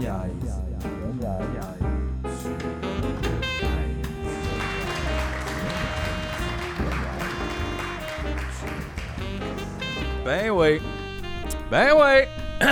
Ben oui. Ben oui.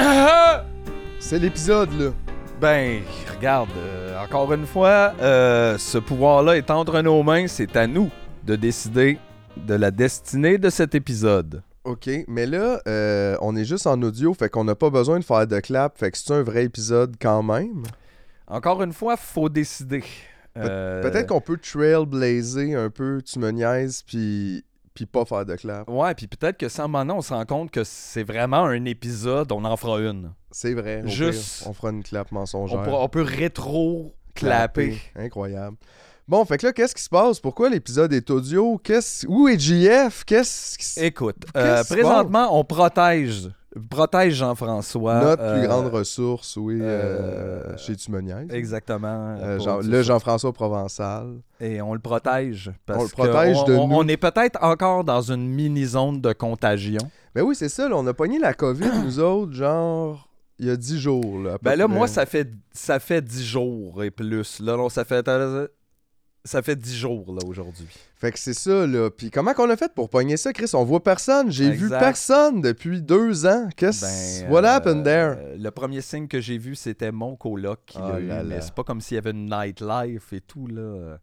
C'est l'épisode, là. Ben, regarde, encore une fois, ce pouvoir-là est entre nos mains. C'est à nous de décider de la destinée de cet épisode. OK, mais là, on est juste en audio, fait qu'on n'a pas besoin de faire de clap, fait que c'est un vrai épisode quand même. Encore une fois, faut décider. Peut-être qu'on peut trailblazer un peu, tu me niaises, puis pas faire de clap. Ouais, puis peut-être que sans maintenant, on se rend compte que c'est vraiment un épisode, on en fera une. C'est vrai, juste, on fera une clap mensongère. On peut rétro-clapper. Incroyable. Bon, fait que là, qu'est-ce qui se passe? Pourquoi l'épisode est audio? Où est JF? Écoute, présentement, on protège Jean-François. Notre plus grande ressource, oui, chez Tu me niaises. Exactement. Le Jean-François Provençal. Et on le protège. Parce on le protège de nous. On est peut-être encore dans une mini-zone de contagion. Ben oui, c'est ça. Là, on a pogné la COVID, nous autres, genre... Il y a 10 jours. Là, ben là, moi, ça fait 10 jours et plus. Là, non, ça fait 10 jours, là, aujourd'hui. Fait que c'est ça, là. Puis comment qu'on a fait pour pogner ça, Chris? On voit personne. J'ai vu personne depuis 2 ans. What happened there? Le premier signe que j'ai vu, c'était mon coloc qui l'a eu. Mais c'est pas comme s'il y avait une nightlife et tout, là.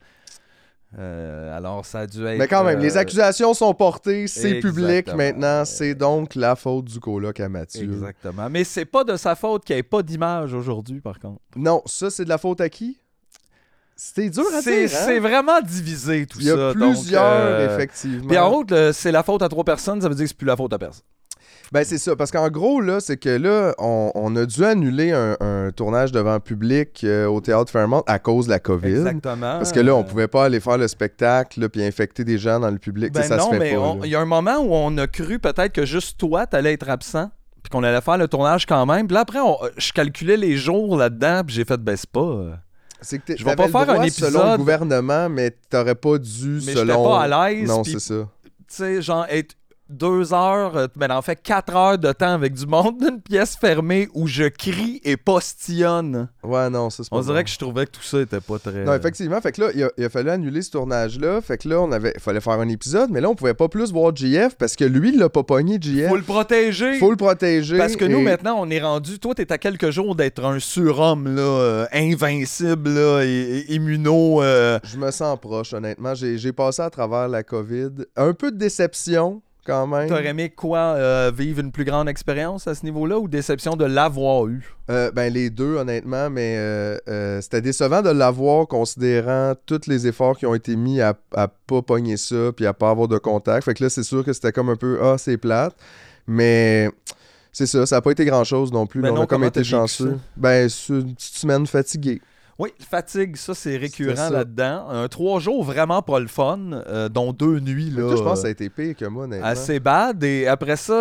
Alors, ça a dû être... Mais quand même, les accusations sont portées, c'est public maintenant, c'est donc la faute du coloc à Mathieu. Exactement. Mais c'est pas de sa faute qu'il n'y ait pas d'image aujourd'hui, par contre. Non, ça, c'est de la faute à qui? C'était dur à dire, hein? C'est vraiment divisé, tout ça. Il y a plusieurs, effectivement. Puis en haut, c'est la faute à 3 personnes, ça veut dire que c'est plus la faute à personne. Ben c'est ça, parce qu'en gros, là, c'est que là, on a dû annuler un tournage devant public au Théâtre Fairmont à cause de la COVID. Exactement. Parce que là, on pouvait pas aller faire le spectacle puis infecter des gens dans le public. Ben ça non, se fait mais il y a un moment où on a cru peut-être que juste toi, t'allais être absent, puis qu'on allait faire le tournage quand même. Puis là, après, je calculais les jours là-dedans, puis j'ai fait, ben c'est pas... C'est que je vais pas faire un épisode selon le gouvernement, mais t'aurais pas dû mais selon... j'étais pas à l'aise. Non, pis, c'est ça. Tu sais, genre être 2 heures, ben en fait 4 heures de temps avec du monde d'une pièce fermée où je crie et postillonne. Ouais, non, ça c'est pas On dirait que je trouvais que tout ça était pas très... Non, effectivement, fait que là, il a fallu annuler ce tournage-là, fait que là, il fallait faire un épisode, mais là, on pouvait pas plus voir JF parce que lui, il l'a pas pogné, JF. Faut le protéger. Parce que nous, maintenant, on est rendu... Toi, t'es à quelques jours d'être un surhomme, là, invincible, là, et immuno... Je me sens proche, honnêtement. J'ai passé à travers la COVID. Un peu de déception, quand même. T'aurais aimé quoi, vivre une plus grande expérience à ce niveau-là ou déception de l'avoir eu? Ben les deux, honnêtement, mais c'était décevant de l'avoir considérant tous les efforts qui ont été mis à pas pogner ça puis à pas avoir de contact. Fait que là, c'est sûr que c'était comme un peu « Ah, c'est plate », mais... C'est ça, ça n'a pas été grand-chose non plus. Ben on a comme été chanceux. Ben, c'est une petite semaine fatiguée. Oui, fatigue, ça c'est récurrent là-dedans. 3 jours vraiment pas le fun, dont 2 nuits. Là, toi, je pense que ça a été pire que moi, honnêtement. Assez bad. Et après ça,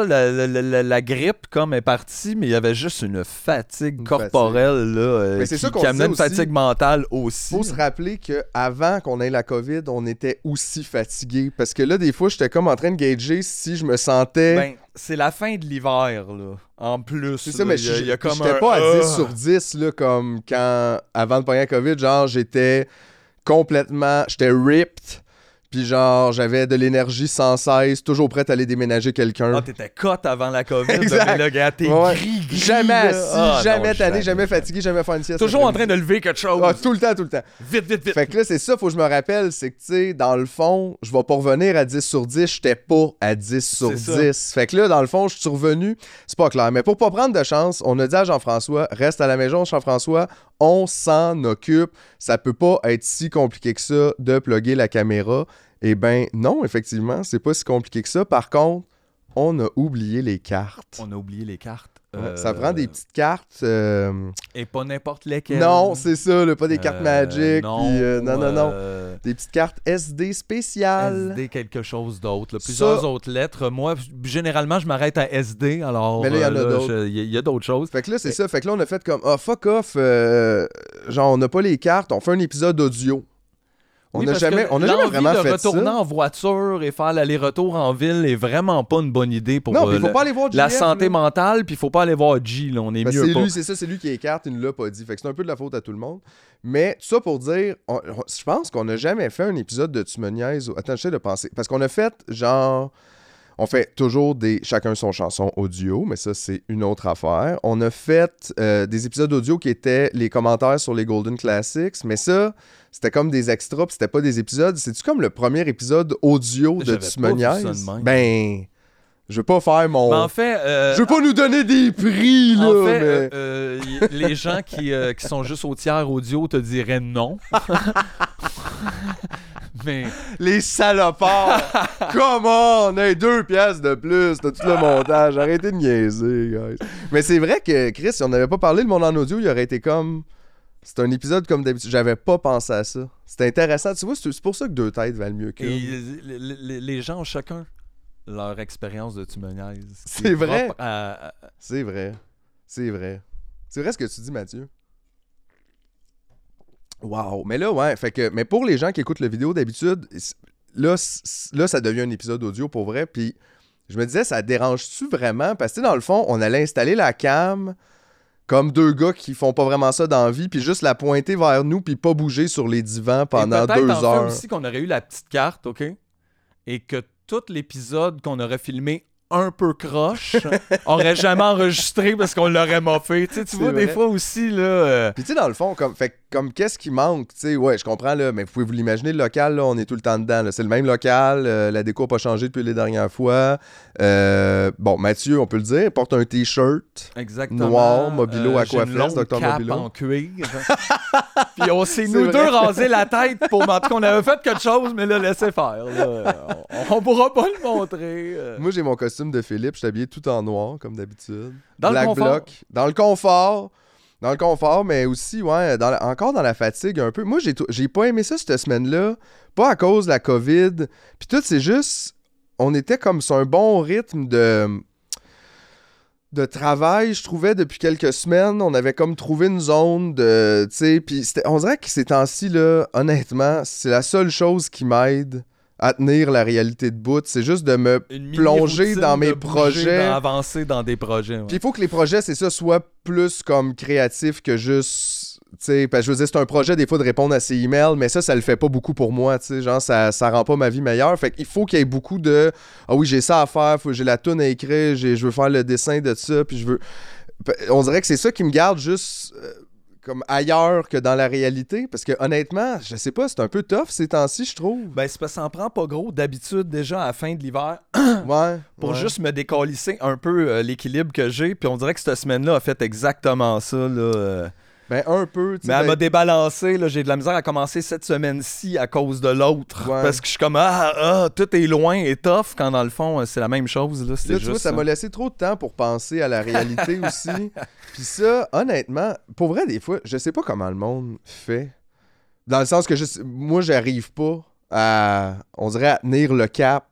la grippe comme est partie, mais il y avait juste une fatigue corporelle là, qui amenait une fatigue mentale aussi. Il faut se rappeler qu'avant qu'on ait la COVID, on était aussi fatigué. Parce que là, des fois, j'étais comme en train de gager si je me sentais... Ben, c'est la fin de l'hiver, là. En plus, c'est ça, mais j'étais pas à 10 sur 10, là, comme quand, avant de pogner la COVID, genre, j'étais ripped, puis genre, j'avais de l'énergie sans cesse, toujours prêt à aller déménager quelqu'un. Ah, t'étais cut avant la COVID, exact. Là, mais là, gars, t'es gris. Jamais assis, jamais tanné, jamais fatigué, jamais faire une sieste. Toujours en train de lever quelque chose. Ah, tout le temps. Vite. Fait que là, c'est ça, faut que je me rappelle, c'est que, tu sais, dans le fond, je vais pas revenir à 10 sur 10, j'étais pas à 10 sur 10. Ça. Fait que là, dans le fond, je suis revenu, c'est pas clair. Mais pour pas prendre de chance, on a dit à Jean-François, reste à la maison, Jean-François, on s'en occupe. Ça peut pas être si compliqué que ça de plugger la caméra. Eh ben non, effectivement, c'est pas si compliqué que ça. Par contre, on a oublié les cartes. Ça prend des petites cartes. Et pas n'importe lesquelles. Non, c'est ça, là, pas des cartes Magic. Non, non. Des petites cartes SD spéciales. SD quelque chose d'autre. Là. Plusieurs autres lettres. Moi, généralement, je m'arrête à SD. Alors, mais là, il y en a d'autres. Il y a d'autres choses. Fait que là, c'est ça. Fait que là, on a fait comme, fuck off. Genre, on n'a pas les cartes. On fait un épisode audio. On n'a jamais vraiment de fait ça. retourner en voiture et faire l'aller-retour en ville est vraiment pas une bonne idée pour non, il faut pas aller voir la JF, santé là. mentale, puis il faut pas aller voir G, là, on est mieux pas. C'est lui qui écarte, il ne l'a pas dit. Fait que c'est un peu de la faute à tout le monde. Mais tout ça pour dire, je pense qu'on n'a jamais fait un épisode de Tu me niaises. Attends, j'essaie de penser. Parce qu'on a fait genre... On fait toujours chacun son chanson audio, mais ça, c'est une autre affaire. On a fait des épisodes audio qui étaient les commentaires sur les Golden Classics, mais ça, c'était comme des extras, puis c'était pas des épisodes. C'est-tu comme le premier épisode audio de Tu me niaises? Ben, je veux pas faire mon... Mais en fait... je veux pas nous donner des prix, là, en fait, mais... les gens qui sont juste au tiers audio te diraient non. Mais... Les salopards! Comment? On a 2 piastres de plus, t'as tout le montage. Arrêtez de niaiser, guys. Mais c'est vrai que, Chris, si on n'avait pas parlé le monde en audio, il aurait été comme... C'est un épisode comme d'habitude. J'avais pas pensé à ça. C'était intéressant. Tu vois, c'est pour ça que 2 têtes valent mieux qu'une. Les gens ont chacun leur expérience de Tu me niaises. C'est vrai. C'est vrai. C'est vrai. C'est vrai ce que tu dis, Mathieu. Wow. Mais là, ouais. Fait que, mais pour les gens qui écoutent la vidéo d'habitude, là, ça devient un épisode audio pour vrai. Puis je me disais, ça dérange-tu vraiment? Parce que dans le fond, on allait installer la cam comme 2 gars qui font pas vraiment ça dans la vie, puis juste la pointer vers nous, puis pas bouger sur les divans pendant 2 heures. Peut-être en fait aussi qu'on aurait eu la petite carte, OK? Et que tout l'épisode qu'on aurait filmé un peu croche aurait jamais enregistré parce qu'on l'aurait moffé. Tu vois, vrai. Des fois aussi, là... Puis tu sais, dans le fond, comme qu'est-ce qui manque? Tu sais, ouais, je comprends, là, mais vous pouvez vous l'imaginer, le local, là, on est tout le temps dedans. Là. C'est le même local, la déco n'a pas changé depuis les dernières fois. Bon, Mathieu, on peut le dire, porte un T-shirt noir, Mobilo Aquafest, Dr. Mobilo. En cuir. Puis on s'est nous deux rasé la tête pour... En tout cas, on avait fait quelque chose, mais là, laissez faire. Là. On pourra pas le montrer. Moi, j'ai mon costume de Philippe, je suis habillé tout en noir, comme d'habitude. Dans Black le confort. Bloc. Dans le confort, mais aussi, ouais, encore dans la fatigue un peu. Moi, j'ai pas aimé ça cette semaine-là, pas à cause de la COVID. Puis tout, c'est juste, on était comme sur un bon rythme de travail, je trouvais, depuis quelques semaines. On avait comme trouvé une zone de, tu sais, puis on dirait que ces temps-ci, là, honnêtement, c'est la seule chose qui m'aide à tenir la réalité de bout, c'est juste de me plonger dans mes projets. Avancer dans des projets. Ouais. Puis il faut que les projets, c'est ça, soient plus comme créatifs que juste... Tu sais, parce que je veux dire, c'est un projet des fois de répondre à ses emails, mais ça le fait pas beaucoup pour moi, tu sais, genre ça rend pas ma vie meilleure. Fait qu'il faut qu'il y ait beaucoup de... Ah oui, j'ai ça à faire, j'ai la toune à écrire, je veux faire le dessin de ça, puis je veux... On dirait que c'est ça qui me garde juste... comme ailleurs que dans la réalité, parce que honnêtement, je sais pas, c'est un peu tough ces temps-ci, je trouve. Ben, c'est parce que ça en prend pas gros d'habitude déjà à la fin de l'hiver pour juste me décalisser un peu l'équilibre que j'ai, puis on dirait que cette semaine-là a fait exactement ça, là. Ben, un peu, tu sais. Mais elle m'a débalancé, là, j'ai de la misère à commencer cette semaine-ci à cause de l'autre, parce que je suis comme, tout est loin et tough, quand dans le fond, c'est la même chose, là, c'est là, juste tu vois, ça m'a laissé trop de temps pour penser à la réalité aussi. Puis ça, honnêtement, pour vrai, des fois, je sais pas comment le monde fait. Dans le sens que moi, j'arrive pas à, on dirait, à tenir le cap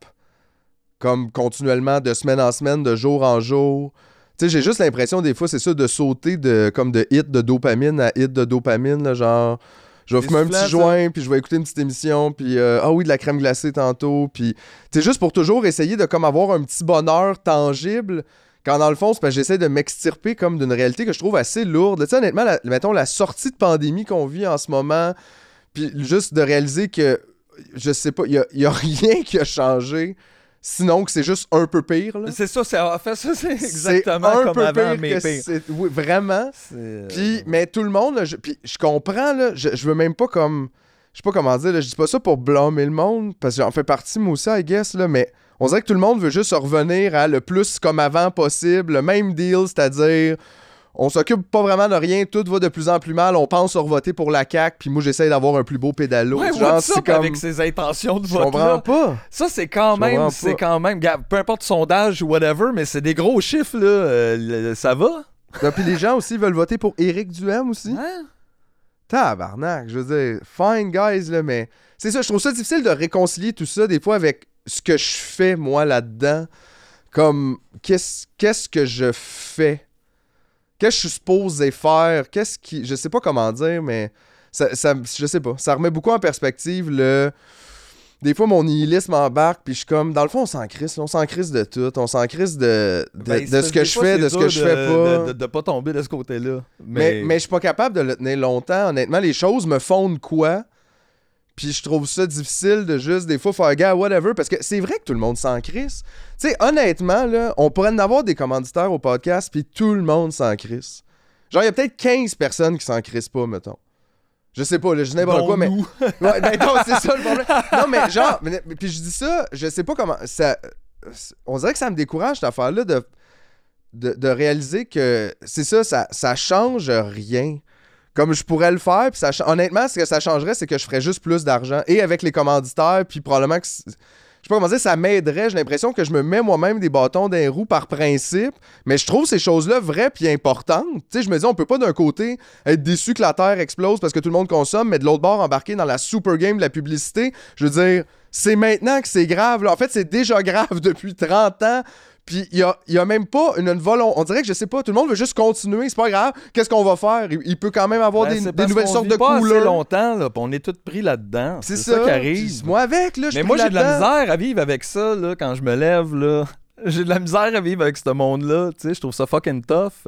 comme continuellement, de semaine en semaine, de jour en jour. Tu sais, j'ai juste l'impression, des fois, c'est ça, de sauter comme de hit de dopamine à hit de dopamine, là, genre... Je vais fumer un petit joint, puis je vais écouter une petite émission, puis de la crème glacée tantôt, puis... Tu sais, juste pour toujours essayer de comme avoir un petit bonheur tangible, quand dans le fond, c'est parce que j'essaie de m'extirper comme d'une réalité que je trouve assez lourde. Tu sais, honnêtement, mettons, la sortie de pandémie qu'on vit en ce moment, puis juste de réaliser que, je sais pas, il y a rien qui a changé... Sinon que c'est juste un peu pire. Là. C'est ça, c'est exactement un comme peu avant, pire mais pire. Oui, vraiment. Puis, mais tout le monde, puis je comprends, là, je veux même pas comme... Je sais pas comment dire, là, je dis pas ça pour blâmer le monde, parce que j'en fais partie moi aussi, I guess, là, mais on dirait que tout le monde veut juste revenir à le plus comme avant possible, le même deal, c'est-à-dire... On s'occupe pas vraiment de rien, tout va de plus en plus mal, on pense voter pour la CAQ, puis moi j'essaie d'avoir un plus beau pédalo. Ouais, genre, c'est comme... avec ses intentions de vote. Je comprends pas. Ça c'est quand même, peu importe sondage ou whatever, mais c'est des gros chiffres là, ça va. Puis les gens aussi veulent voter pour Éric Duhaime aussi. Hein? Tabarnak, je veux dire, fine guys là, mais c'est ça, je trouve ça difficile de réconcilier tout ça des fois avec ce que je fais moi là-dedans, comme qu'est-ce que je fais. Qu'est-ce que je suis supposé faire? Je sais pas comment dire, mais je sais pas, ça remet beaucoup en perspective le... Des fois, mon nihilisme embarque, puis je suis comme, dans le fond, on s'en crisse de tout. On s'en crisse de ce que je fais, de ce que je fais pas. De pas tomber de ce côté-là. Mais je suis pas capable de le tenir longtemps. Honnêtement, les choses me font quoi. Puis je trouve ça difficile de juste, des fois, faire gars, whatever. Parce que c'est vrai que tout le monde s'en crisse. Tu sais, honnêtement, là, on pourrait en avoir des commanditaires au podcast, puis tout le monde s'en crisse. Genre, il y a peut-être 15 personnes qui s'en crissent pas, mettons. Je sais pas, là, je dis n'importe quoi, mais... Ouais, ben non, c'est ça le problème. Non, mais genre... Puis je dis ça, je sais pas comment... On dirait que ça me décourage, cette affaire-là, de réaliser que... C'est ça change rien. Comme je pourrais le faire, puis honnêtement, ce que ça changerait, c'est que je ferais juste plus d'argent. Et avec les commanditaires, puis probablement que... Je sais pas comment dire, ça m'aiderait. J'ai l'impression que je me mets moi-même des bâtons dans les roues par principe, mais je trouve ces choses-là vraies puis importantes. Tu sais, je me dis, on peut pas d'un côté être déçu que la Terre explose parce que tout le monde consomme, mais de l'autre bord, embarquer dans la super game de la publicité. Je veux dire, c'est maintenant que c'est grave. Là. En fait, c'est déjà grave depuis 30 ans. Puis il y a même pas une volonté. On dirait que je sais pas, tout le monde veut juste continuer, c'est pas grave. Qu'est-ce qu'on va faire? Il peut quand même avoir des nouvelles sortes de couleurs. C'est pas longtemps, là, pis on est tous pris là-dedans. C'est ça qui arrive. Puis moi avec, là, mais moi, j'ai de la misère à vivre avec ça, là, quand je me lève, là. J'ai de la misère à vivre avec ce monde-là, tu sais, je trouve ça fucking tough.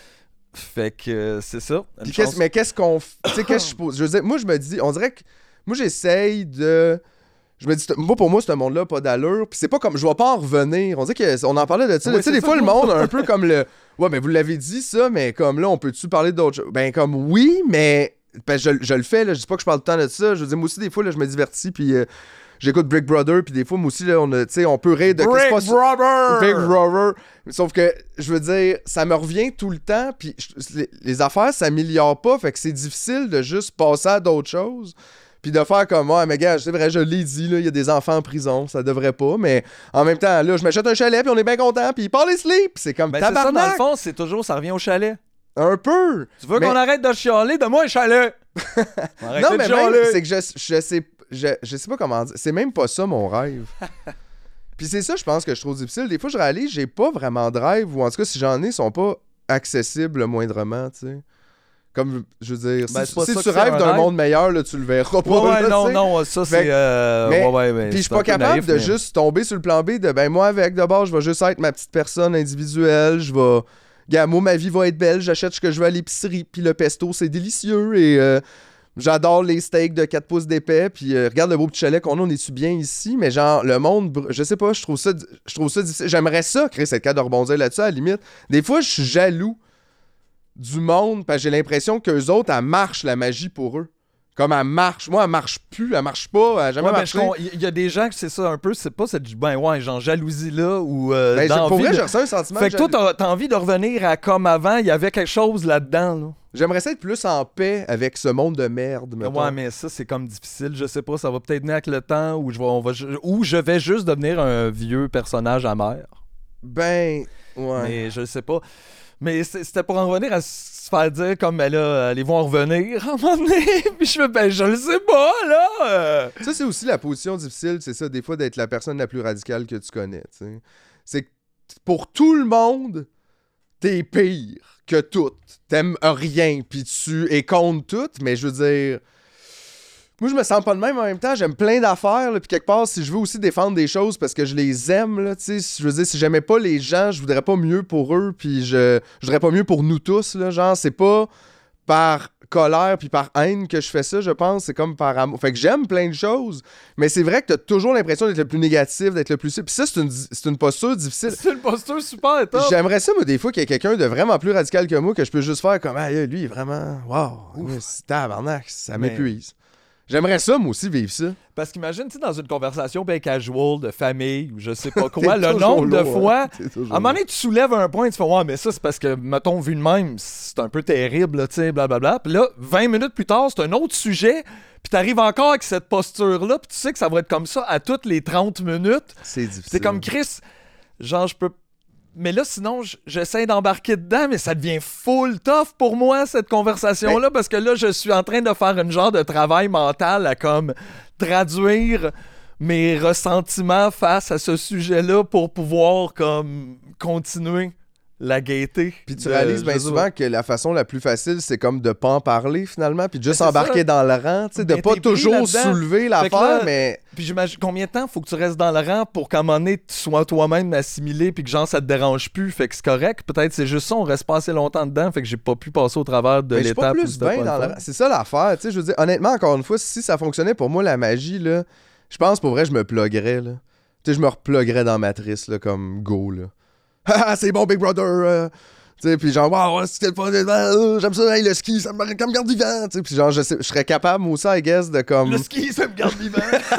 Fait que c'est ça. Mais qu'est-ce qu'on... Tu sais, qu'est-ce que je pose? Je veux dire, moi, je me dis, on dirait que... Moi, j'essaye de... Je me dis, pour moi, ce monde-là, pas d'allure. Puis c'est pas comme, je vais pas en revenir. On dirait qu'on en parlait de ça. Tu sais, des fois, le monde a un peu comme le. Ouais, mais vous l'avez dit, ça, mais comme là, on peut-tu parler d'autres choses? Ben, comme oui, mais. Ben, je le fais, là. Je dis pas que je parle tout le temps de ça. Je veux dire, moi aussi, des fois, là, je me divertis, puis j'écoute Big Brother, puis des fois, moi aussi, là, on peut rire de. Big Brother! Sauf que, je veux dire, ça me revient tout le temps, puis les affaires s'améliorent pas, fait que c'est difficile de juste passer à d'autres choses. Puis de faire comme, ouais, mais gars, c'est vrai, je l'ai dit, il y a des enfants en prison, ça devrait pas, mais en même temps, là, je m'achète un chalet, puis on est bien content, puis parle et sleep, c'est comme tabarnak. C'est ça, dans le fond, c'est toujours, ça revient au chalet. Un peu. Tu veux qu'on arrête de chialer? Donne-moi un chalet. Non, mais même, c'est que je sais pas comment dire, c'est même pas ça mon rêve. Puis c'est ça, je pense que je trouve difficile. Des fois, je réalise, j'ai pas vraiment de rêve, ou en tout cas, si j'en ai, ils sont pas accessibles moindrement, tu sais. Comme, je veux dire, si tu rêves d'un monde meilleur, là, tu le verras pas. Ouais, non, ça c'est... Puis je suis pas capable de juste tomber sur le plan B de, ben moi, avec, d'abord, je vais juste être ma petite personne individuelle, je vais... Gars, moi, ma vie va être belle, j'achète ce que je veux à l'épicerie, puis le pesto, c'est délicieux, et j'adore les steaks de 4 pouces d'épais, puis regarde le beau petit chalet qu'on a, on est-tu bien ici, mais genre, le monde, je sais pas, je trouve ça difficile. J'aimerais ça, créer cette cas de rebondir là-dessus, à la limite. Des fois, je suis jaloux du monde, parce que j'ai l'impression qu'eux autres, elle marche la magie pour eux. Comme elle marche. Moi, elle marche plus, elle marche pas, elle a jamais marché. Il y a des gens que c'est ça un peu, c'est pas cette genre jalousie-là ou pour vrai, j'ai reçu un sentiment. Fait que toi, t'as envie de revenir à comme avant, il y avait quelque chose là-dedans, là. J'aimerais ça être plus en paix avec ce monde de merde, mettons. Ouais, mais ça, c'est comme difficile. Je sais pas, ça va peut-être venir avec le temps où je vais juste devenir un vieux personnage amer. Ben, ouais. Mais je sais pas. Mais c'était pour en revenir à se faire dire comme, ben là, ils vont en revenir à un moment donné. Puis je fais, ben je le sais pas, là. Ça, c'est aussi la position difficile, c'est ça, des fois, d'être la personne la plus radicale que tu connais, tu sais. C'est que pour tout le monde, t'es pire que tout. T'aimes rien, puis tu es contre tout, mais je veux dire... Moi, je me sens pas de même en même temps. J'aime plein d'affaires. Puis quelque part, si je veux aussi défendre des choses parce que je les aime, là, je veux dire, si j'aimais pas les gens, je voudrais pas mieux pour eux. Puis je voudrais pas mieux pour nous tous. Là, genre, c'est pas par colère puis par haine que je fais ça, je pense. C'est comme par amour. Fait que j'aime plein de choses. Mais c'est vrai que t'as toujours l'impression d'être le plus négatif, d'être le plus... Puis ça, c'est une posture difficile. C'est une posture super top. J'aimerais ça, moi, des fois, qu'il y ait quelqu'un de vraiment plus radical que moi que je peux juste faire comme, ah, lui, il est vraiment... Wow, c'est tabarnak, ça m'épuise. J'aimerais ça, moi aussi, vivre ça. Parce qu'imagine, tu sais, dans une conversation bien casual de famille ou je sais pas quoi, le nombre de fois, à un moment donné, tu soulèves un point et tu fais « Ouais, mais ça, c'est parce que, mettons, vu de même, c'est un peu terrible, tu sais, blablabla. » Puis là, 20 minutes plus tard, c'est un autre sujet, puis t'arrives encore avec cette posture-là, puis tu sais que ça va être comme ça à toutes les 30 minutes. C'est difficile. C'est comme Chris, genre, je peux... Mais là, sinon, j'essaie d'embarquer dedans, mais ça devient full tough pour moi, cette conversation-là, parce que là, je suis en train de faire une genre de travail mental à comme traduire mes ressentiments face à ce sujet-là pour pouvoir comme continuer. la gaieté. Puis tu réalises bien souvent que la façon la plus facile, c'est comme de pas en parler finalement, puis de juste embarquer dans le rang, tu sais, de pas toujours soulever l'affaire, mais... Puis j'imagine combien de temps faut que tu restes dans le rang pour qu'à un moment donné, tu sois toi-même assimilé, puis que genre ça te dérange plus, fait que c'est correct. Peut-être c'est juste ça, on reste pas assez longtemps dedans, fait que j'ai pas pu passer au travers de l'étape. Mais je suis pas plus bien dans le rang. C'est ça l'affaire, tu sais, je veux dire, honnêtement, encore une fois, si ça fonctionnait pour moi, la magie, là, je pense pour vrai, je me pluggerais, là. Tu sais, je me repluguerais dans Matrice, là, comme go, là. Ah, c'est bon, Big Brother! Tu sais, puis genre, wow, c'était pas j'aime ça, hey, le ski, ça me garde vivant! Tu sais, puis genre, je serais capable, moi aussi, I guess, de comme. Le ski, ça me garde vivant!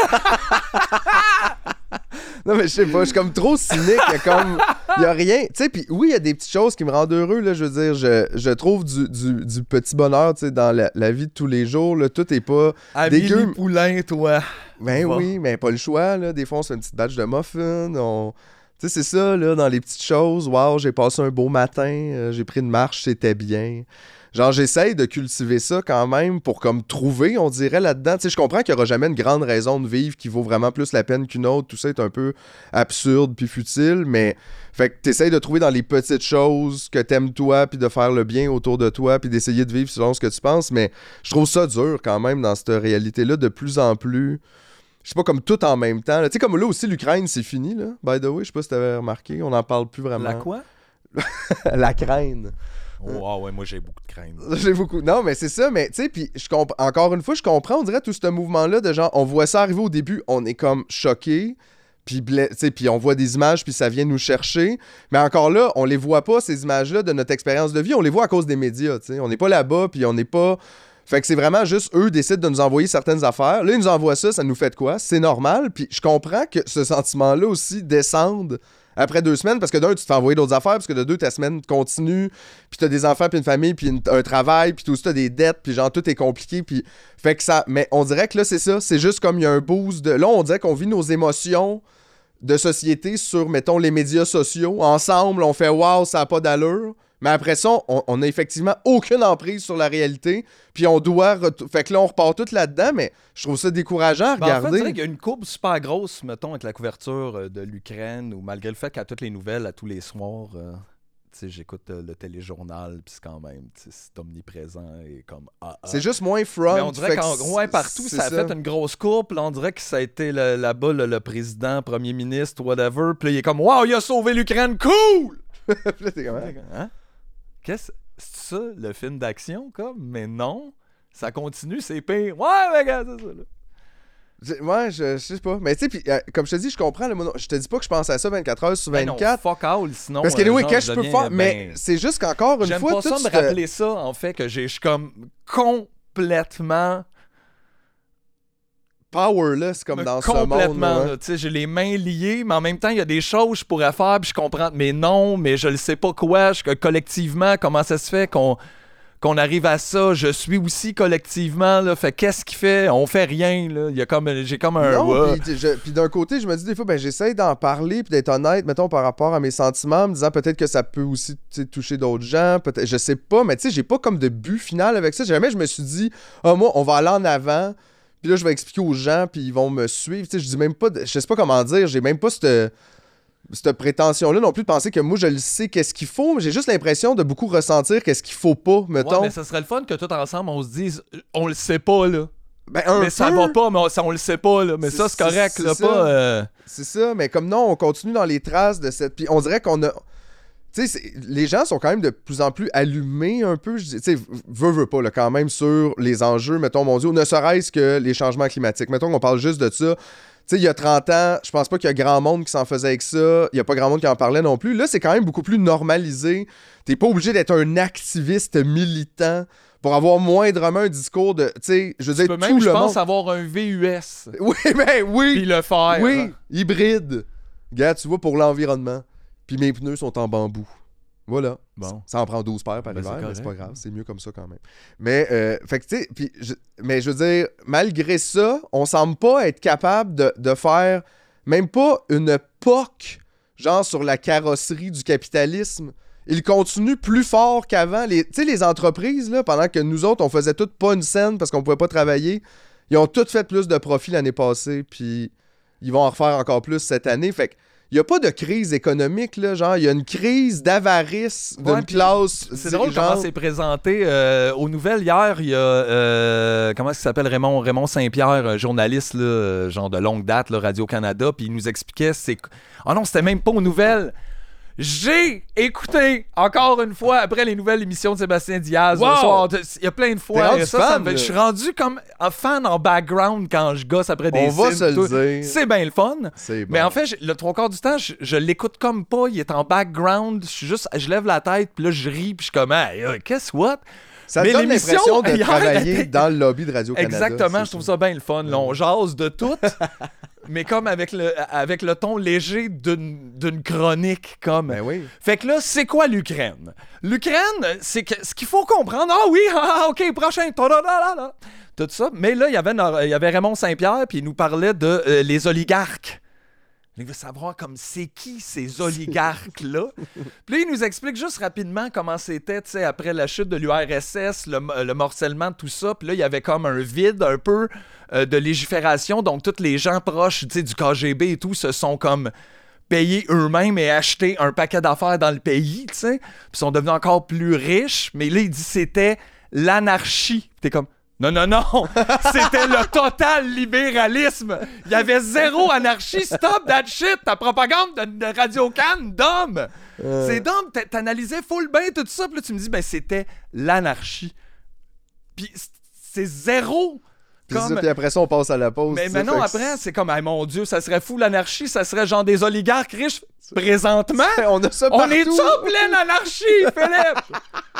Non, mais je sais pas, je suis comme trop cynique, comme. Il y a rien. Tu sais, puis oui, il y a des petites choses qui me rendent heureux, là. Je veux dire, je trouve du petit bonheur, tu sais, dans la vie de tous les jours, là. Tout est pas. Amélie Poulain, toi! Ben oui, mais pas le choix, là. Des fois, on se fait une petite batch de muffins, Tu sais, c'est ça, là, dans les petites choses. Wow, j'ai passé un beau matin, j'ai pris une marche, c'était bien. Genre, j'essaye de cultiver ça quand même pour comme trouver, on dirait, là-dedans. Tu sais, je comprends qu'il n'y aura jamais une grande raison de vivre qui vaut vraiment plus la peine qu'une autre. Tout ça est un peu absurde puis futile, mais... Fait que t'essayes de trouver dans les petites choses que t'aimes toi, puis de faire le bien autour de toi, puis d'essayer de vivre selon ce que tu penses, mais je trouve ça dur quand même dans cette réalité-là, de plus en plus... Je sais pas, comme tout en même temps. Tu sais, comme là aussi, l'Ukraine, c'est fini, là. By the way, je sais pas si t'avais remarqué, on n'en parle plus vraiment. La quoi? La crainte. Oh, ouais, moi j'ai beaucoup de crainte. J'ai beaucoup. Non, mais c'est ça, mais tu sais, puis encore une fois, je comprends, on dirait tout ce mouvement-là de genre, on voit ça arriver au début, on est comme choqué, puis on voit des images, puis ça vient nous chercher, mais encore là, on les voit pas, ces images-là, de notre expérience de vie, on les voit à cause des médias, tu sais. On n'est pas là-bas, puis on n'est pas... Fait que c'est vraiment juste eux décident de nous envoyer certaines affaires. Là, ils nous envoient ça, ça nous fait de quoi? C'est normal, puis je comprends que ce sentiment-là aussi descende après 2 semaines, parce que d'un, tu te fais envoyer d'autres affaires, parce que de deux, ta semaine continue, puis t'as des enfants, puis une famille, puis un travail, puis tout ça, t'as des dettes, puis genre, tout est compliqué, puis... Fait que ça... Mais on dirait que là, c'est ça, c'est juste comme il y a un boost de... Là, on dirait qu'on vit nos émotions de société sur, mettons, les médias sociaux. Ensemble, on fait « Wow, ça a pas d'allure ». Mais après ça, on a effectivement aucune emprise sur la réalité, puis on doit... Fait que là, on repart tout là-dedans, mais je trouve ça décourageant à regarder. En fait, je dirais qu'il y a une courbe super grosse, mettons, avec la couverture de l'Ukraine, ou malgré le fait qu'à toutes les nouvelles, à tous les soirs, tu sais, j'écoute le téléjournal, puis c'est quand même, c'est omniprésent et comme... C'est juste moins front. Mais on dirait qu'en gros, partout, ça a fait une grosse courbe, là, on dirait que ça a été là-bas, le président, premier ministre, whatever, puis là, il est comme « Wow, il a sauvé l'Ukraine, cool! » Puis là, t'es comme... Hein? C'est ça, le film d'action, comme? Mais non, ça continue, c'est pire. Ouais, mais regarde, c'est ça, là. Ouais, je sais pas. Mais tu sais, puis comme je te dis, je comprends. Je te dis pas que je pense à ça 24 heures sur 24. Ben non, fuck all, sinon... Parce que oui, qu'est-ce que je peux faire? Mais c'est juste qu'encore une fois... J'aime pas ça me rappeler ça, en fait, que je suis comme complètement... powerless comme dans ce monde. Complètement, tu sais, j'ai les mains liées, mais en même temps, il y a des choses que je pourrais faire, puis je comprends, mais non, mais je le sais pas quoi, collectivement, comment ça se fait qu'on arrive à ça, je suis aussi collectivement, là, fait qu'est-ce qu'il fait? On fait rien, là, j'ai comme un... Non, puis d'un côté, je me dis des fois, ben j'essaie d'en parler, puis d'être honnête, mettons, par rapport à mes sentiments, me disant peut-être que ça peut aussi toucher d'autres gens, peut-être, je sais pas, mais tu sais, j'ai pas comme de but final avec ça, jamais je me suis dit, moi, on va aller en avant, puis là, je vais expliquer aux gens, puis ils vont me suivre. Tu sais, je dis même pas... Je sais pas comment dire. J'ai même pas cette prétention-là non plus de penser que moi, je le sais qu'est-ce qu'il faut. Mais j'ai juste l'impression de beaucoup ressentir qu'est-ce qu'il faut pas, mettons. Ouais, mais ça serait le fun que tout ensemble, on se dise... On le sait pas, là. Ben, mais ça va pas, mais on le sait pas, là. Mais ça, c'est correct, là. Pas... C'est ça, mais comme non, on continue dans les traces de cette... Puis on dirait qu'on a... Tu sais, les gens sont quand même de plus en plus allumés un peu, tu sais, veut pas, là, quand même, sur les enjeux, mettons, mondiaux, ne serait-ce que les changements climatiques. Mettons qu'on parle juste de ça. Tu sais, il y a 30 ans, je pense pas qu'il y a grand monde qui s'en faisait avec ça. Il y a pas grand monde qui en parlait non plus. Là, c'est quand même beaucoup plus normalisé. T'es pas obligé d'être un activiste militant pour avoir moindrement un discours de... Tu sais, je veux dire, tout même, je pense, avoir un VUS. Oui, ben oui! Puis le faire. Oui, hybride. Regarde, tu vois, pour l'environnement. Puis mes pneus sont en bambou. Voilà. Bon. Ça en prend 12 paires par hiver, mais c'est pas grave. C'est mieux comme ça quand même. Mais, fait que, tu sais, mais je veux dire, malgré ça, on semble pas être capable de faire même pas une POC, genre sur la carrosserie du capitalisme. Il continue plus fort qu'avant. Tu sais, les entreprises, là, pendant que nous autres, on faisait toutes pas une scène parce qu'on pouvait pas travailler, ils ont toutes fait plus de profit l'année passée, puis ils vont en refaire encore plus cette année. Fait que il y a pas de crise économique, là, genre, il y a une crise d'avarice d'une classe c'est drôle comment c'est présenté. Aux nouvelles, hier, il y a, comment il s'appelle, Raymond Saint-Pierre, journaliste, là, genre de longue date, là, Radio-Canada, puis il nous expliquait, ah non, c'était même pas aux nouvelles. J'ai écouté, encore une fois, après les nouvelles émissions de Sébastien Diaz, le soir, il y a plein de fois. Je suis rendu comme un fan en background quand je gosse après des On va se le dire. C'est bien le fun. C'est bon. Mais en fait, le 3/4 du temps, je l'écoute comme pas. Il est en background. Je lève la tête, puis là, je ris, puis je suis comme, hey, qu'est-ce what? Ça te donne l'impression de travailler dans le lobby de Radio-Canada. Exactement, je trouve ça bien le fun. Là, on jase de tout, mais comme avec le ton léger d'une chronique. Comme. Ben oui. Fait que là, c'est quoi l'Ukraine? L'Ukraine, c'est que ce qu'il faut comprendre. Ah oui, OK, prochain. Tout ça. Mais là, il y avait Raymond Saint-Pierre, puis il nous parlait de les oligarques. Il veut savoir comme c'est qui ces oligarques-là. Puis là, il nous explique juste rapidement comment c'était, tu sais, après la chute de l'URSS, le morcellement de tout ça. Puis là, il y avait comme un vide un peu de légifération. Donc, tous les gens proches, tu sais, du KGB et tout se sont comme payés eux-mêmes et acheté un paquet d'affaires dans le pays, tu sais. Puis sont devenus encore plus riches. Mais là, il dit c'était l'anarchie. Puis t'es comme... Non, c'était le total libéralisme. Il y avait zéro anarchie. Stop that shit. Ta propagande de Radio-Can, d'homme. C'est d'homme. T'analysais full bien tout ça. Puis là, tu me dis, ben c'était l'anarchie. Puis c'est zéro. Puis après ça, on passe à la pause. Mais maintenant, après, c'est comme, hey, mon Dieu, ça serait fou l'anarchie. Ça serait genre des oligarques riches présentement. On a ça partout. On est en pleine anarchie, Philippe.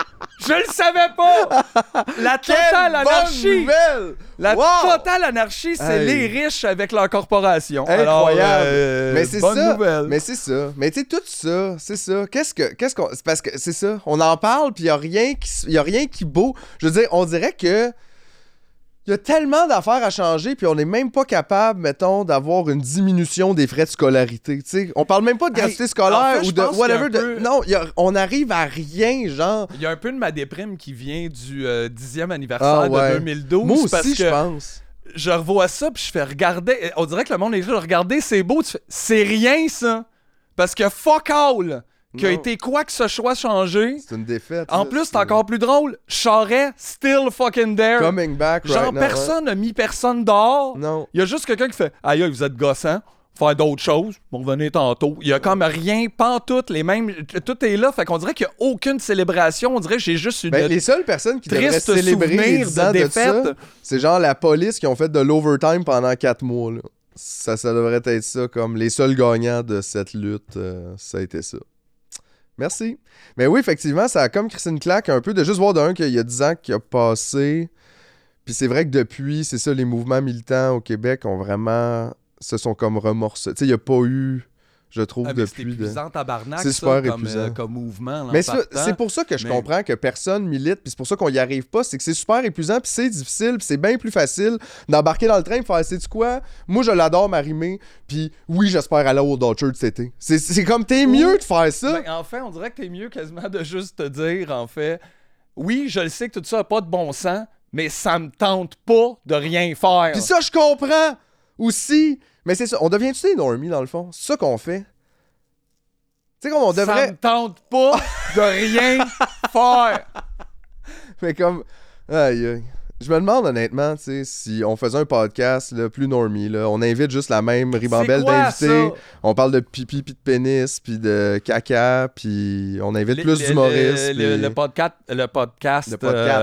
Je le savais pas! La totale anarchie! La totale anarchie, c'est les riches avec leur corporation. Incroyable! Alors, mais c'est bonne ça! Nouvelle. Mais c'est ça! Mais tu sais, tout ça, c'est ça. Qu'est-ce qu'on... C'est parce que c'est ça. On en parle, puis il y a rien qui beau. Je veux dire, on dirait que il y a tellement d'affaires à changer, puis on n'est même pas capable, mettons, d'avoir une diminution des frais de scolarité. T'sais. On parle même pas de gratuité scolaire en fait, ou de whatever. Non, on arrive à rien, genre. Il y a un peu de ma déprime qui vient du 10e anniversaire de 2012. Moi aussi, parce que je pense. Je revois ça, puis je fais regarder. On dirait que le monde est juste regarder, c'est beau. Tu fais, c'est rien, ça. Parce que fuck all. Qui a été quoi que ce soit changé. C'est une défaite. En plus, c'est encore plus drôle. Charest, still fucking there. Coming back right genre, now, personne n'a mis personne dehors. Non. Il y a juste quelqu'un qui fait aïe, vous êtes gossant. Faire d'autres choses. Bon, revenez tantôt. Il y a comme rien, pantoute, les mêmes. Tout est là. Fait qu'on dirait qu'il n'y a aucune célébration. On dirait que j'ai juste une. Les seules personnes qui devraient célébrer les 10 ans de ça, c'est genre la police qui ont fait de l'overtime pendant 4 mois. Là. Ça devrait être ça. Comme les seuls gagnants de cette lutte, ça a été ça. Merci. Mais oui, effectivement, ça a comme Christine claque un peu de juste voir d'un qu'il y a 10 ans qui a passé. Puis c'est vrai que depuis, c'est ça, les mouvements militants au Québec ont vraiment... se sont comme remorcés. Tu sais, il n'y a pas eu, je trouve, depuis... C'est épuisant, tabarnak, c'est super épuisant. Comme mouvement. Là, mais c'est pour ça que je comprends que personne milite, puis c'est pour ça qu'on n'y arrive pas, c'est que c'est super épuisant, puis c'est difficile, puis c'est bien plus facile d'embarquer dans le train et faire, sais-tu quoi? Moi, je l'adore, Marie-Mé, puis oui, j'espère aller au Dodger cet été. C'est comme, t'es mieux de faire ça. Ben, en fait, on dirait que t'es mieux quasiment de juste te dire, en fait, oui, je le sais que tout ça n'a pas de bon sens, mais ça me tente pas de rien faire. Puis ça, je comprends aussi. Mais c'est ça, on devient-tu des normies dans le fond? C'est ça qu'on fait. Tu sais, comme on devrait. Ça me tente pas de rien faire. Mais comme. Aïe, aïe. Je me demande honnêtement, tu sais, si on faisait un podcast là, plus normie, là, on invite juste la même ribambelle d'invités. On parle de pipi, puis de pénis, puis de caca, puis on invite plus d'humoristes. Le podcast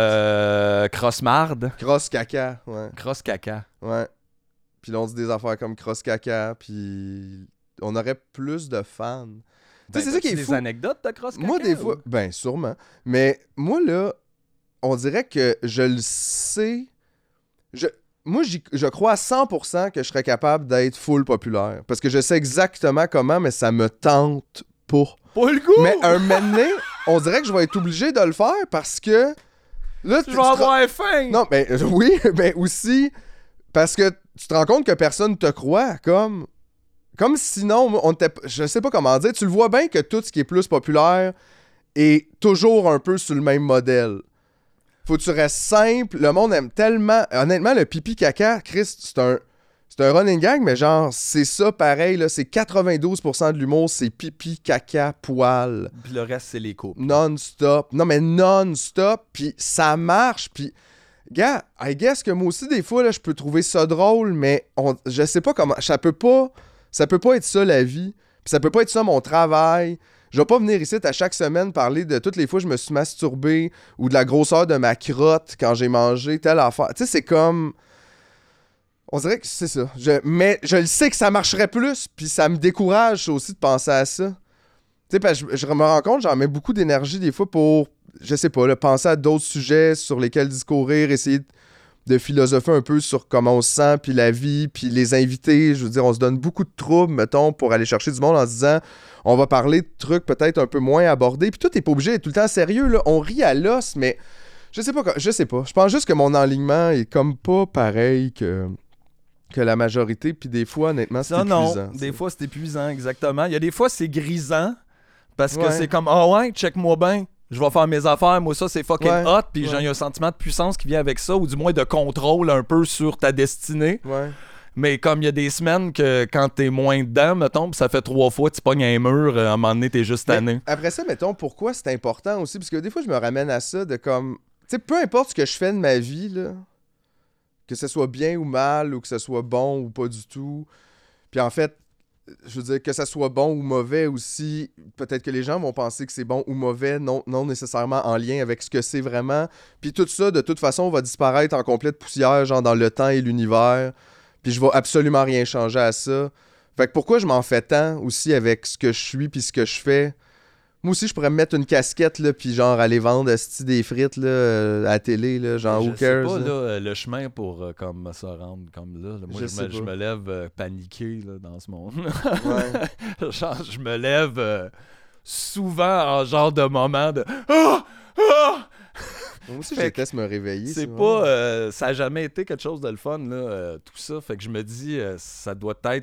Cross-Marde. Cross-caca, ouais. Cross-caca. Ouais. Puis là, on dit des affaires comme cross-caca, puis on aurait plus de fans. Tu sais, c'est ça qui est fou. Des anecdotes de cross-caca? Moi, des fois, ben sûrement. Mais moi, là, on dirait que je le sais. Moi, je crois à 100% que je serais capable d'être full populaire. Parce que je sais exactement comment, mais ça me tente pas. Pas le goût! Mais un moment donné, on dirait que je vais être obligé de le faire parce que... Là, je vais avoir faim! Non, mais oui, mais aussi... Parce que tu te rends compte que personne te croit, comme sinon, je sais pas comment dire, tu le vois bien que tout ce qui est plus populaire est toujours un peu sur le même modèle. Faut que tu restes simple, le monde aime tellement... Honnêtement, le pipi caca, Chris, C'est un running gag, mais genre, c'est ça pareil, là, c'est 92% de l'humour, c'est pipi, caca, poil. Puis le reste, c'est les couples. Non-stop. Non, mais non-stop, puis ça marche, puis... Gars, I guess que moi aussi, des fois, là, je peux trouver ça drôle, mais je sais pas comment... Ça peut pas être ça, la vie. Puis ça peut pas être ça, mon travail. Je vais pas venir ici à chaque semaine parler de toutes les fois que je me suis masturbé ou de la grosseur de ma crotte quand j'ai mangé telle affaire. Tu sais, c'est comme... On dirait que c'est ça. Mais je le sais que ça marcherait plus, puis ça me décourage aussi de penser à ça. Tu sais, parce que je me rends compte, j'en mets beaucoup d'énergie des fois pour... Je sais pas, là, penser à d'autres sujets sur lesquels discourir, essayer de philosopher un peu sur comment on se sent, puis la vie, puis les invités. Je veux dire, on se donne beaucoup de troubles, mettons, pour aller chercher du monde en se disant on va parler de trucs peut-être un peu moins abordés. Puis tout n'est pas obligé d'être tout le temps sérieux, là. On rit à l'os, mais je sais pas. Je pense juste que mon enlignement est comme pas pareil que la majorité. Puis des fois, honnêtement, c'est épuisant. Non, des fois, c'est épuisant, exactement. Il y a des fois, c'est grisant, parce que c'est comme ouais, check-moi bien. Je vais faire mes affaires, moi ça c'est fucking hot, puis il y a un sentiment de puissance qui vient avec ça, ou du moins de contrôle un peu sur ta destinée. Ouais. Mais comme il y a des semaines que quand t'es moins dedans, mettons, pis ça fait 3 fois, tu pognes un mur, à un moment donné, t'es juste tanné. Après ça, mettons, pourquoi c'est important aussi? Parce que des fois, je me ramène à ça de comme... Tu sais, peu importe ce que je fais de ma vie, là, que ce soit bien ou mal, ou que ce soit bon ou pas du tout, puis en fait, je veux dire, que ça soit bon ou mauvais aussi, peut-être que les gens vont penser que c'est bon ou mauvais, non nécessairement en lien avec ce que c'est vraiment. Puis tout ça, de toute façon, va disparaître en complète poussière, genre dans le temps et l'univers. Puis je vais absolument rien changer à ça. Fait que pourquoi je m'en fais tant aussi avec ce que je suis puis ce que je fais? Moi aussi, je pourrais me mettre une casquette, là, puis genre aller vendre des frites là, à la télé, là, genre who cares? Je sais pas, là, le chemin pour comme se rendre comme là. Moi, je me lève paniqué là, dans ce monde. Ouais. Genre, je me lève souvent en genre de moment de ah! Ah! Moi aussi, je déteste me réveiller. C'est pas... ça a jamais été quelque chose de le fun, là, tout ça. Fait que je me dis, ça doit être...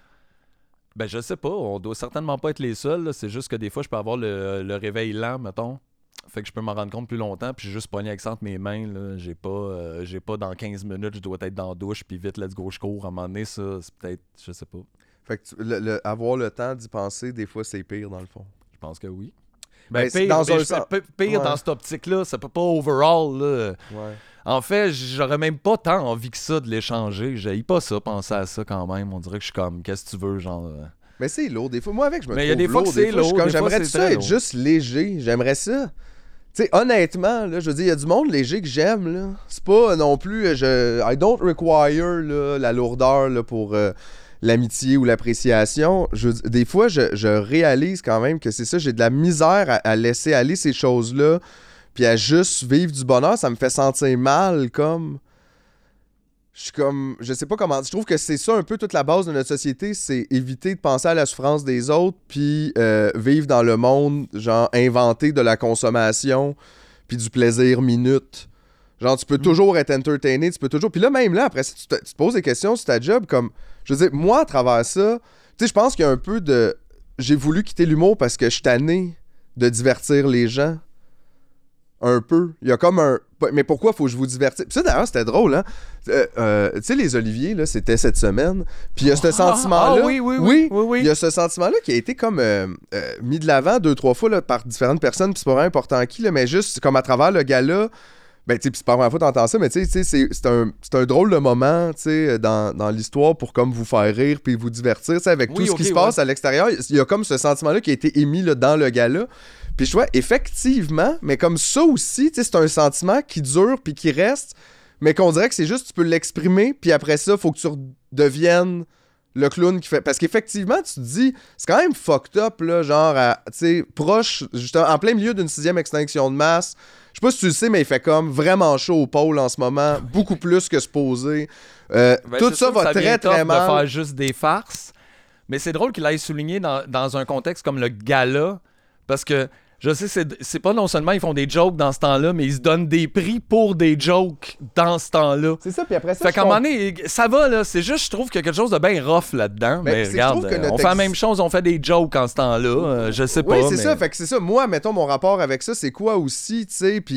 Ben, je sais pas, on doit certainement pas être les seuls, là. C'est juste que des fois, je peux avoir le réveil lent, mettons. Fait que je peux m'en rendre compte plus longtemps, puis j'ai juste pogné avec ça entre mes mains, là. J'ai pas dans 15 minutes, je dois être dans la douche, puis vite, let's go, je cours. À un moment donné, ça, c'est peut-être... Je sais pas. Fait que avoir le temps d'y penser, des fois, c'est pire, dans le fond. Je pense que oui. Ben, pire dans cette optique-là, ça peut pas overall, là. Ouais. En fait, j'aurais même pas tant envie que ça de l'échanger. J'haïs pas ça, penser à ça quand même. On dirait que je suis comme, qu'est-ce que tu veux, genre... Mais c'est lourd. Des fois, moi, avec, je me trouve il y a des fois que c'est lourd. J'aimerais ça être juste léger. J'aimerais ça. Tu sais, honnêtement, là, je veux dire, il y a du monde léger que j'aime, là. C'est pas non plus... I don't require là, la lourdeur là, pour l'amitié ou l'appréciation. Des fois, je réalise quand même que c'est ça. J'ai de la misère à laisser aller ces choses-là. Puis à juste vivre du bonheur, ça me fait sentir mal, comme... Je suis comme... Je sais pas comment... Je trouve que c'est ça un peu toute la base de notre société, c'est éviter de penser à la souffrance des autres, puis vivre dans le monde, genre, inventer de la consommation, puis du plaisir minute. Genre, tu peux toujours être entertainé, tu peux toujours... Puis là, même là, après ça, tu te poses des questions sur ta job, comme... Je veux dire, moi, à travers ça, tu sais, je pense qu'il y a un peu de... J'ai voulu quitter l'humour parce que je suis tanné de divertir les gens. Un peu. Il y a comme un... Mais pourquoi faut que je vous divertisse? Puis ça, d'ailleurs, c'était drôle, hein? Tu sais, les Oliviers, là, c'était cette semaine. Puis il y a ce sentiment-là... Oui. Il y a ce sentiment-là qui a été comme mis de l'avant 2-3 fois là, par différentes personnes, puis c'est pas vraiment important qui, là, mais juste comme à travers le gala... Ben, tu sais, c'est pas la première fois que t'entends ça, mais tu sais, c'est un drôle de moment, tu sais, dans l'histoire pour comme vous faire rire puis vous divertir, tu sais, avec tout ce qui se passe à l'extérieur. Il y a comme ce sentiment-là qui a été émis là, dans le gala. Puis je vois, effectivement, mais comme ça aussi, tu sais, c'est un sentiment qui dure puis qui reste, mais qu'on dirait que c'est juste, tu peux l'exprimer, puis après ça, faut que tu redeviennes le clown qui fait... Parce qu'effectivement, tu te dis, c'est quand même fucked up, là, genre, tu sais, proche, justement, en plein milieu d'une 6e extinction de masse. Je sais pas si tu le sais, mais il fait comme vraiment chaud au pôle en ce moment, beaucoup plus que supposé. Tout ça va très, très mal. De faire juste des farces, mais c'est drôle qu'il aille souligner dans un contexte comme le gala, parce que je sais, c'est pas non seulement ils font des jokes dans ce temps-là, mais ils se donnent des prix pour des jokes dans ce temps-là. C'est ça, puis après ça... Fait qu'à un moment donné, ça va, là. C'est juste, je trouve qu'il y a quelque chose de bien rough là-dedans. Mais regarde, on fait la même chose, on fait des jokes en ce temps-là. Je sais pas, Oui, c'est ça. Fait que c'est ça. Moi, mettons, mon rapport avec ça, c'est quoi aussi, tu sais, puis...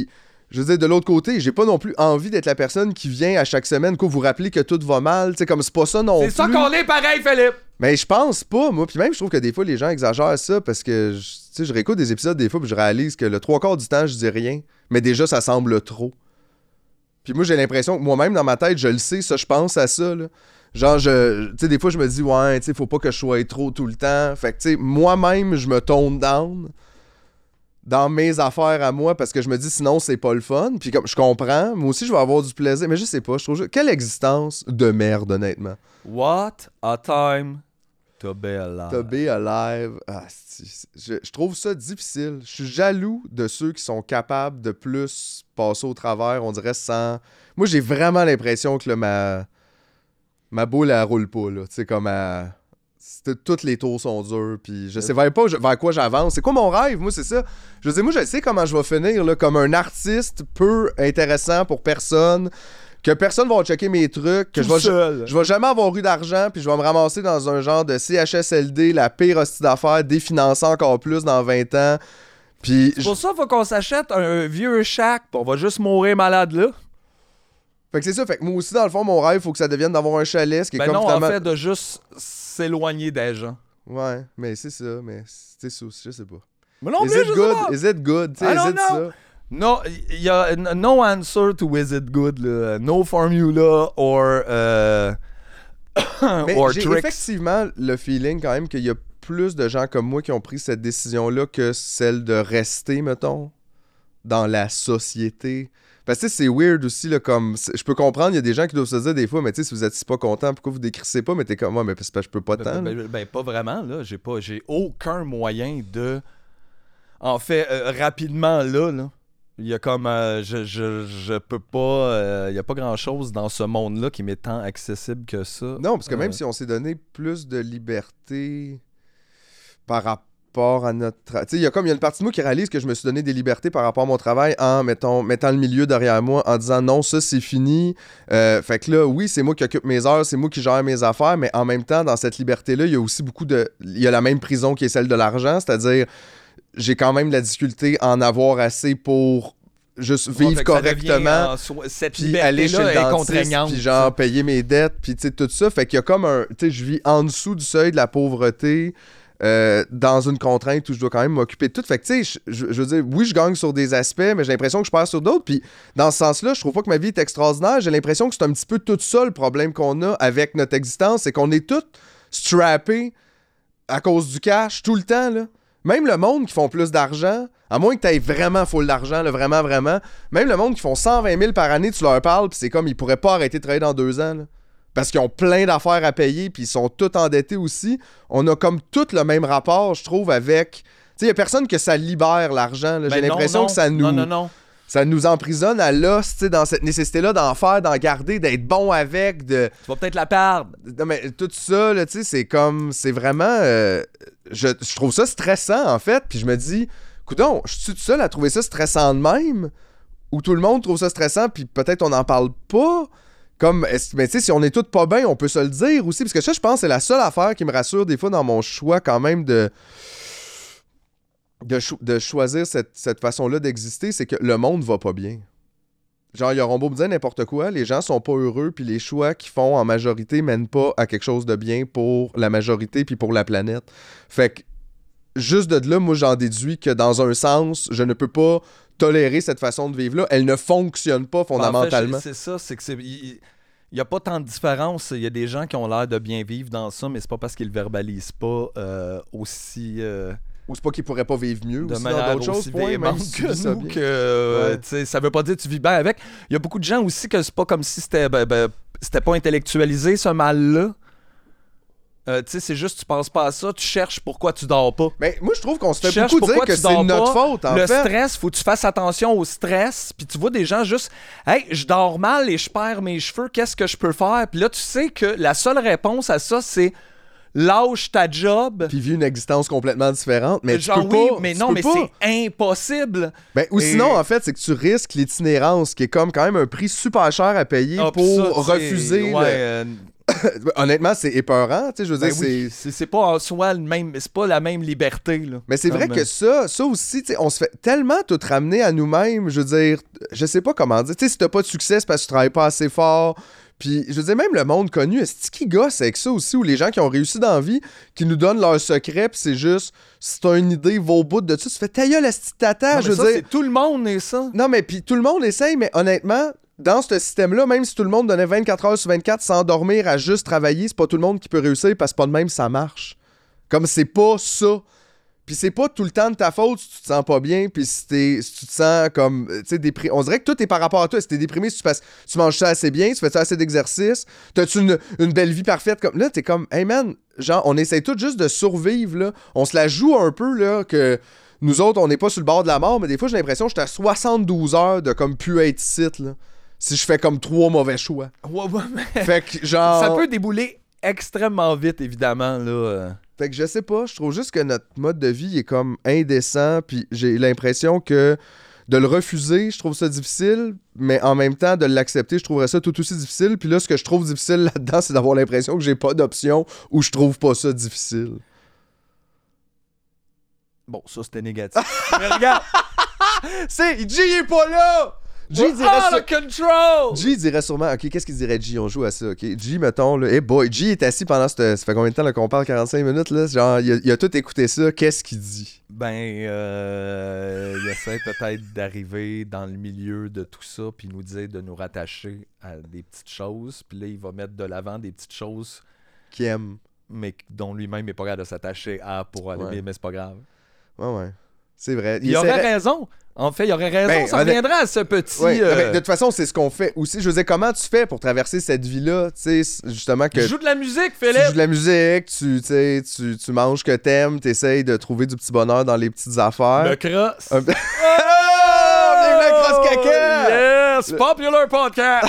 je veux dire, de l'autre côté, j'ai pas non plus envie d'être la personne qui vient à chaque semaine, quoi, vous rappeler que tout va mal. Tu sais, comme c'est pas ça non plus. C'est ça qu'on est pareil, Philippe! Mais je pense pas, moi. Puis même, je trouve que des fois, les gens exagèrent ça parce que, tu sais, je réécoute des épisodes des fois puis je réalise que le 3/4 du temps, je dis rien. Mais déjà, ça semble trop. Puis moi, j'ai l'impression que moi-même, dans ma tête, je le sais, ça, je pense à ça, là. Genre, tu sais, des fois, je me dis, ouais, tu sais, faut pas que je sois trop tout le temps. Fait que, tu sais, moi-même, je me tone down dans mes affaires à moi parce que je me dis, sinon, c'est pas le fun. Puis comme je comprends, moi aussi, je vais avoir du plaisir. Mais je sais pas, je trouve... Quelle existence de merde, honnêtement. What a time to be alive. To be alive. Ah, je trouve ça difficile. Je suis jaloux de ceux qui sont capables de plus passer au travers, on dirait, sans... Moi, j'ai vraiment l'impression que là, ma boule, elle roule pas, là. Tu sais, comme toutes les tours sont durs, puis je sais pas vers quoi j'avance. C'est quoi mon rêve? Moi, c'est ça. Je veux dire, moi, je sais comment je vais finir, là, comme un artiste peu intéressant pour personne, que personne va checker mes trucs, que je vais jamais avoir eu d'argent, puis je vais me ramasser dans un genre de CHSLD, la pire hostie d'affaires, définancer encore plus dans 20 ans. Puis c'est pour ça qu'il faut qu'on s'achète un vieux shack, puis on va juste mourir malade là. Fait que c'est ça, fait que moi aussi, dans le fond, mon rêve, faut que ça devienne d'avoir un chalet, ce qui est comme non, finalement... en fait, de juste s'éloigner des gens. Ouais, mais c'est ça, mais c'est ça, je sais pas. Mais non, Is it good? Is it good? Is it ça? Non, il y a no answer to is it good, là. No formula or mais or j'ai tricks. Effectivement le feeling quand même qu'il y a plus de gens comme moi qui ont pris cette décision-là que celle de rester, mettons, dans la société. Parce que c'est weird aussi, là, comme... Je peux comprendre, il y a des gens qui doivent se dire des fois, mais tu sais, si vous êtes pas content, pourquoi vous décrissez pas? Mais t'es comme, moi, mais c'est parce que je peux pas tant. Pas vraiment, là. J'ai aucun moyen de... En fait, rapidement, là, il y a comme... je peux pas... Il y a pas grand-chose dans ce monde-là qui m'est tant accessible que ça. Non, parce que même si on s'est donné plus de liberté par rapport à notre... Tu sais, il y a une partie de moi qui réalise que je me suis donné des libertés par rapport à mon travail en mettant le milieu derrière moi, en disant non, ça c'est fini. Fait que là, oui, c'est moi qui occupe mes heures, c'est moi qui gère mes affaires, mais en même temps, dans cette liberté-là, il y a aussi beaucoup de... Il y a la même prison qui est celle de l'argent, c'est-à-dire j'ai quand même la difficulté à en avoir assez pour juste vivre correctement, puis aller chez le dentiste, puis genre payer mes dettes, puis tu sais, tout ça. Fait qu'il y a comme un... Tu sais, je vis en dessous du seuil de la pauvreté, dans une contrainte où je dois quand même m'occuper de tout. Fait que tu sais, je veux dire, oui, je gagne sur des aspects, mais j'ai l'impression que je perds sur d'autres. Puis dans ce sens-là, je trouve pas que ma vie est extraordinaire. J'ai l'impression que c'est un petit peu tout ça le problème qu'on a avec notre existence, c'est qu'on est tous strappés à cause du cash tout le temps, là. Même le monde qui font plus d'argent, à moins que tu aies vraiment full d'argent, là, vraiment, vraiment, même le monde qui font 120 000 par année, tu leur parles, puis c'est comme ils pourraient pas arrêter de travailler dans 2 ans, là. Parce qu'ils ont plein d'affaires à payer, puis ils sont tous endettés aussi. On a comme tout le même rapport, je trouve, avec... Tu sais, il y a personne que ça libère, l'argent. J'ai l'impression que ça nous... Non. Ça nous emprisonne à l'os, tu sais, dans cette nécessité-là d'en faire, d'en garder, d'être bon avec, de... Tu vas peut-être la perdre. Non, mais tout ça, là, tu sais, c'est comme... C'est vraiment... Je trouve ça stressant, en fait, puis je me dis, coudonc, je suis tout seul à trouver ça stressant de même? Ou tout le monde trouve ça stressant, puis peut-être on n'en parle pas? Comme, mais tu sais, si on est tous pas bien, on peut se le dire aussi. Parce que ça, je pense, c'est la seule affaire qui me rassure des fois dans mon choix quand même de choisir cette façon-là d'exister, c'est que le monde va pas bien. Genre, ils auront beau me dire n'importe quoi, les gens sont pas heureux, puis les choix qu'ils font en majorité mènent pas à quelque chose de bien pour la majorité puis pour la planète. Fait que, juste de là, moi, j'en déduis que dans un sens, je ne peux pas tolérer cette façon de vivre-là. Elle ne fonctionne pas fondamentalement. En fait, c'est ça, c'est que il n'y a pas tant de différence. Il y a des gens qui ont l'air de bien vivre dans ça, mais c'est pas parce qu'ils le verbalisent pas aussi... Ou c'est pas qu'ils pourraient pas vivre mieux de aussi manière dans d'autres aussi choses, véhémente que nous, que ça veut pas dire que tu vis bien avec. Il y a beaucoup de gens aussi que c'est pas comme si c'était pas intellectualisé, ce mal-là. C'est juste tu penses pas à ça, tu cherches pourquoi tu dors pas. Mais moi je trouve qu'on se fait beaucoup dire que c'est notre faute en fait. Le stress, faut que tu fasses attention au stress, puis tu vois des gens juste hey, je dors mal et je perds mes cheveux, qu'est-ce que je peux faire? Puis là tu sais que la seule réponse à ça c'est lâche ta job. Puis vis une existence complètement différente, mais genre tu peux oui, pas, mais non, mais pas. C'est impossible. Ben, ou sinon en fait, c'est que tu risques l'itinérance qui est comme quand même un prix super cher à payer pour refuser Honnêtement, c'est épeurant, tu sais, je veux dire, oui, c'est pas en soi le même, c'est pas la même liberté, là. Mais c'est vrai que ça aussi, tu sais, on se fait tellement tout ramener à nous-mêmes, je veux dire, je sais pas comment dire, tu sais, si t'as pas de succès, c'est parce que tu travailles pas assez fort, puis je veux dire, même le monde connu, est-ce qui gosse avec ça aussi, ou les gens qui ont réussi dans la vie, qui nous donnent leur secret, puis c'est juste, si t'as une idée, va au bout de ça, tu fais ta gueule, esti de tata, je veux dire. Tout le monde est ça. Non, mais puis tout le monde essaye, mais honnêtement, dans ce système-là, même si tout le monde donnait 24 heures sur 24 sans dormir à juste travailler, c'est pas tout le monde qui peut réussir parce que pas de même ça marche. Comme c'est pas ça. Puis c'est pas tout le temps de ta faute si tu te sens pas bien, puis si tu te sens comme, tu sais, déprimé. On dirait que tout est par rapport à toi. Si t'es déprimé, si tu manges ça assez bien, tu fais ça assez d'exercice, t'as-tu une belle vie parfaite? Comme là, t'es comme, hey man, genre, on essaie tout juste de survivre, là. On se la joue un peu, là, que nous autres, on n'est pas sur le bord de la mort, mais des fois, j'ai l'impression que j'étais à 72 heures de comme pu être site, là. Si je fais comme 3 mauvais choix. Ouais, mais... Fait que genre... Ça peut débouler extrêmement vite, évidemment, là. Fait que je sais pas, je trouve juste que notre mode de vie est comme indécent, puis j'ai l'impression que de le refuser, je trouve ça difficile, mais en même temps, de l'accepter, je trouverais ça tout aussi difficile. Puis là, ce que je trouve difficile là-dedans, c'est d'avoir l'impression que j'ai pas d'option ou je trouve pas ça difficile. Bon, ça, c'était négatif. Mais regarde! C'est... G est pas là! G dirait sûrement... OK, qu'est-ce qu'il dirait G? On joue à ça, OK? G, mettons, là... Hey boy, G est assis pendant Ça fait combien de temps là, qu'on parle? 45 minutes, là? Genre, il a tout écouté ça. Qu'est-ce qu'il dit? Ben, il essaie peut-être d'arriver dans le milieu de tout ça puis nous dire de nous rattacher à des petites choses. Puis là, il va mettre de l'avant des petites choses... Qu'il aime. Mais dont lui-même n'est pas capable de s'attacher à pour aller, mais c'est pas grave. Ouais. C'est vrai. Il aurait raison. En fait, il aurait raison. Ben, ça reviendra à ce petit... Ouais, de toute façon, c'est ce qu'on fait aussi. Je veux dire, comment tu fais pour traverser cette vie-là? Tu sais, justement que... Tu joues de la musique, Philippe! Tu joues de la musique, tu manges que t'aimes, t'essayes de trouver du petit bonheur dans les petites affaires. Le cross. Oh! Bienvenue à Cross Caca! Yes! Popular podcast!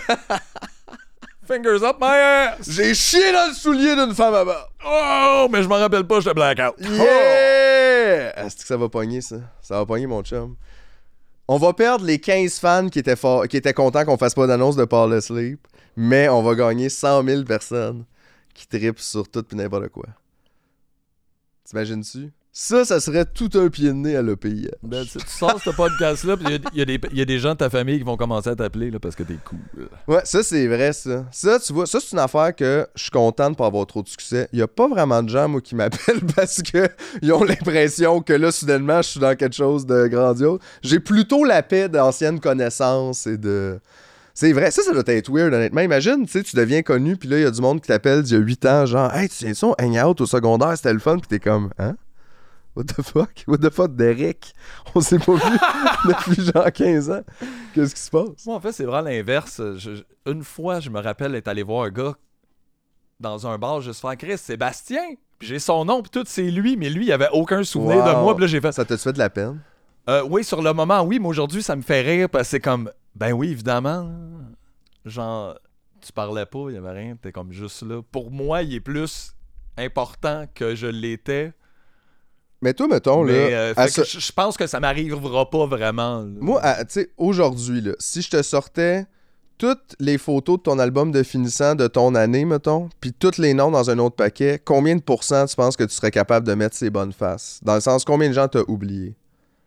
Fingers up my ass! J'ai chié dans le soulier d'une femme à bas! Oh! Mais je m'en rappelle pas, j'étais blackout. Yeah! Est-ce que ça va pogner, ça? Ça va pogner, mon chum. On va perdre les 15 fans qui étaient contents qu'on fasse pas d'annonce de Paul Asleep, mais on va gagner 100 000 personnes qui trippent sur tout pis n'importe quoi. T'imagines-tu? Ça serait tout un pied de nez à l'OPI. Ben, tu sors ce podcast-là, pis il y a des gens de ta famille qui vont commencer à t'appeler là, parce que t'es cool. Ouais, ça, c'est vrai, ça. Ça, tu vois, ça, c'est une affaire que je suis content de pas avoir trop de succès. Il y a pas vraiment de gens, moi, qui m'appellent parce que ils ont l'impression que là, soudainement, je suis dans quelque chose de grandiose. J'ai plutôt la paix d'anciennes connaissances et de... C'est vrai, ça doit être weird, honnêtement. Imagine, tu sais, tu deviens connu, puis là, il y a du monde qui t'appelle d'il y a 8 ans, genre, « Hey, tu viens ça, on hang out au secondaire, c'était le fun. » Puis t'es comme, « Hein? What the fuck? What the fuck, Derek? On s'est pas vu depuis genre 15 ans. Qu'est-ce qui se passe? » Moi, en fait, c'est vraiment l'inverse. Une fois, je me rappelle être allé voir un gars dans un bar juste faire « Chris, Sébastien! » Puis j'ai son nom, puis tout, c'est lui, mais lui, il avait aucun souvenir de moi. Puis là, j'ai fait... Ça t'a fait de la peine? Oui, sur le moment, oui, mais aujourd'hui, ça me fait rire parce que c'est comme... Ben oui, évidemment. Genre, tu parlais pas, il y avait rien, t'es comme juste là. Pour moi, il est plus important que je l'étais. Mais toi, mettons, là... je pense que ça m'arrivera pas vraiment. Là. Moi, tu sais, aujourd'hui, là, si je te sortais toutes les photos de ton album de finissant de ton année, mettons, puis tous les noms dans un autre paquet, combien de pourcents tu penses que tu serais capable de mettre ces bonnes faces? Dans le sens, combien de gens t'as oublié?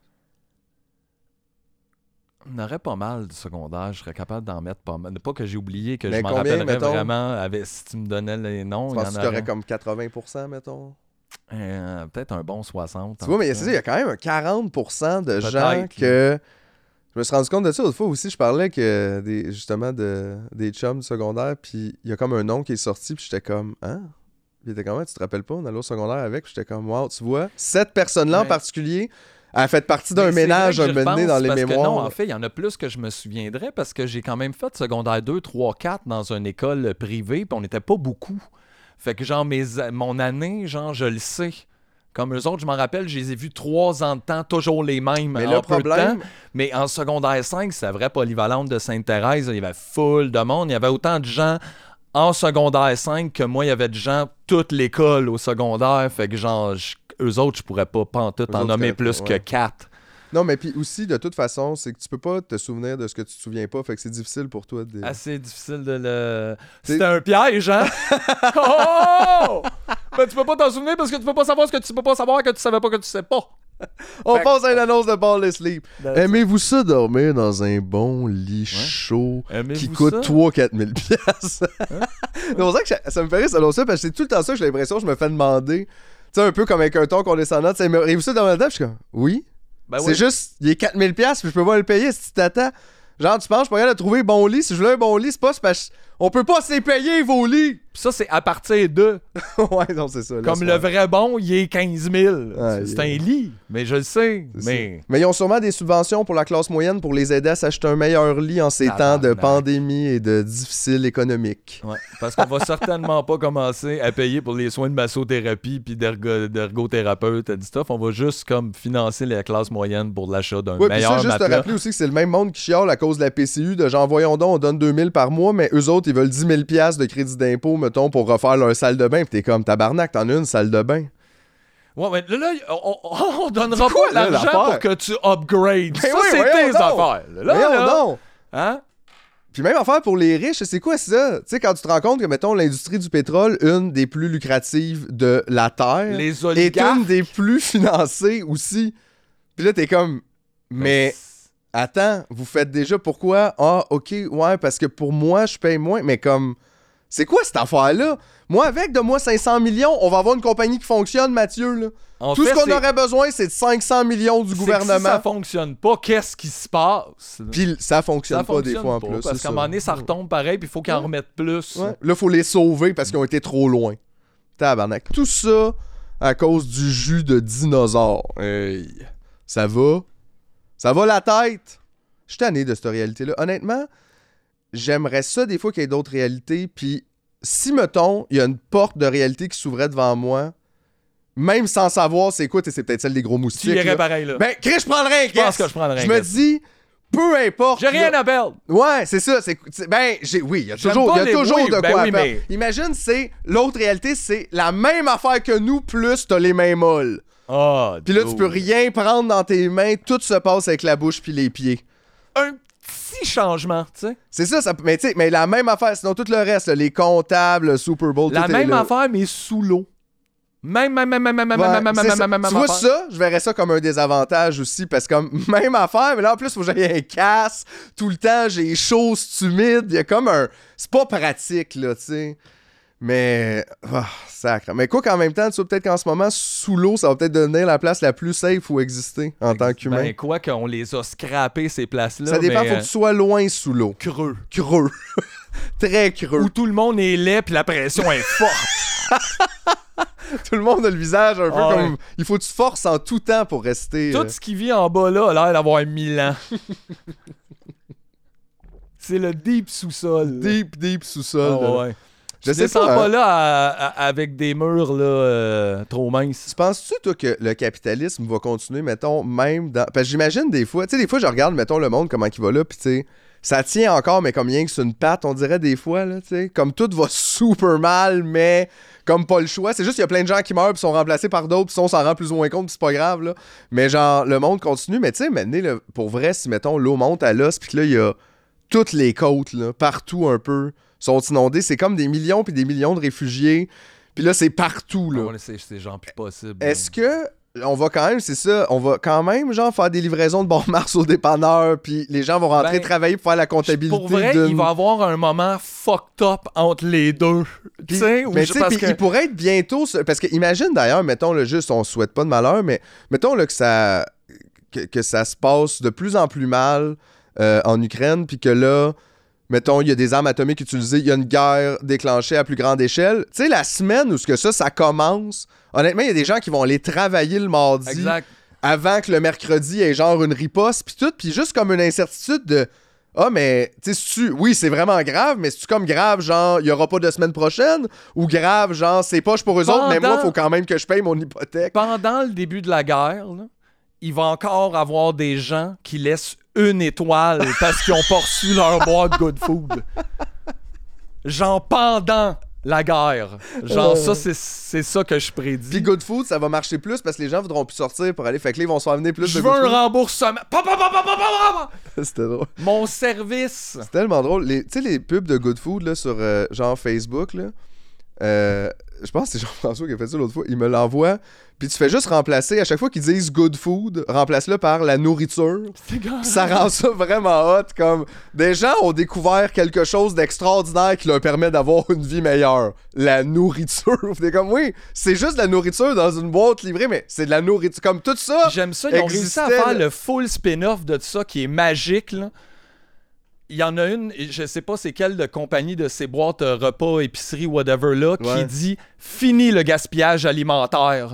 On aurait pas mal du secondaire, je serais capable d'en mettre pas mal. Pas que j'ai oublié, que mais je m'en rappellerais vraiment si tu me donnais les noms. Tu penses que tu aurais comme 80%, mettons? Peut-être un bon 60. Tu vois, mais c'est ça, il y a quand même un 40% de gens que... Je me suis rendu compte de ça l'autre fois aussi, je parlais que justement des chums du secondaire, puis il y a comme un nom qui est sorti, puis j'étais comme, hein? Puis il était comme, tu te rappelles pas, on allait au secondaire avec, puis j'étais comme, wow, tu vois, cette personne-là en particulier... Elle a fait partie d'un ménage un moment donné dans les mémoires. Non, en fait, il y en a plus que je me souviendrais parce que j'ai quand même fait secondaire 2, 3, 4 dans une école privée, puis on n'était pas beaucoup. Fait que genre, mon année, genre, je le sais. Comme eux autres, je m'en rappelle, je les ai vus 3 ans de temps, toujours les mêmes. Mais le problème... Mais en secondaire 5, c'est la vraie polyvalente de Sainte-Thérèse. Il y avait full de monde. Il y avait autant de gens en secondaire 5 que moi, il y avait de gens toute l'école au secondaire. Fait que genre... Eux autres, je pourrais pas pantoute en nommer plus que 4. Non, mais puis aussi, de toute façon, c'est que tu peux pas te souvenir de ce que tu te souviens pas, fait que c'est difficile pour toi de... Assez difficile de le... C'était un piège, hein? Oh! Mais tu peux pas t'en souvenir parce que tu peux pas savoir ce que tu peux pas savoir que tu savais pas que tu sais pas. On passe à une annonce de Ball Sleep. Aimez-vous ça dormir dans un bon lit chaud qui coûte 3-4 000 piastres? C'est pour ça que ça me fait rire selon ça, parce que c'est tout le temps ça que j'ai l'impression que je me fais demander. Tu sais, un peu comme avec un ton condescendant. Aimez-vous ça dormir là-dedans? Je suis comme, oui. Ben c'est juste, il est 4 000 piastres puis je peux pas le payer si tu t'attends. Genre, tu penses, je suis pas capable de trouver bon lit. Si je voulais un bon lit, c'est pas parce qu'on peut pas se les payer, vos lits. Pis ça, c'est à partir de. Ouais, non, c'est ça. Comme le vrai bon, il est 15 000. Ouais, c'est un lit, mais je le sais. Mais ils ont sûrement des subventions pour la classe moyenne pour les aider à s'acheter un meilleur lit en ces temps de pandémie et de difficile économique. Ouais, parce qu'on va certainement pas commencer à payer pour les soins de massothérapie puis d'ergothérapeute et du stuff. On va juste comme financer la classe moyenne pour l'achat d'un meilleur ça, juste matelas. te rappeler aussi que c'est le même monde qui chiale à cause de la PCU de genre, voyons donc, on donne 2 000 par mois, mais eux autres, ils veulent 10 000 piastres de crédit d'impôt, mettons, pour refaire leur salle de bain. Pis t'es comme, tabarnak, t'en as une salle de bain. Ouais, mais là, on donnera pas l'argent pour que tu upgrades. Mais ça, oui, c'est tes donc. affaires. Voyons donc. Hein? Puis même affaire pour les riches, c'est quoi ça? Tu sais, quand tu te rends compte que, mettons, l'industrie du pétrole, une des plus lucratives de la Terre, les est oligarques. une des plus financées aussi. Puis là, t'es comme, mais attends, vous faites déjà pourquoi? Ah, ok, ouais, parce que pour moi, je paye moins, mais comme, c'est quoi cette affaire-là? Moi, avec de moi 500 millions, on va avoir une compagnie qui fonctionne, Mathieu, là. Tout ce qu'on aurait besoin, c'est de 500 millions du gouvernement. Si ça fonctionne pas, qu'est-ce qui se passe? Puis ça fonctionne pas des fois en plus. Parce qu'à un moment donné, ça retombe pareil, puis il faut qu'ils en remettent plus. Ouais. Là, il faut les sauver parce qu'ils ont été trop loin. Tabarnak. Tout ça à cause du jus de dinosaure. Hey. Ça va? Ça va la tête? Je suis tanné de cette réalité-là. Honnêtement, j'aimerais ça des fois qu'il y ait d'autres réalités, puis si, mettons, il y a une porte de réalité qui s'ouvrait devant moi, même sans savoir c'est quoi, c'est peut-être celle des gros moustiques. Tu irais pareil, là. Ben, Chris, je prendrais un guess. Je pense que je prendrais un Je me dis, peu importe. J'ai rien à perdre. Ouais, c'est ça. Oui, il y a toujours de quoi faire. Mais... Imagine, c'est l'autre réalité, c'est la même affaire que nous, plus t'as les mains molles. Puis là, tu peux rien prendre dans tes mains, tout se passe avec la bouche puis les pieds. Un petit changement, tu sais. C'est ça, mais la même affaire, sinon tout le reste, là, les comptables, le Super Bowl, la tout même est là. affaire, mais sous l'eau. Même tu vois ça, je verrais ça comme un désavantage aussi, parce que comme, même affaire, mais là, en plus, faut que j'aille un casque, tout le temps, j'ai chaud, c'est humide, il y a comme un... C'est pas pratique, là, tu sais. Mais... sacre. Mais quoi qu'en même temps, tu vois, peut-être qu'en ce moment, sous l'eau, ça va peut-être devenir la place la plus safe où exister en tant qu'humain. Ben, quoi qu'on les a scrappés, ces places-là. Ça dépend, faut que tu sois loin sous l'eau. Creux. Très creux. Où tout le monde est laid puis la pression est forte. Tout le monde a le visage un peu comme... Il faut que tu te forces en tout temps pour rester... Tout ce qui vit en bas là a l'air d'avoir 1000 ans. C'est le deep sous-sol. Deep sous-sol. Ouais. Je descends pas là avec des murs là, trop minces. Tu penses-tu, toi, que le capitalisme va continuer, mettons, même dans... Parce que j'imagine des fois... Tu sais, des fois, je regarde, mettons, le monde, comment il va là, puis tu sais... Ça tient encore, mais comme rien que sur une patte, on dirait des fois, là, tu sais. Comme tout va super mal, mais comme pas le choix. C'est juste qu'il y a plein de gens qui meurent puis sont remplacés par d'autres, puis on s'en rend plus ou moins compte, puis c'est pas grave, là. Mais genre, le monde continue. Mais tu sais, maintenant, pour vrai, si, mettons, l'eau monte à l'os, puis que là, il y a toutes les côtes, là, partout un peu, sont inondées. C'est comme des millions puis des millions de réfugiés. Puis là, c'est partout, là. C'est genre plus possible. Est-ce que... On va quand même, c'est ça, on va quand même genre faire des livraisons de bon mars aux dépanneurs, puis les gens vont rentrer travailler pour faire la comptabilité. Pour vrai, il va y avoir un moment fucked up entre les deux. Tu sais, il pourrait être bientôt, parce que imagine d'ailleurs, mettons le juste, on souhaite pas de malheur, mais mettons là, que ça se passe de plus en plus mal en Ukraine, puis que là, mettons, il y a des armes atomiques utilisées, il y a une guerre déclenchée à plus grande échelle. Tu sais, la semaine où ça commence, honnêtement, il y a des gens qui vont aller travailler le mardi avant que le mercredi ait genre une riposte, puis tout, puis juste comme une incertitude de « Ah, mais, tu sais, oui, c'est vraiment grave, mais c'est-tu comme grave, genre, il y aura pas de semaine prochaine? Ou grave, genre, c'est poche pour eux autres, mais moi, il faut quand même que je paye mon hypothèque. » Pendant le début de la guerre, là, il va encore avoir des gens qui laissent une étoile parce qu'ils ont pas reçu leur boîte Good Food. Genre pendant la guerre. Genre, ça, c'est ça que je prédis. Puis Good Food, ça va marcher plus parce que les gens voudront plus sortir pour aller. Fait que là, ils vont se faire amener plus je de veux Good un Food. remboursement. C'était drôle. Mon service. C'est tellement drôle. Tu sais, les pubs de Good Food là, sur genre Facebook, là, je pense que c'est Jean-François qui a fait ça l'autre fois. Il me l'envoie. Puis tu fais juste remplacer, à chaque fois qu'ils disent Good Food, remplace-le par la nourriture. Puis ça rend ça vraiment hot. Comme des gens ont découvert quelque chose d'extraordinaire qui leur permet d'avoir une vie meilleure. La nourriture. T'es comme, oui, c'est juste de la nourriture dans une boîte livrée, mais c'est de la nourriture. Comme tout ça. J'aime ça. Ils ont réussi à faire le full spin-off de ça qui est magique, là. Il y en a une, je sais pas c'est quelle de compagnie de ces boîtes repas, épicerie, whatever là, qui dit « Fini le gaspillage alimentaire ».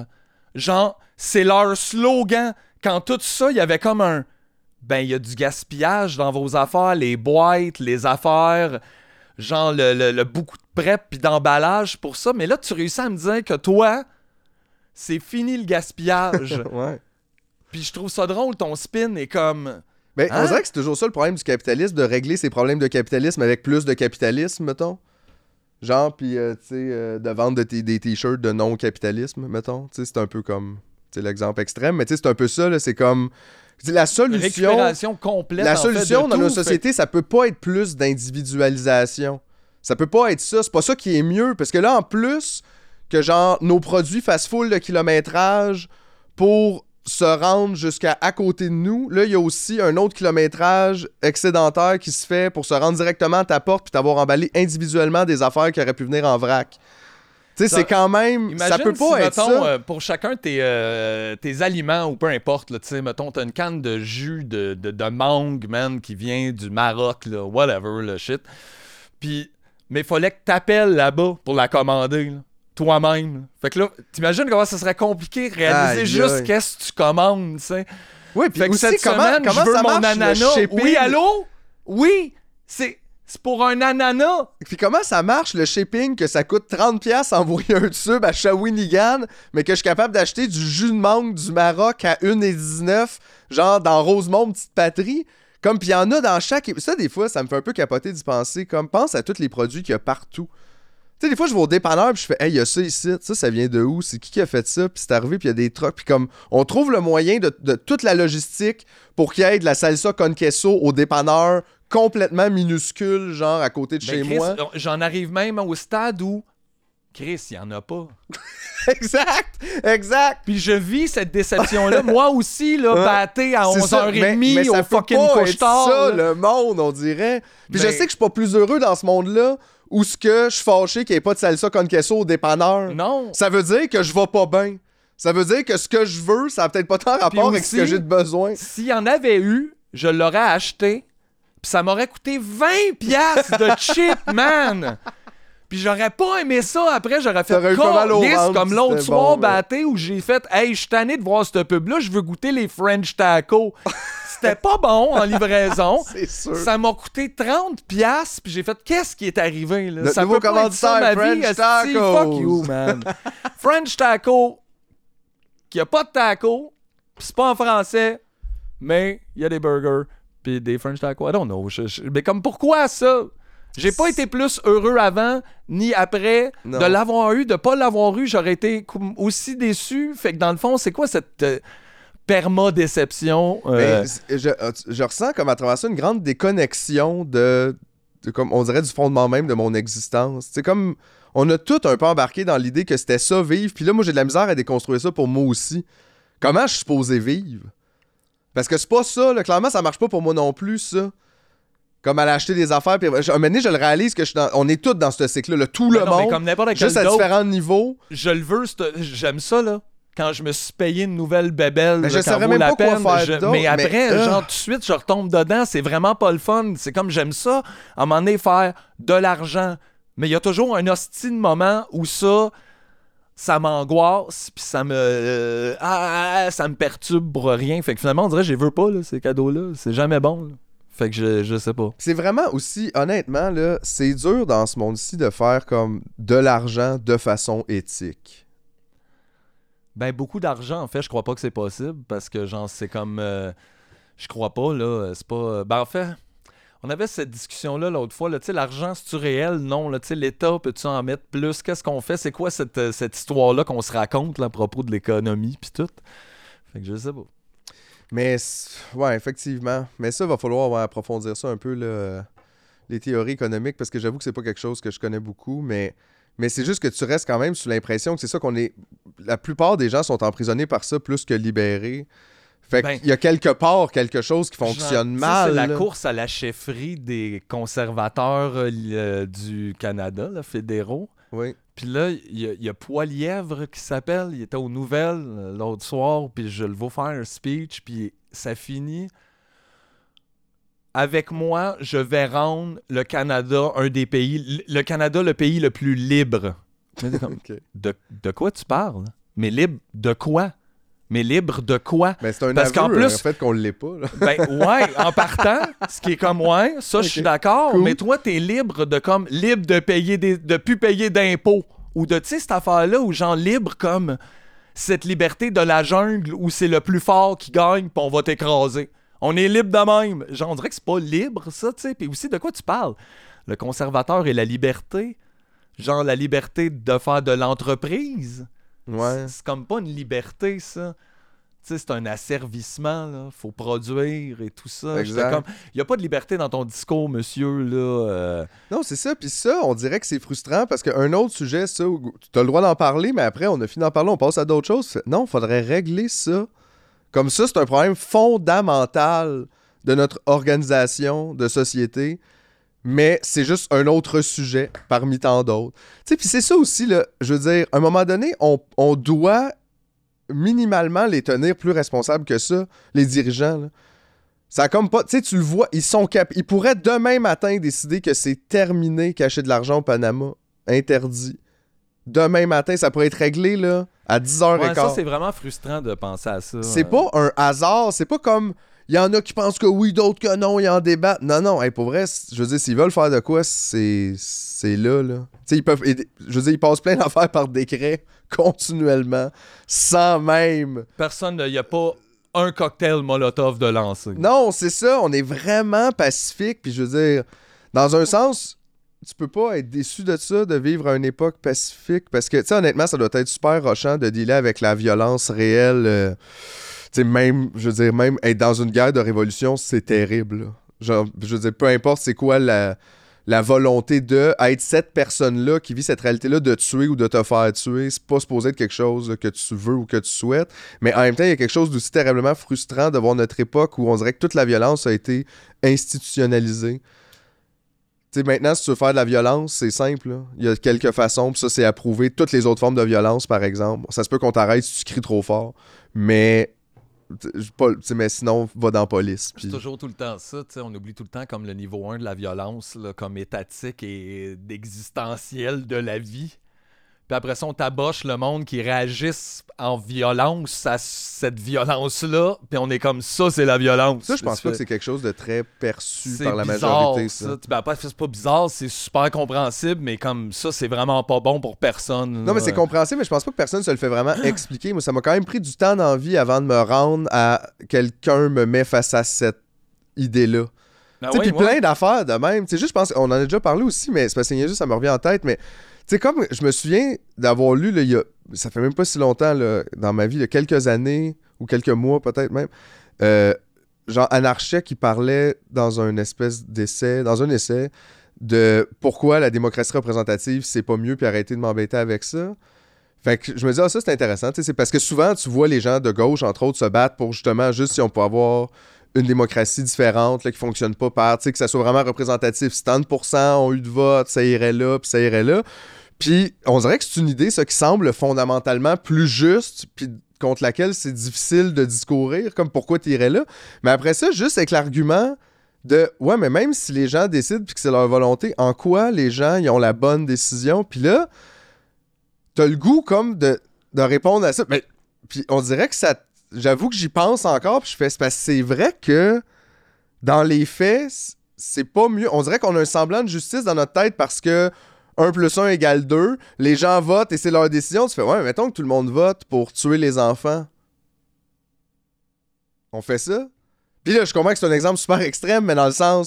Genre, c'est leur slogan. Quand tout ça, il y avait comme un... Ben, il y a du gaspillage dans vos affaires, les boîtes, les affaires, genre le beaucoup de prep puis d'emballage pour ça. Mais là, tu réussis à me dire que toi, c'est fini le gaspillage. Ouais. Puis je trouve ça drôle, ton spin est comme... Ben, on dirait que c'est toujours ça le problème du capitalisme, de régler ses problèmes de capitalisme avec plus de capitalisme, mettons. Genre, puis, tu sais, de vendre des t-shirts de non-capitalisme, mettons. Tu sais, c'est un peu comme, tu sais, l'exemple extrême, mais tu sais, c'est un peu ça, là, c'est comme... La solution... Récupération complète, la solution en fait, dans nos sociétés, ça peut pas être plus d'individualisation. Ça peut pas être ça. C'est pas ça qui est mieux, parce que là, en plus, que genre, nos produits fassent full de kilométrage pour... se rendre jusqu'à à côté de nous. Là, il y a aussi un autre kilométrage excédentaire qui se fait pour se rendre directement à ta porte puis t'avoir emballé individuellement des affaires qui auraient pu venir en vrac. Tu sais, c'est quand même... Imagine ça peut pas si, être mettons, ça. Pour chacun tes aliments ou peu importe, tu sais, mettons, t'as une canne de jus de mangue, man, qui vient du Maroc, là, whatever, le shit. Puis, mais il fallait que t'appelles là-bas pour la commander, là. Toi-même. Fait que là, t'imagines comment ça serait compliqué de réaliser juste qu'est-ce que tu commandes, tu sais. Oui, puis aussi, cette comment semaine, je veux ça mon marche ananas. le shipping? Oui, allô? Oui, c'est pour un ananas. Puis comment ça marche le shipping, que ça coûte 30$ envoyer un tube à Shawinigan, mais que je suis capable d'acheter du jus de mangue du Maroc à 1,19$, genre dans Rosemont, petite patrie? Comme, puis il y en a dans chaque... Ça, des fois, ça me fait un peu capoter d'y penser. Comme, pense à tous les produits qu'il y a partout. Tu sais, des fois, je vais au dépanneur puis je fais « Hey, il y a ça ici. Ça vient de où? C'est qui a fait ça? » Puis c'est arrivé, puis il y a des trucks. Puis comme, on trouve le moyen de toute la logistique pour qu'il y ait de la salsa con queso au dépanneur complètement minuscule, genre à côté de chez Chris, moi. J'en arrive même au stade où... Chris, il y en a pas. Exact. Puis je vis cette déception-là. Moi aussi, là, batté à 11h30 mais au ça fucking peut pas être couche-tard. ça, le monde, on dirait. Puis je sais que je suis pas plus heureux dans ce monde-là où ce que je suis fâché qu'il n'y ait pas de salsa con queso au dépanneur. Non. Ça veut dire que je vais pas bien. Ça veut dire que ce que je veux, ça a peut-être pas tant rapport avec ce que j'ai de besoin. S'il y en avait eu, je l'aurais acheté. Puis ça m'aurait coûté 20$ de chip, man. Puis j'aurais pas aimé ça. Après, j'aurais fait comme l'autre soir batté où j'ai fait « Hey, je suis tanné de voir cette pub-là, je veux goûter les French tacos. » C'était pas bon en livraison. C'est sûr. Ça m'a coûté 30$, puis j'ai fait « Qu'est-ce qui est arrivé? » là? Notre Ça nouveau peut pas être ça, ma French vie. tacos. Fuck you, man. French taco, qui a pas de taco, pis c'est pas en français, mais il y a des burgers, puis des French tacos. I don't know. Mais comme, pourquoi ça? J'ai pas été plus heureux avant ni après de l'avoir eu, de pas l'avoir eu. J'aurais été aussi déçu. Fait que dans le fond, c'est quoi cette perma-déception? Je ressens comme à travers ça une grande déconnexion de comme on dirait du fondement même de mon existence. C'est comme on a tout un peu embarqué dans l'idée que c'était ça vivre. Puis là, moi, j'ai de la misère à déconstruire ça pour moi aussi. Comment je suis supposé vivre? Parce que c'est pas ça. Là. Clairement, ça marche pas pour moi non plus, ça. Comme aller acheter des affaires. Puis, un moment donné, je le réalise que on est tous dans ce cycle-là. Tout le monde. Mais comme n'importe quel juste à différents niveaux. Je le veux. J'aime ça, là. Quand je me suis payé une nouvelle bébelle, mais je saurais même pas quoi faire d'autre. Mais après, genre, tout de suite, je retombe dedans. C'est vraiment pas le fun. C'est comme j'aime ça, à un moment donné, faire de l'argent. Mais il y a toujours un hostie de moment où ça m'angoisse, puis ça me perturbe pour rien. Fait que finalement, on dirait que je les veux pas, là, ces cadeaux-là. C'est jamais bon, là. Fait que je sais pas. C'est vraiment aussi, honnêtement, là, c'est dur dans ce monde-ci de faire comme de l'argent de façon éthique. Ben, beaucoup d'argent, en fait, je crois pas que c'est possible, parce que, genre, c'est comme... je crois pas, là, c'est pas... Ben, en fait, On avait cette discussion-là l'autre fois. Là, l'argent, c'est-tu réel? Non. Là, l'État, peut-tu en mettre plus? Qu'est-ce qu'on fait? C'est quoi cette histoire-là qu'on se raconte là, à propos de l'économie puis tout? Fait que je sais pas. Mais, ouais, effectivement. Mais ça, va falloir approfondir ça un peu, là, les théories économiques, parce que j'avoue que c'est pas quelque chose que je connais beaucoup, mais c'est juste que tu restes quand même sous l'impression que c'est ça qu'on est... La plupart des gens sont emprisonnés par ça plus que libérés. Fait qu'il y a quelque part quelque chose qui fonctionne mal. C'est la course à la chefferie des conservateurs du Canada, là, fédéraux. Oui. Puis là, il y a Poilièvre qui s'appelle. Il était aux nouvelles l'autre soir, puis je le vois faire un speech, puis ça finit... Avec moi, je vais rendre le Canada un des pays... Le Canada, le pays le plus libre. Okay. De quoi tu parles? Mais libre de quoi? Mais libre de quoi? Ben, c'est un aveu, qu'en plus, en fait, qu'on l'est pas. Là. Ben ouais, en partant, ce qui est comme ouais, ça je suis d'accord, cool. Mais toi t'es libre de payer de plus payer d'impôts ou de tu sais cette affaire-là où genre libre comme cette liberté de la jungle où c'est le plus fort qui gagne puis on va t'écraser. On est libre de même. Genre on dirait que c'est pas libre ça, tu sais. Puis aussi de quoi tu parles? Le conservateur et la liberté, genre la liberté de faire de l'entreprise. Ouais. C'est comme pas une liberté, ça. Tu sais, c'est un asservissement, là. Faut produire et tout ça. Exact. Il n'y a pas de liberté dans ton discours, monsieur, là. Non, c'est ça. Puis ça, on dirait que c'est frustrant parce qu'un autre sujet, ça, tu as le droit d'en parler, mais après, on a fini d'en parler, on passe à d'autres choses. Non, il faudrait régler ça. Comme ça, c'est un problème fondamental de notre organisation de société. Mais c'est juste un autre sujet parmi tant d'autres. Tu sais, puis c'est ça aussi, là, je veux dire, à un moment donné, on doit minimalement les tenir plus responsables que ça, les dirigeants. Là. Ça a comme pas... Tu sais, tu le vois, ils pourraient demain matin décider que c'est terminé cacher de l'argent au Panama. Interdit. Demain matin, ça pourrait être réglé, là, à 10h15. Ouais, ça, c'est vraiment frustrant de penser à ça. C'est pas un hasard, c'est pas comme... Il y en a qui pensent que oui, d'autres que non, ils en débattent. Non, hey, pour vrai, je veux dire, s'ils veulent faire de quoi, c'est là. Tu sais, je veux dire, ils passent plein d'affaires par décret, continuellement, sans même... Personne, il n'y a pas un cocktail Molotov de lancer. Non, c'est ça, on est vraiment pacifique, puis je veux dire, dans un sens, tu peux pas être déçu de ça, de vivre à une époque pacifique, parce que, tu sais, honnêtement, ça doit être super rochant de dealer avec la violence réelle... T'sais, même, je veux dire, même être dans une guerre de révolution, c'est terrible. Là. Genre, je veux dire, peu importe c'est quoi la volonté de être cette personne-là qui vit cette réalité-là de tuer ou de te faire tuer, c'est pas supposé être quelque chose là, que tu veux ou que tu souhaites. Mais en même temps, il y a quelque chose d'aussi terriblement frustrant de voir notre époque où on dirait que toute la violence a été institutionnalisée. Tu sais, maintenant, si tu veux faire de la violence, c'est simple. Là. Il y a quelques façons, puis ça, c'est approuvé. Toutes les autres formes de violence, par exemple. Ça se peut qu'on t'arrête si tu cries trop fort. Mais sinon, va dans la police. C'est toujours tout le temps ça. On oublie tout le temps comme le niveau 1 de la violence, là, comme étatique et existentiel de la vie. Puis après ça, on taboche le monde qui réagisse en violence à cette violence-là. Puis on est comme ça, c'est la violence. Ça, je pense pas que c'est quelque chose de très perçu par la bizarre, majorité. Ça. Ben, après, c'est pas bizarre, c'est super compréhensible, mais comme ça, c'est vraiment pas bon pour personne. Non, mais c'est compréhensible, mais je pense pas que personne se le fait vraiment expliquer. Moi, ça m'a quand même pris du temps dans la vie avant de me rendre à quelqu'un me met face à cette idée-là. Ah tu sais, puis plein d'affaires de même. Tu sais, juste, je pense qu'on en a déjà parlé aussi, mais c'est parce que juste, ça me revient en tête, mais... Tu sais, comme je me souviens d'avoir lu, là, ça fait même pas si longtemps là, dans ma vie, il y a quelques années, ou quelques mois peut-être même, genre Anarchia qui parlait dans un espèce d'essai, de pourquoi la démocratie représentative, c'est pas mieux, puis arrêter de m'embêter avec ça. Fait que je me dis, ça c'est intéressant, tu sais, c'est parce que souvent, tu vois les gens de gauche, entre autres, se battre pour justement, juste si on peut avoir une démocratie différente, là, qui fonctionne pas par, tu sais, que ça soit vraiment représentatif. Si 30% ont eu de vote, ça irait là, puis ça irait là. Puis on dirait que c'est une idée, ça, qui semble fondamentalement plus juste, puis contre laquelle c'est difficile de discourir, comme pourquoi tu irais là. Mais après ça, juste avec l'argument de, ouais, mais même si les gens décident puis que c'est leur volonté, en quoi les gens, ils ont la bonne décision? Puis là, t'as le goût comme de répondre à ça. Mais puis on dirait que ça... J'avoue que j'y pense encore, puis je fais... Parce que c'est vrai que dans les faits, c'est pas mieux. On dirait qu'on a un semblant de justice dans notre tête parce que 1 + 1 = 2, les gens votent et c'est leur décision. Tu fais, ouais, mais mettons que tout le monde vote pour tuer les enfants. On fait ça? Puis là, je comprends que c'est un exemple super extrême, mais dans le sens...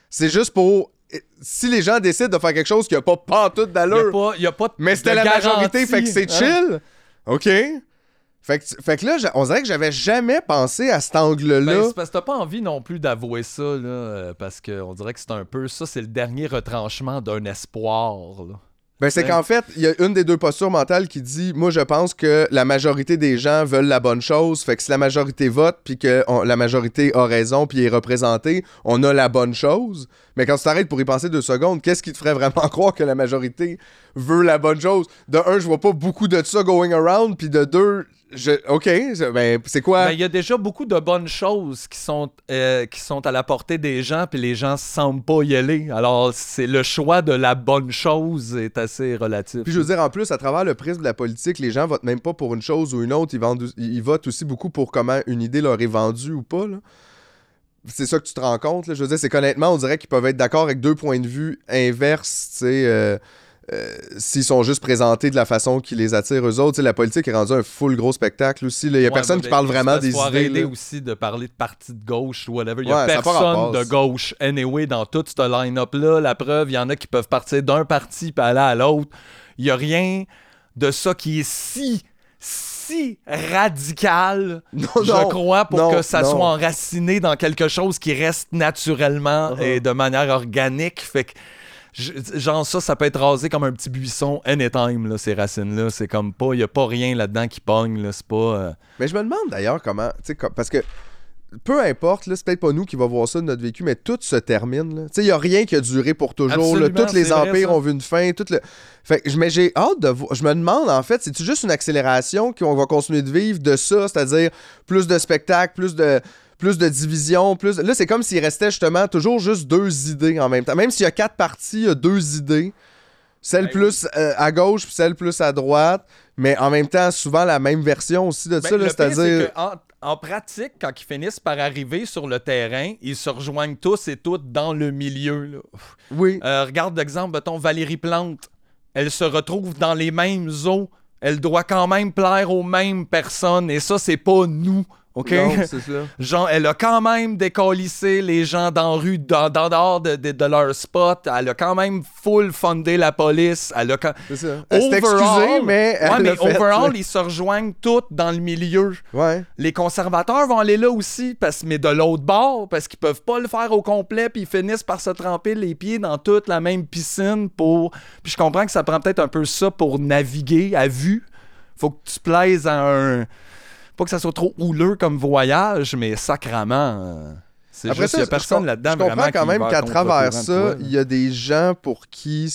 C'est juste pour... Si les gens décident de faire quelque chose qui a pas pantoute d'allure... Il y a pas mais c'était la majorité, fait que c'est chill. OK. Fait que là, on dirait que j'avais jamais pensé à cet angle-là. Ben, c'est parce que t'as pas envie non plus d'avouer ça, là, parce qu'on dirait que c'est un peu... Ça, c'est le dernier retranchement d'un espoir, là. Ben, c'est qu'en fait, il y a une des deux postures mentales qui dit « Moi, je pense que la majorité des gens veulent la bonne chose. Fait que si la majorité vote, puis que la majorité a raison, puis est représentée, on a la bonne chose. » Mais quand tu t'arrêtes pour y penser 2 secondes, qu'est-ce qui te ferait vraiment croire que la majorité veut la bonne chose? De un, je vois pas beaucoup de ça going around, puis de deux... OK, ben c'est quoi? Ben, il y a déjà beaucoup de bonnes choses qui sont à la portée des gens, puis les gens semblent pas y aller. Alors, c'est le choix de la bonne chose est assez relatif. Puis je veux dire, en plus, à travers le prisme de la politique, les gens votent même pas pour une chose ou une autre, ils votent aussi beaucoup pour comment une idée leur est vendue ou pas, là. C'est ça que tu te rends compte, là. Je veux dire, c'est qu'honnêtement, on dirait qu'ils peuvent être d'accord avec 2 points de vue inverses, tu sais... s'ils sont juste présentés de la façon qui les attire eux autres. T'sais, la politique est rendue un full gros spectacle aussi. Il y a personne qui parle vraiment des idées. Il faut arrêter aussi de parler de parti de gauche ou whatever. Il y a Ouais, personne de gauche anyway dans tout ce line-up-là. La preuve, il y en a qui peuvent partir d'un parti et aller à l'autre. Il n'y a rien de ça qui est si radical, je crois, pour que ça soit enraciné dans quelque chose qui reste naturellement et de manière organique. Fait que genre ça peut être rasé comme un petit buisson anytime, là, ces racines-là. C'est comme pas, il y a pas rien là-dedans qui pogne, là, c'est pas... Mais je me demande d'ailleurs comment, tu sais, parce que peu importe, là, c'est peut-être pas nous qui va voir ça de notre vécu, mais tout se termine, là. Tu sais, il y a rien qui a duré pour toujours, là. Tous les empires ont vu une fin, Fait que, mais j'ai hâte de voir, je me demande, en fait, c'est-tu juste une accélération qu'on va continuer de vivre de ça, c'est-à-dire plus de spectacles, plus de division, Là, c'est comme s'il restait justement toujours juste 2 idées en même temps. Même s'il y a 4 partis, il y a 2 idées. Celle plus à gauche, puis celle plus à droite. Mais en même temps, souvent la même version aussi de ça. Là, c'est-à-dire... En pratique, quand ils finissent par arriver sur le terrain, ils se rejoignent tous et toutes dans le milieu, là. Oui. Regarde l'exemple, mettons, Valérie Plante. Elle se retrouve dans les mêmes eaux. Elle doit quand même plaire aux mêmes personnes. Et ça, c'est pas nous. OK? Non, c'est ça. Genre, elle a quand même décalissé les gens dans la rue, dehors de leur spot. Elle a quand même full fundé la police. C'est ça. Elle s'est excusée, mais elle l'a fait, overall, ils se rejoignent tous dans le milieu. Ouais. Les conservateurs vont aller là aussi, mais de l'autre bord, parce qu'ils peuvent pas le faire au complet, puis ils finissent par se tremper les pieds dans toute la même piscine pour... Puis je comprends que ça prend peut-être un peu ça pour naviguer à vue. Faut que tu te plaises à un... Pas que ça soit trop houleux comme voyage, mais sacrement, c'est après juste qu'il y a personne là-dedans vraiment. Je comprends quand même qu'à travers ça, il y a des gens pour qui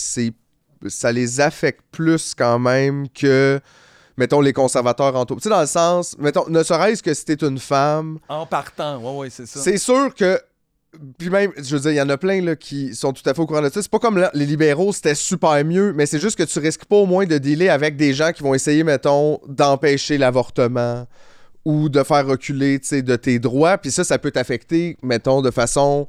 ça les affecte plus quand même que, mettons, les conservateurs en tout. Tu sais, dans le sens, mettons, ne serait-ce que si t'es une femme... En partant, ouais, c'est ça. C'est sûr que... Puis même, je veux dire, il y en a plein là, qui sont tout à fait au courant de ça. C'est pas comme les libéraux, c'était super mieux, mais c'est juste que tu risques pas au moins de dealer avec des gens qui vont essayer, mettons, d'empêcher l'avortement ou de faire reculer, tu sais, de tes droits. Puis ça peut t'affecter, mettons, de façon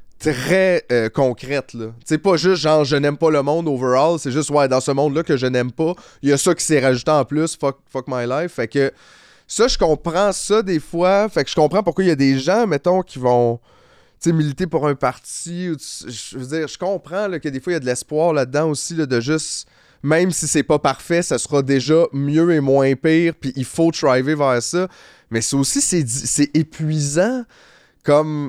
très concrète, là. Tu sais, pas juste genre, je n'aime pas le monde overall, c'est juste, ouais, dans ce monde-là que je n'aime pas, il y a ça qui s'est rajouté en plus, fuck my life. Fait que ça, je comprends ça des fois. Fait que je comprends pourquoi il y a des gens, mettons, qui vont... militer pour un parti, je veux dire, je comprends là, que des fois il y a de l'espoir là-dedans aussi, là, de juste, même si c'est pas parfait, ça sera déjà mieux et moins pire, puis il faut thriver vers ça. Mais c'est aussi, c'est épuisant comme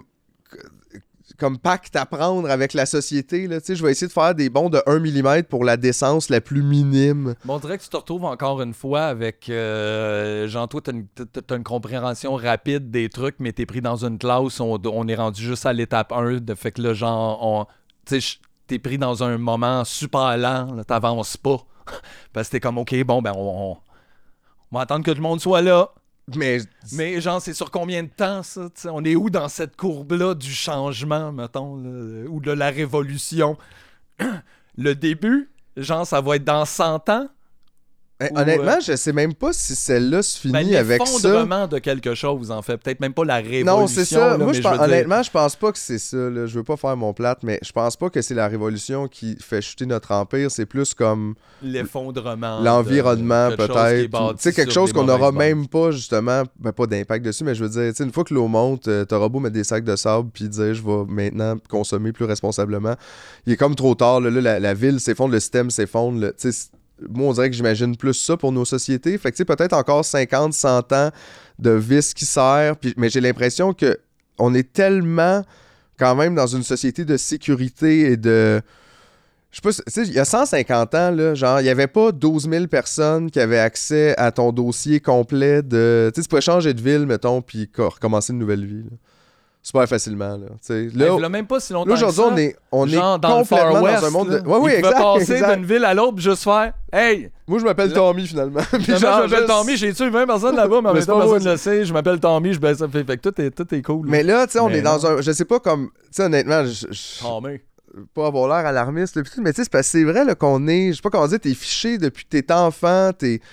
pacte à prendre avec la société. Là. Je vais essayer de faire des bonds de 1 mm pour la décence la plus minime. Bon, on dirait que tu te retrouves encore une fois avec... genre, toi, t'as une compréhension rapide des trucs, mais t'es pris dans une classe où on est rendu juste à l'étape 1. Fait que là, genre, t'es pris dans un moment super lent. Là, t'avances pas. Parce que t'es comme, OK, bon, ben, on va attendre que tout le monde soit là. Mais genre, c'est sur combien de temps, ça? T'sais, on est où dans cette courbe-là du changement, mettons, là, ou de la révolution? Le début, genre, ça va être dans 100 ans? Honnêtement, je sais même pas si celle-là se finit avec ça. L'effondrement de quelque chose, en fait. Peut-être même pas la révolution. Non, c'est ça. Là, moi, honnêtement, je pense pas que c'est ça. Là. Je veux pas faire mon plate, mais je pense pas que c'est la révolution qui fait chuter notre empire. C'est plus comme... l'effondrement. L'environnement, peut-être. Tu sais, quelque chose qu'on n'aura même pas, justement, pas d'impact dessus, mais je veux dire, tu sais, une fois que l'eau monte, t'auras beau mettre des sacs de sable puis dire, je vais maintenant consommer plus responsablement. Il est comme trop tard. Là, la ville s'effondre, le système s'effondre. Tu sais, moi, on dirait que j'imagine plus ça pour nos sociétés. Fait que, tu sais, peut-être encore 50, 100 ans de vice qui sert. Mais j'ai l'impression que on est tellement, quand même, dans une société de sécurité et de... Je sais pas, tu sais, il y a 150 ans, là, genre, il n'y avait pas 12 000 personnes qui avaient accès à ton dossier complet de... Tu sais, tu pouvais changer de ville, mettons, puis recommencer une nouvelle vie, là. Super facilement, là. Là, il même pas si longtemps aujourd'hui, on est dans complètement le Far West, dans un monde de... Oui, exact. Passer d'une ville à l'autre, juste faire « Hey! » Moi, je m'appelle Tommy, finalement. Puis genre, je m'appelle Tommy, j'ai tué 20 personnes là-bas, mais en même temps, personne ne le sait. Je m'appelle Tommy, ça fait que tout est cool. Mais là, tu sais, on est dans un... Je sais pas comme... Tu sais, honnêtement, Tommy. Pas avoir l'air alarmiste, là, mais tu sais, c'est parce que c'est vrai là, qu'on est... Je sais pas comment dire, t'es fiché depuis que t'es enfant,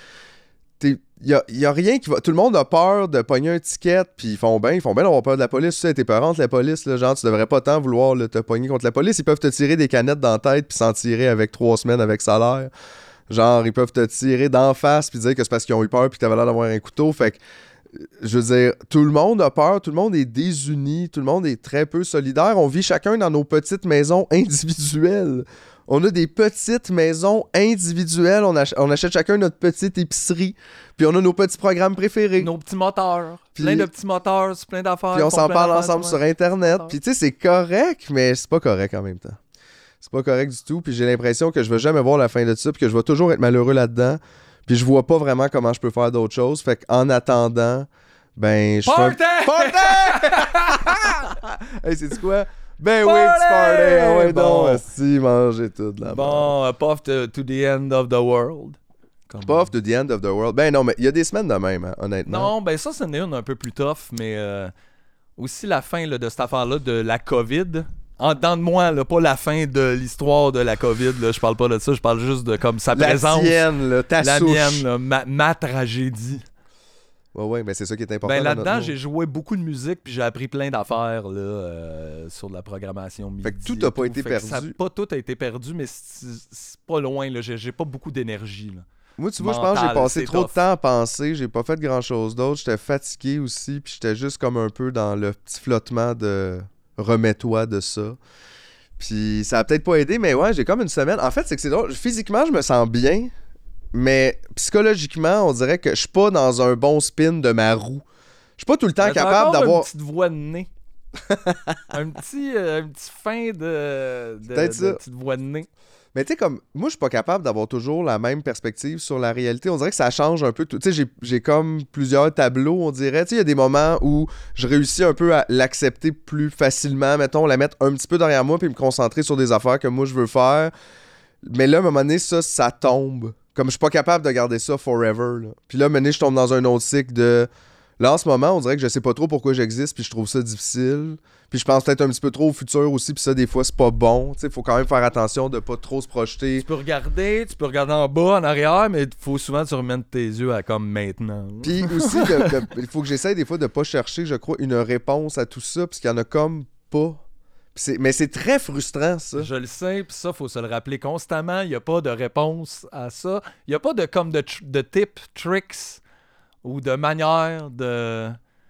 y a rien qui va... Tout le monde a peur de pogner un ticket, puis ils font bien d'avoir peur de la police. Tu sais, tes parents de la police, là, genre, tu devrais pas tant vouloir là, te pogner contre la police. Ils peuvent te tirer des canettes dans la tête, puis s'en tirer avec 3 semaines avec salaire. Genre, ils peuvent te tirer d'en face, puis dire que c'est parce qu'ils ont eu peur, puis que t'avais l'air d'avoir un couteau. Fait que, je veux dire, tout le monde a peur, tout le monde est désuni, tout le monde est très peu solidaire. On vit chacun dans nos petites maisons individuelles. On a des petites maisons individuelles. On achète chacun notre petite épicerie. Puis on a nos petits programmes préférés. Nos petits moteurs. Plein de petits moteurs, plein d'affaires. Puis on s'en parle ensemble sur Internet. Puis tu sais, c'est correct, mais c'est pas correct en même temps. C'est pas correct du tout. Puis j'ai l'impression que je vais jamais voir la fin de ça. Puis que je vais toujours être malheureux là-dedans. Puis je vois pas vraiment comment je peux faire d'autres choses. Fait qu'en attendant, ben... Party! Hey, c'est quoi? Ben oui, petit party! Ah ouais, bon. Si, mangez tout de la bon, puff to the end of the world. Puff to the end of the world. Ben non, mais il y a des semaines de même, hein, honnêtement. Non, ben ça, c'en est une un peu plus tough, mais aussi la fin là, de cette affaire-là de la COVID. En dedans de moi, là, pas la fin de l'histoire de la COVID, là, je parle pas de ça, je parle juste de comme sa présence. La tienne, là, ta souche. La mienne, ma tragédie. Ouais, mais c'est ça qui est important. Ben là-dedans, j'ai joué beaucoup de musique puis j'ai appris plein d'affaires là, sur de la programmation midi. Fait que tout n'a pas été perdu. Pas tout a été perdu, mais c'est pas loin. Là. J'ai pas beaucoup d'énergie. Là. Moi, tu vois, je pense que j'ai passé trop de temps à penser. J'ai pas fait grand-chose d'autre. J'étais fatigué aussi, puis j'étais juste comme un peu dans le petit flottement de remets-toi de ça. Puis ça a peut-être pas aidé, mais ouais, j'ai comme une semaine. En fait, c'est que c'est drôle. Physiquement, je me sens bien. Mais psychologiquement, on dirait que je suis pas dans un bon spin de ma roue. Je suis pas tout le temps capable d'avoir une petite voix de nez. un petit fin de petite voix de nez. Mais tu sais, comme, moi, je suis pas capable d'avoir toujours la même perspective sur la réalité. On dirait que ça change un peu. Tu sais, j'ai comme plusieurs tableaux, on dirait. Tu sais, il y a des moments où je réussis un peu à l'accepter plus facilement, mettons, la mettre un petit peu derrière moi puis me concentrer sur des affaires que moi, je veux faire. Mais là, à un moment donné, ça tombe. Comme je suis pas capable de garder ça forever. Là. Puis là, à un moment donné, je tombe dans un autre cycle de... Là, en ce moment, on dirait que je sais pas trop pourquoi j'existe, puis je trouve ça difficile. Puis je pense peut-être un petit peu trop au futur aussi, puis ça, des fois, c'est pas bon. Tu sais, faut quand même faire attention de pas trop se projeter. Tu peux regarder en bas, en arrière, mais il faut souvent que tu remettes tes yeux à comme maintenant. Puis aussi, il faut que j'essaie des fois de pas chercher, je crois, une réponse à tout ça, parce qu'il y en a comme pas. Mais c'est très frustrant, ça. Je le sais, puis ça, faut se le rappeler constamment. Il n'y a pas de réponse à ça. Il n'y a pas de comme de tips, tricks ou de manière de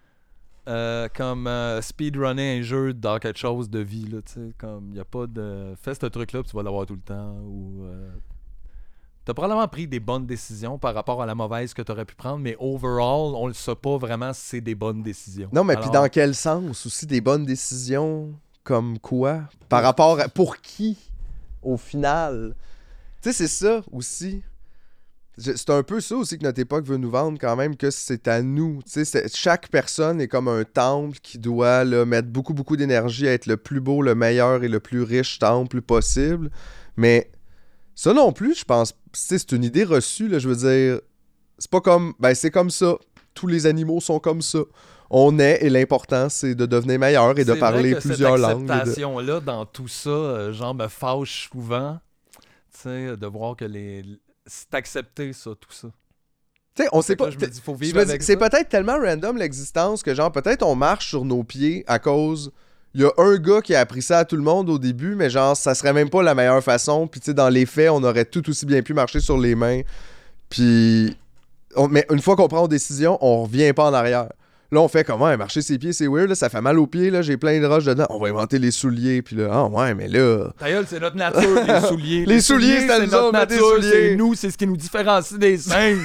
comme speedrunner un jeu dans quelque chose de vie. Là, comme il n'y a pas de... Fais ce truc-là, puis tu vas l'avoir tout le temps. Ou t'as probablement pris des bonnes décisions par rapport à la mauvaise que tu aurais pu prendre, mais overall, on ne sait pas vraiment si c'est des bonnes décisions. Non, mais puis dans quel sens aussi des bonnes décisions? Comme quoi? Par rapport à... Pour qui? Au final? Tu sais, c'est ça aussi. C'est un peu ça aussi que notre époque veut nous vendre quand même, que c'est à nous. Tu sais, chaque personne est comme un temple qui doit là, mettre beaucoup, beaucoup d'énergie à être le plus beau, le meilleur et le plus riche temple possible. Mais ça non plus, je pense, c'est une idée reçue, là, je veux dire. C'est pas comme... Ben, c'est comme ça. Tous les animaux sont comme ça. On est, et l'important, c'est de devenir meilleur et de parler plusieurs langues. Cette acceptation-là, dans tout ça, genre, me fâche souvent, tu sais, de voir que c'est accepté, ça, tout ça. Tu sais, on sait pas. Là, je me dis, faut vivre avec C'est ça. peut-être tellement random l'existence que, genre, peut-être on marche sur nos pieds à cause. Il y a un gars qui a appris ça à tout le monde au début, mais genre, ça serait même pas la meilleure façon. Puis, tu sais, dans les faits, on aurait tout aussi bien pu marcher sur les mains. Puis. Mais une fois qu'on prend une décision, on revient pas en arrière. Là, on fait comment? Marcher ses pieds, c'est weird, là, ça fait mal aux pieds, là, j'ai plein de roches dedans. On va inventer les souliers, puis là, ah ouais, mais là. Ta gueule, c'est notre nature, les souliers. Les souliers, c'est notre mettre des nature, souliers. c'est nous, c'est ce qui nous différencie des singes.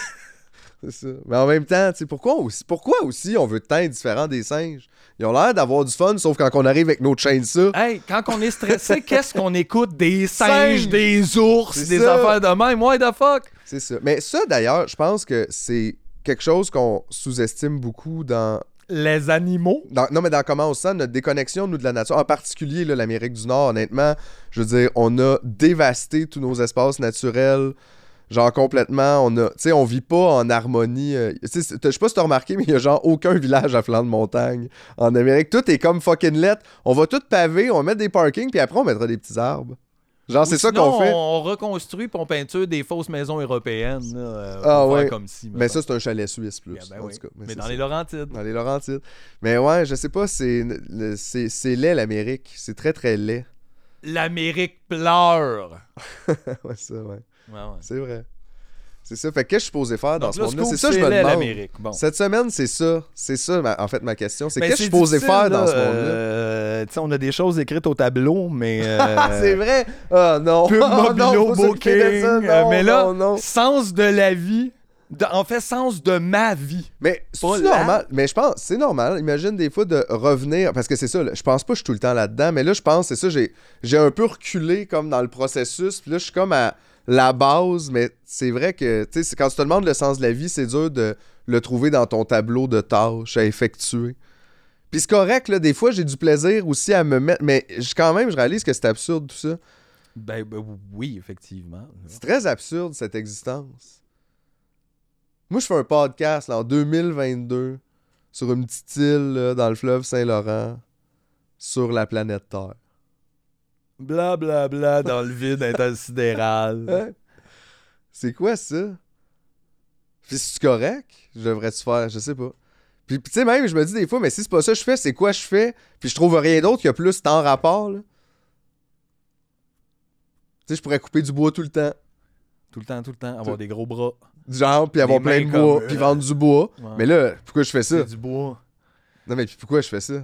C'est ça. Mais en même temps, tu sais, pourquoi aussi on veut tant être différent des singes? Ils ont l'air d'avoir du fun, sauf quand on arrive avec notre chaîne ça. Hey, quand on est stressé, qu'est-ce qu'on écoute? Des singes, des ours, C'est des ça. affaires de même. What the fuck? C'est ça. Mais ça, d'ailleurs, je pense que c'est quelque chose qu'on sous-estime beaucoup dans... Les animaux. Non, mais dans comment on se sent, notre déconnexion, nous, de la nature. En particulier, là, l'Amérique du Nord, honnêtement, je veux dire, on a dévasté tous nos espaces naturels. Genre complètement, on vit pas en harmonie. Je sais pas si t'as remarqué, mais il y a genre aucun village à flanc de montagne en Amérique. Tout est comme fucking lettre. On va tout paver, on va mettre des parkings, puis après on mettra des petits arbres. Genre, c'est ça qu'on fait. On reconstruit puis on peinture des fausses maisons européennes. Là, Ah pour ouais. faire comme si. Mais ça, c'est un chalet suisse plus. Yeah, ben en oui. tout cas. Mais dans ça. les Laurentides. Dans les Laurentides. Mais ouais, je sais pas, c'est laid l'Amérique. C'est très très laid. L'Amérique pleure. Ouais, ça, ouais. Ouais. C'est vrai. C'est ça. Fait que qu'est-ce que je suis supposé faire dans Donc ce là, monde-là? Scoop, C'est ça que je me laid, demande. l'Amérique. Bon. Cette semaine, c'est ça. C'est ça, en fait, ma question. C'est Ben, qu'est-ce que je suis supposé difficile, faire dans ce là, monde-là? tu sais, on a des choses écrites au tableau, mais... C'est vrai? Ah non! Pub Oh, non, Mobilo faut s'occuper de Booking. ça. Non, Mais là, non. sens de la vie. En fait, sens de ma vie. Mais Pas c'est là. normal. Mais je pense, c'est normal. Imagine des fois de revenir, parce que c'est ça, là, je pense pas que je suis tout le temps là-dedans, mais là, je pense, c'est ça, j'ai un peu reculé comme dans le processus, puis là, je suis comme à la base, mais c'est vrai que, tu sais, quand tu te demandes le sens de la vie, c'est dur de le trouver dans ton tableau de tâches à effectuer. Puis c'est correct, là, des fois, j'ai du plaisir aussi à me mettre, mais quand même, je réalise que c'est absurde tout ça. Ben oui, effectivement. C'est très absurde, cette existence. Moi, je fais un podcast là, en 2022 sur une petite île là, dans le fleuve Saint-Laurent sur la planète Terre. Bla bla bla dans le vide intersidéral. Hein? C'est quoi ça? Puis c'est correct? Je devrais-tu faire? Je sais pas. Puis tu sais, même, je me dis des fois, mais si c'est pas ça que je fais, c'est quoi je fais? Puis je trouve rien d'autre qui a plus en rapport, là. Tu sais, je pourrais couper du bois tout le temps. Tout le temps, avoir des gros bras. Genre, puis avoir Les plein de mains bois, comme, puis vendre du bois. Ouais. Mais là, pourquoi je fais ça? C'est du bois. Non, mais puis pourquoi je fais ça?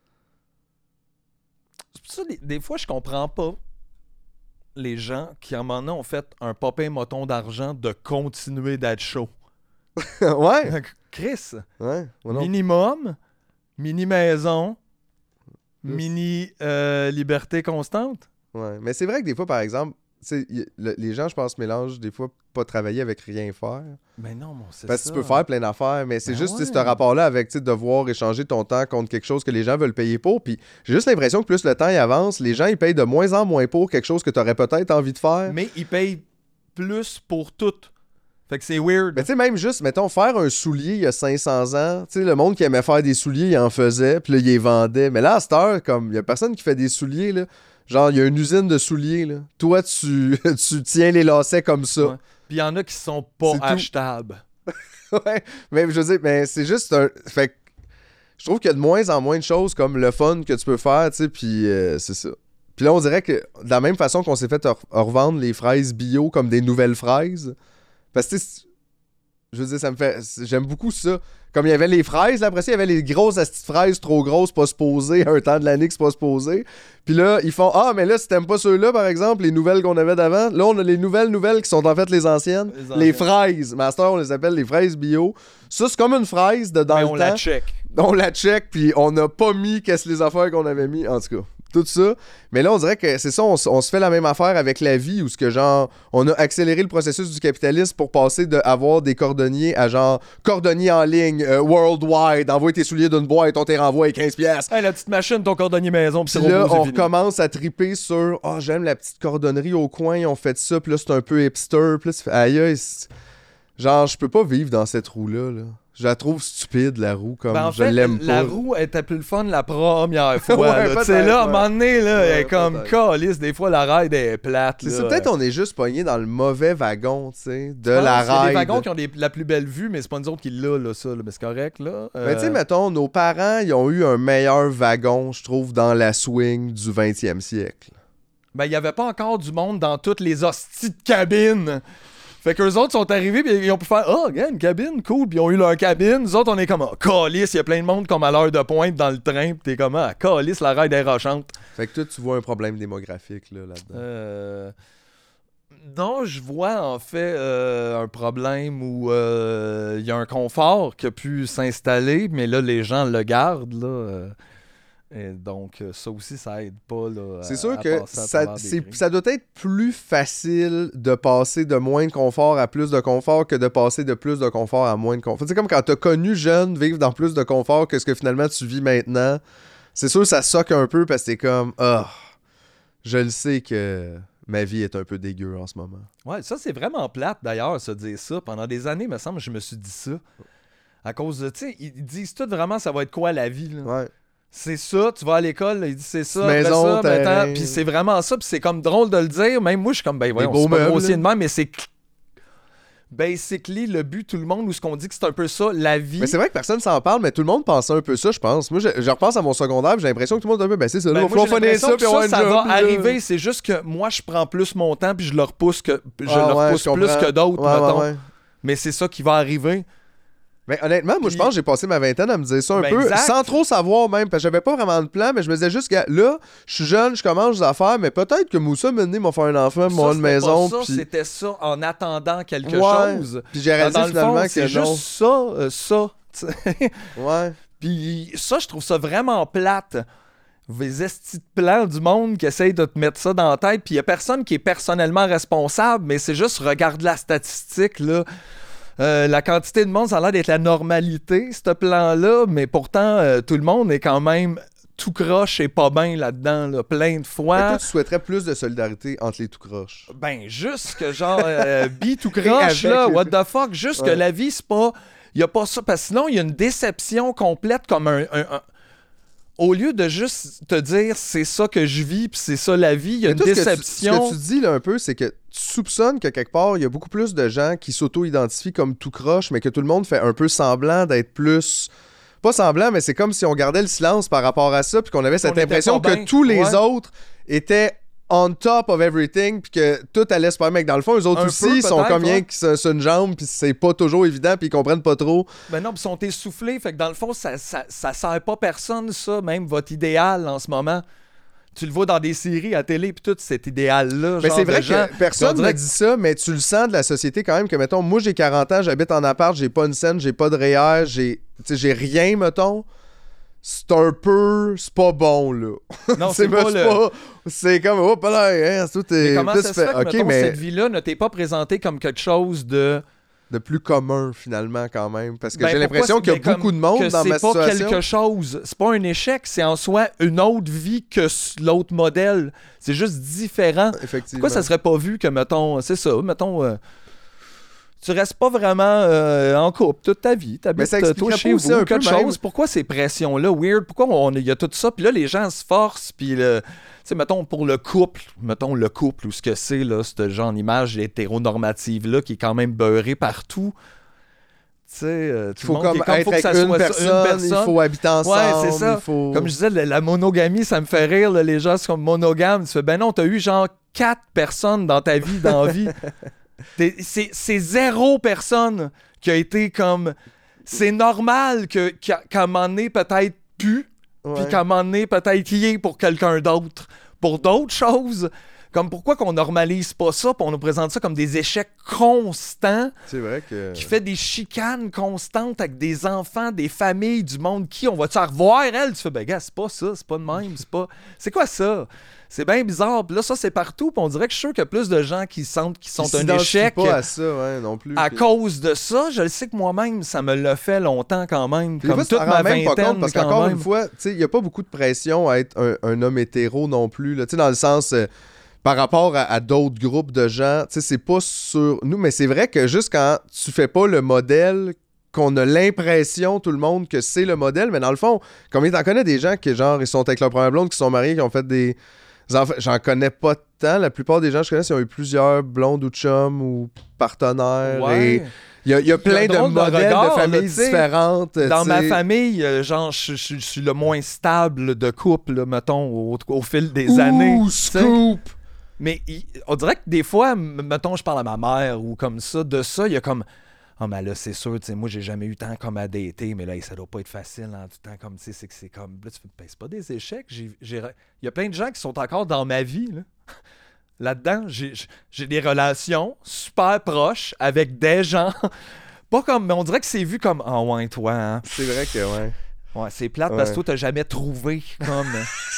C'est pour ça, des fois, je comprends pas les gens qui, à un moment donné, ont fait un popin moton d'argent de continuer d'être chaud. Ouais. Chris, Ouais. Moi non. minimum, mini-maison, Plus. mini-liberté constante. Ouais. Mais c'est vrai que des fois, par exemple, tu sais, les gens, je pense, mélangent des fois pas travailler avec rien faire. Mais non, mon c'est Parce que ça. tu peux faire plein d'affaires, mais c'est Ben juste tu sais, ouais. ce rapport-là avec tu sais, devoir échanger ton temps contre quelque chose que les gens veulent payer pour. Puis j'ai juste l'impression que plus le temps y avance, les gens ils payent de moins en moins pour quelque chose que tu aurais peut-être envie de faire. Mais ils payent plus pour tout. Fait que c'est weird. Mais tu sais, même juste, mettons, faire un soulier il y a 500 ans, tu sais, le monde qui aimait faire des souliers, il en faisait, puis là, il les vendait. Mais là, à cette heure, comme, il y a personne qui fait des souliers, là. Genre, il y a une usine de souliers, là. Toi, tu tiens les lacets comme ça. Ouais. Puis il y en a qui sont pas C'est tout. achetables. Ouais, mais je veux dire, mais c'est juste un... Fait que je trouve qu'il y a de moins en moins de choses comme le fun que tu peux faire, tu sais, puis c'est ça. Puis là, on dirait que de la même façon qu'on s'est fait revendre les fraises bio comme des nouvelles fraises, parce que, tu sais, je veux dire, ça me fait... J'aime beaucoup ça. Comme il y avait les fraises, là, après ça, il y avait les grosses astis de fraises trop grosses, pas se poser, un temps de l'année que c'est pas se poser. Puis là, ils font « Ah, mais là, si t'aimes pas ceux-là, par exemple, les nouvelles qu'on avait d'avant, là, on a les nouvelles qui sont en fait les anciennes. Les fraises. Master, on les appelle les fraises bio. Ça, c'est comme une fraise de dans Mais le on temps. la check. On la check, puis on n'a pas mis qu'est-ce les affaires qu'on avait mis. En tout cas, tout ça. Mais là, on dirait que c'est ça, on se fait la même affaire avec la vie, où ce que genre, on a accéléré le processus du capitalisme pour passer de avoir des cordonniers à genre, cordonnier en ligne, worldwide, envoie tes souliers d'une boîte, on te renvoie avec 15$. Hey, la petite machine, ton cordonnier maison, pis c'est Puis là, robot, c'est on fini. recommence à triper sur « Ah, j'aime la petite cordonnerie au coin, on fait ça, puis là, c'est un peu hipster. » Puis là, tu fais « Aïe, aïe, genre, je peux pas vivre dans cette roue-là, là. Je la trouve stupide, la roue, comme Ben, en je fait, l'aime pas. la roue était plus le fun la première fois. Ouais, Tu sais, là, à un moment donné, là, elle est Ouais, comme calice. Des fois, la ride est plate. C'est là. ça, peut-être on est juste pogné dans le mauvais wagon, tu sais, de Je pense la qu'il y a ride. des wagons qui ont la plus belle vue, mais c'est pas nous autres qui l'ont, là, ça. Là, mais c'est correct, là. Mais tu sais, mettons, nos parents, ils ont eu un meilleur wagon, je trouve, dans la swing du 20e siècle. Ben, il y avait pas encore du monde dans toutes les hosties de cabines. Fait qu'eux autres sont arrivés pis ils ont pu faire « Ah, regarde, une cabine, cool. » Puis ils ont eu leur cabine. Nous autres, on est comme « Ah, calice, il y a plein de monde comme à l'heure de pointe dans le train. » Pis t'es comme « Ah, calice, la ride est rochante. » Fait que toi, tu vois un problème démographique là-dedans. Non, je vois en fait un problème où il y a un confort qui a pu s'installer, mais là, les gens le gardent, là. Et donc, ça aussi, ça aide pas, là. C'est sûr que ça ça doit être plus facile de passer de moins de confort à plus de confort que de passer de plus de confort à moins de confort. C'est comme quand t'as connu jeune vivre dans plus de confort que ce que finalement tu vis maintenant. C'est sûr que ça soque un peu parce que t'es comme « Ah, je le sais que ma vie est un peu dégueu en ce moment. » Ouais, ça, c'est vraiment plate, d'ailleurs, se dire ça. Pendant des années, me semble, je me suis dit ça. À cause de, tu sais, ils disent tout vraiment, ça va être quoi la vie, là. Ouais. C'est ça, tu vas à l'école, il dit c'est ça, Maison, après ça, terrain. puis c'est vraiment ça, puis c'est comme drôle de le dire. Même moi, je suis comme, ben voyons, beaux c'est pas meubles, grossier là. de même, mais c'est basically le but, tout le monde, où ce qu'on dit que c'est un peu ça, la vie. Mais c'est vrai que personne s'en parle, mais tout le monde pensait un peu ça, je pense. Moi, je repense à mon secondaire, puis j'ai l'impression que tout le monde est un peu, ben c'est ça, là, Ben, on moi, va j'ai finir l'impression ça, que puis on va ça un job, va puis là- arriver, c'est juste que moi, je prends plus mon temps, puis je le repousse ouais, plus je que d'autres, comprends. mettons. Ouais. Mais c'est ça qui va arriver. Mais honnêtement, moi, je pense que j'ai passé ma vingtaine à me dire ça un Ben, peu, exact. sans trop savoir même, parce que j'avais pas vraiment de plan, mais je me disais juste que là, je suis jeune, je commence des affaires, mais peut-être que Moussa m'a fait un enfant, moi, une Ça, c'était maison, pas ça, puis... c'était ça en attendant quelque Ouais. chose. Puis j'ai réalisé Dans le finalement fond, que c'est non. juste ça, tu sais. Ouais. Puis ça, je trouve ça vraiment plate. Les estis de plans du monde qui essayent de te mettre ça dans la tête, puis il y a personne qui est personnellement responsable, mais c'est juste, regarde la statistique, là. La quantité de monde, ça a l'air d'être la normalité, ce plan-là, mais pourtant, tout le monde est quand même tout croche et pas bien là-dedans, là, plein de Fait que fois. toi, tu souhaiterais plus de solidarité entre les tout croches. Ben, juste que genre, be tout croche, avec- là, what the fuck, juste que Ouais. la vie, c'est pas... Il y a pas ça, parce que sinon, il y a une déception complète comme un... Au lieu de juste te dire, c'est ça que je vis, puis c'est ça la vie, il y a une Mais toi, déception. Ce que tu dis là un peu, c'est que tu soupçonnes que quelque part, il y a beaucoup plus de gens qui s'auto-identifient comme tout croche, mais que tout le monde fait un peu semblant d'être plus... Pas semblant, mais c'est comme si on gardait le silence par rapport à ça, puis qu'on avait cette était impression pas que bien. tous les Ouais. autres étaient on top of everything, puis que tout allait super bien. Dans le fond, eux autres Un aussi peu, sont peut-être, comme rien ouais. qui c'est une jambe, puis c'est pas toujours évident, puis ils comprennent pas trop. Ben non, puis ils sont essoufflés, fait que dans le fond, ça sert pas personne, ça, même votre idéal en ce moment. Tu le vois dans des séries à télé, puis tout cet idéal-là. Mais genre c'est vrai de gens, que personne on dirait ne dit ça, mais tu le sens de la société quand même que, mettons, moi j'ai 40 ans, j'habite en appart, j'ai pas une scène, j'ai pas de REER, j'ai rien, mettons. C'est un peu... C'est pas bon, là. Non, c'est pas le... C'est comme, oh, là, hein, tout est... Mais comment tout ça se fait que, OK, mettons, mais cette vie-là ne t'est pas présentée comme quelque chose de... de plus commun, finalement, quand même. Parce que Ben, j'ai pourquoi l'impression c'est- qu'il y a ben, comme beaucoup de monde que dans ma c'est pas situation. quelque chose. C'est pas un échec, c'est en soi une autre vie que l'autre modèle. C'est juste différent. Effectivement. Pourquoi ça serait pas vu que, mettons, c'est ça, mettons... tu restes pas vraiment en couple toute ta vie. Mais T'habites ça toi expliquerait chez pas vous, aussi un peu quelque même- chose. Pourquoi ces pressions-là, weird? Pourquoi il y a tout ça? Puis là, les gens se forcent, puis tu sais, mettons, pour le couple, ou ce que c'est, là, ce genre d'image hétéronormative-là, qui est quand même beurré partout. Tu sais, Il tout faut le monde qui comme est comme, être faut que avec ça une soit personne, il faut habiter ensemble. Ouais, c'est ça. Il faut... Comme je disais, la monogamie, ça me fait rire. Là, les gens sont monogames. Tu fais, ben non, t'as eu genre 4 personnes dans ta vie, dans la vie. C'est 0 personne qui a été comme... C'est normal qu'à un moment donné, peut-être plus, puis Ouais. qu'à un moment donné, peut-être y est pour quelqu'un d'autre. Pour d'autres choses, comme pourquoi qu'on normalise pas ça, puis on nous présente ça comme des échecs constants, C'est vrai que... qui fait des chicanes constantes avec des enfants, des familles, du monde qui, on va-tu la revoir, elle? Tu fais, ben gars, c'est pas ça, c'est pas de même, c'est pas... C'est quoi ça? C'est bien bizarre. Puis là, ça, c'est partout. Puis on dirait que je suis sûr qu'il y a plus de gens qui sentent qu'ils sont Ils un s'identifient échec pas à ça, ouais, non plus. à Puis- cause de ça. Je le sais que moi-même, ça me l'a fait longtemps quand même. Puis des Comme fois, tu toute t'en ma rends même pas vingtaine, compte, parce quand qu'encore même. une fois, tu sais, il n'y a pas beaucoup de pression à être un homme hétéro non plus, là. Tu sais, dans le sens, par rapport à d'autres groupes de gens, tu sais, c'est pas sur nous, mais c'est vrai que juste quand tu fais pas le modèle qu'on a l'impression, tout le monde, que c'est le modèle, mais dans le fond, combien t'en connais des gens qui, genre, ils sont avec leur première blonde, qui sont mariés, qui ont fait des enfants? J'en connais pas tant. La plupart des gens que je connais, ils ont eu plusieurs blondes ou chums ou partenaires. Ouais. Et il y a plein de modèles de familles différentes. Dans ma famille, genre, je suis le moins stable de couple, là, mettons, au fil des années. Scoop! Mais on dirait que des fois, mettons, je parle à ma mère ou comme ça, de ça, il y a comme... Ah, mais là, c'est sûr, tu sais, moi, j'ai jamais eu tant comme à dater, mais là, ça doit pas être facile en tout temps, comme, tu sais, c'est comme... Là, tu fais, ben, c'est pas des échecs. Il y a plein de gens qui sont encore dans ma vie, là. Là-dedans, j'ai des relations super proches avec des gens. Pas comme... Mais on dirait que c'est vu comme... Ah, ouais, toi, hein. C'est vrai que, ouais. Ouais, c'est plate parce que toi, t'as jamais trouvé comme...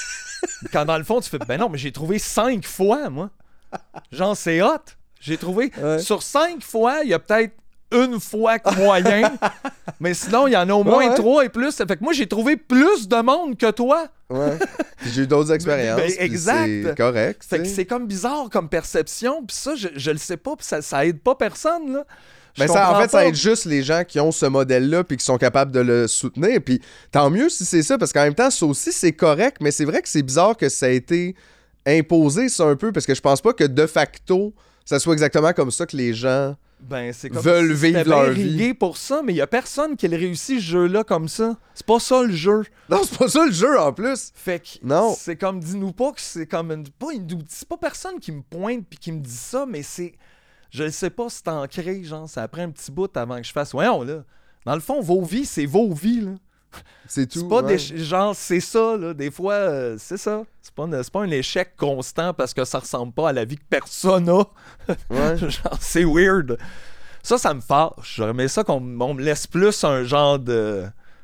Quand dans le fond, tu fais... Ben non, mais j'ai trouvé 5 fois, moi. Genre, c'est hot. J'ai trouvé... Ouais. Sur 5 fois, il y a peut-être une fois que moyen. Mais sinon, il y en a au moins 3 et plus. Ça fait que moi, j'ai trouvé plus de monde que toi. Ouais. Puis j'ai eu d'autres expériences. Ben, exact. C'est correct. Fait que c'est comme bizarre comme perception. Puis ça, je le sais pas. Puis ça aide pas personne, là. Mais ça, en fait, ça aide juste les gens qui ont ce modèle-là puis qui sont capables de le soutenir. Puis tant mieux si c'est ça, parce qu'en même temps, ça aussi, c'est correct, mais c'est vrai que c'est bizarre que ça a été imposé, ça, un peu, parce que je pense pas que de facto, ça soit exactement comme ça que les gens c'est comme veulent vivre leur vie. pour ça, mais il y a personne qui a réussi ce jeu-là comme ça. C'est pas ça le jeu. Non, c'est pas ça le jeu, en plus. Fait que non. C'est comme, dis-nous pas que c'est comme c'est pas personne qui me pointe puis qui me dit ça, mais c'est... Je ne sais pas si c'est ancré, genre, ça prend un petit bout avant que je fasse. Voyons, là. Dans le fond, vos vies, c'est vos vies, là. C'est tout. C'est pas des... Genre, c'est ça, là. Des fois, c'est ça. C'est pas un échec constant parce que ça ressemble pas à la vie que personne a. Ouais. Genre, c'est weird. Ça me fâche. J'aimerais ça qu'on me laisse plus un genre de...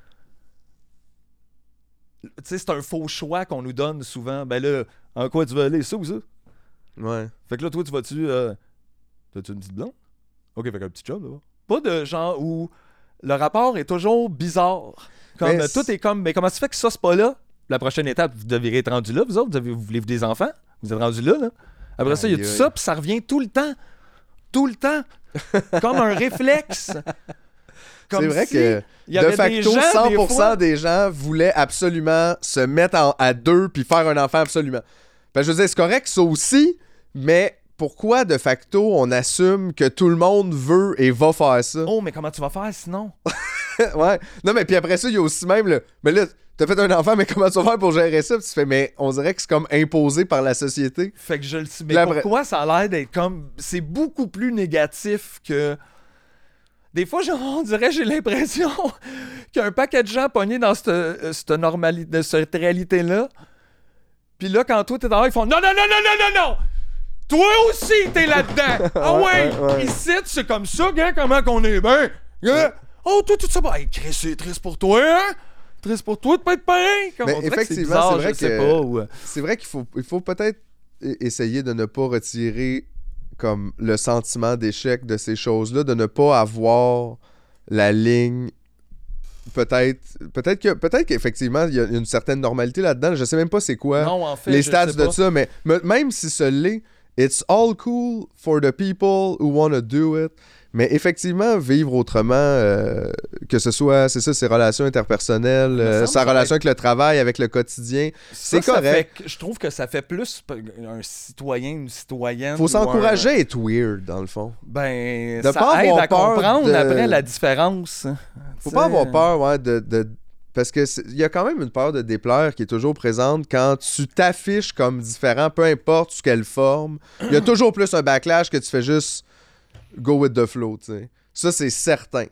Tu sais, c'est un faux choix qu'on nous donne souvent. Ben là, en quoi tu veux aller, ça ou ça? Ouais. Fait que là, toi, tu vas-tu... T'as-tu une petite blonde? Ok, fait qu'un petit chum, là. Pas de genre où le rapport est toujours bizarre. Comme tout est comme, mais comment ça fait que ça, c'est pas là? La prochaine étape, vous devriez être rendu là, vous autres, vous voulez des enfants? Vous êtes rendu là, là. Après ça, il y a tout ça, puis ça revient tout le temps. Tout le temps. Comme un réflexe. Comme c'est vrai si que, de facto, des gens, 100% des gens voulaient absolument se mettre à deux puis faire un enfant absolument. Ben, je veux dire, c'est correct, ça aussi, mais... Pourquoi, de facto, on assume que tout le monde veut et va faire ça? Oh, mais comment tu vas faire sinon? Ouais. Non, mais puis après ça, il y a aussi même le... Mais là, t'as fait un enfant, mais comment tu vas faire pour gérer ça? Puis tu fais, mais on dirait que c'est comme imposé par la société. Fait que je le sais. Mais pourquoi ça a l'air d'être comme... C'est beaucoup plus négatif que... Des fois, on dirait, j'ai l'impression qu'il y a un paquet de gens pognés dans cette réalité-là. Puis là, quand toi, t'es dans là, ils font « Non, non, non, non, non, non, non! » Toi aussi, t'es là-dedans! Ah ouais! Ici, c'est comme ça, gars, comment qu'on est bien! Oh, toi, tout ça, hey, Chris, c'est triste pour toi, hein? Triste pour toi de pas être pareil! Mais effectivement, c'est vrai qu'il faut peut-être essayer de ne pas retirer comme le sentiment d'échec de ces choses-là, de ne pas avoir la ligne... Peut-être qu'effectivement, il y a une certaine normalité là-dedans. Je sais même pas c'est quoi les stats de ça, mais même si ce l'est, it's all cool for the people who want to do it. Mais effectivement, vivre autrement, que ce soit, c'est ça, ses relations interpersonnelles, sa relation avec le travail, avec le quotidien, c'est correct. Je trouve que ça fait plus un citoyen, une citoyenne. Faut s'encourager à être weird, dans le fond. Ben, de ça pas aide avoir à peur comprendre après la différence. Faut pas avoir peur, ouais, parce que il y a quand même une peur de déplaire qui est toujours présente quand tu t'affiches comme différent, peu importe sous quelle forme. Il y a toujours plus un backlash que tu fais juste go with the flow, tu sais. Ça, c'est certain.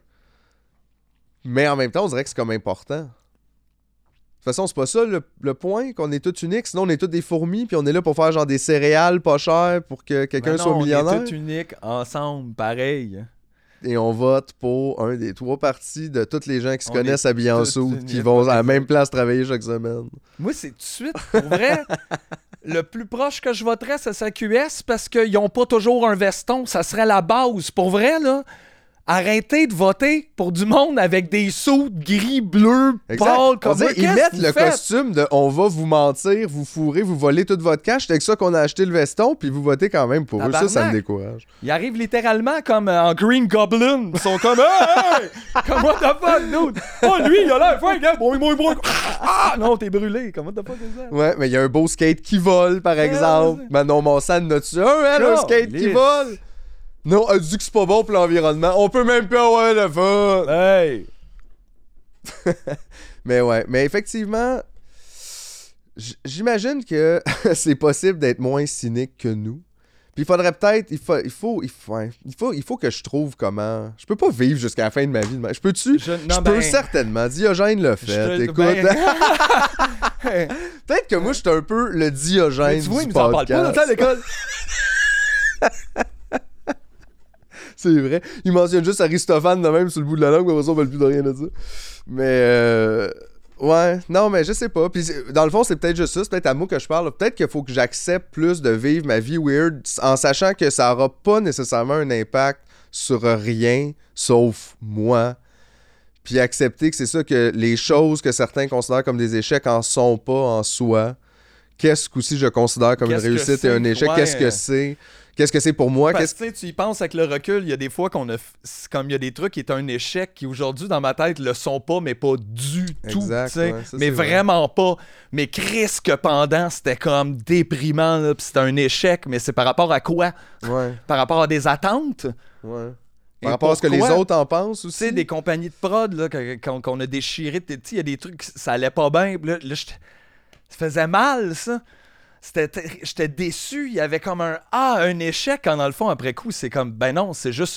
Mais en même temps, on dirait que c'est comme important. De toute façon, c'est pas ça le point, qu'on est tous uniques. Sinon, on est tous des fourmis, puis on est là pour faire genre des céréales pas chères pour que quelqu'un soit millionnaire. On est tous uniques, ensemble, pareil. Et on vote pour un des 3 partis de tous les gens qui se connaissent à Beyoncé, qui vont à la même place travailler chaque semaine. Moi, c'est tout de suite, pour vrai, le plus proche que je voterais, c'est sa QS, parce qu'ils n'ont pas toujours un veston. Ça serait la base. Pour vrai, là, Arrêtez de voter pour du monde avec des sauts gris, bleus, pâles, comme ça. Ils mettent le costume de on va vous mentir, vous fourrer, vous voler tout votre cash. C'est avec ça qu'on a acheté le veston, puis vous votez quand même pour eux. Ça me décourage. Ils arrivent littéralement comme en Green Goblin. Ils sont comme hey! Comme what the fuck, dude? Oh, lui, il a l'air fun, gars. Ah, non, t'es brûlé. Comme what the fuck est ça? Ouais, mais il y a un beau skate qui vole, par exemple. Manon Monsan n'a-tu un skate qui vole? Non, elle dit que c'est pas bon pour l'environnement. On peut même pas avoir le fun. Hey! Mais ouais, mais effectivement, j'imagine que c'est possible d'être moins cynique que nous. Puis il faudrait peut-être, il faut que je trouve comment. Je peux pas vivre jusqu'à la fin de ma vie. Je peux-tu? Je peux certainement. Diogène l'a fait. Écoute. Peut-être que moi, je suis un peu le Diogène du podcast. Tu vois, il nous en parle pas dans à l'école. C'est vrai. Il mentionne juste Aristophane de même sur le bout de la langue, mais après ça, on ne veut plus de rien à dire. Mais, ouais, non, mais je sais pas. Puis, dans le fond, c'est peut-être juste ça. C'est peut-être à moi que je parle. Peut-être qu'il faut que j'accepte plus de vivre ma vie weird en sachant que ça aura pas nécessairement un impact sur rien, sauf moi. Puis accepter que c'est ça, que les choses que certains considèrent comme des échecs en sont pas en soi. Qu'est-ce qu'aussi je considère comme une réussite et un échec? Ouais. Qu'est-ce que c'est? Qu'est-ce que c'est pour moi? Parce que tu y penses avec le recul, il y a des fois comme il y a des trucs qui est un échec qui aujourd'hui dans ma tête le sont pas, mais pas du tout. Exact, ouais, ça, mais vraiment pas. Mais Chris que pendant c'était comme déprimant, là, pis c'était un échec, mais c'est par rapport à quoi? Ouais. Par rapport à des attentes? Ouais. Par rapport à ce que les autres en pensent aussi? Tu sais, des compagnies de prod là, qu'on a déchiré, il y a des trucs, ça allait pas bien, là ça faisait mal, ça. J'étais déçu, il y avait comme un échec quand dans le fond après coup c'est comme ben non, c'est juste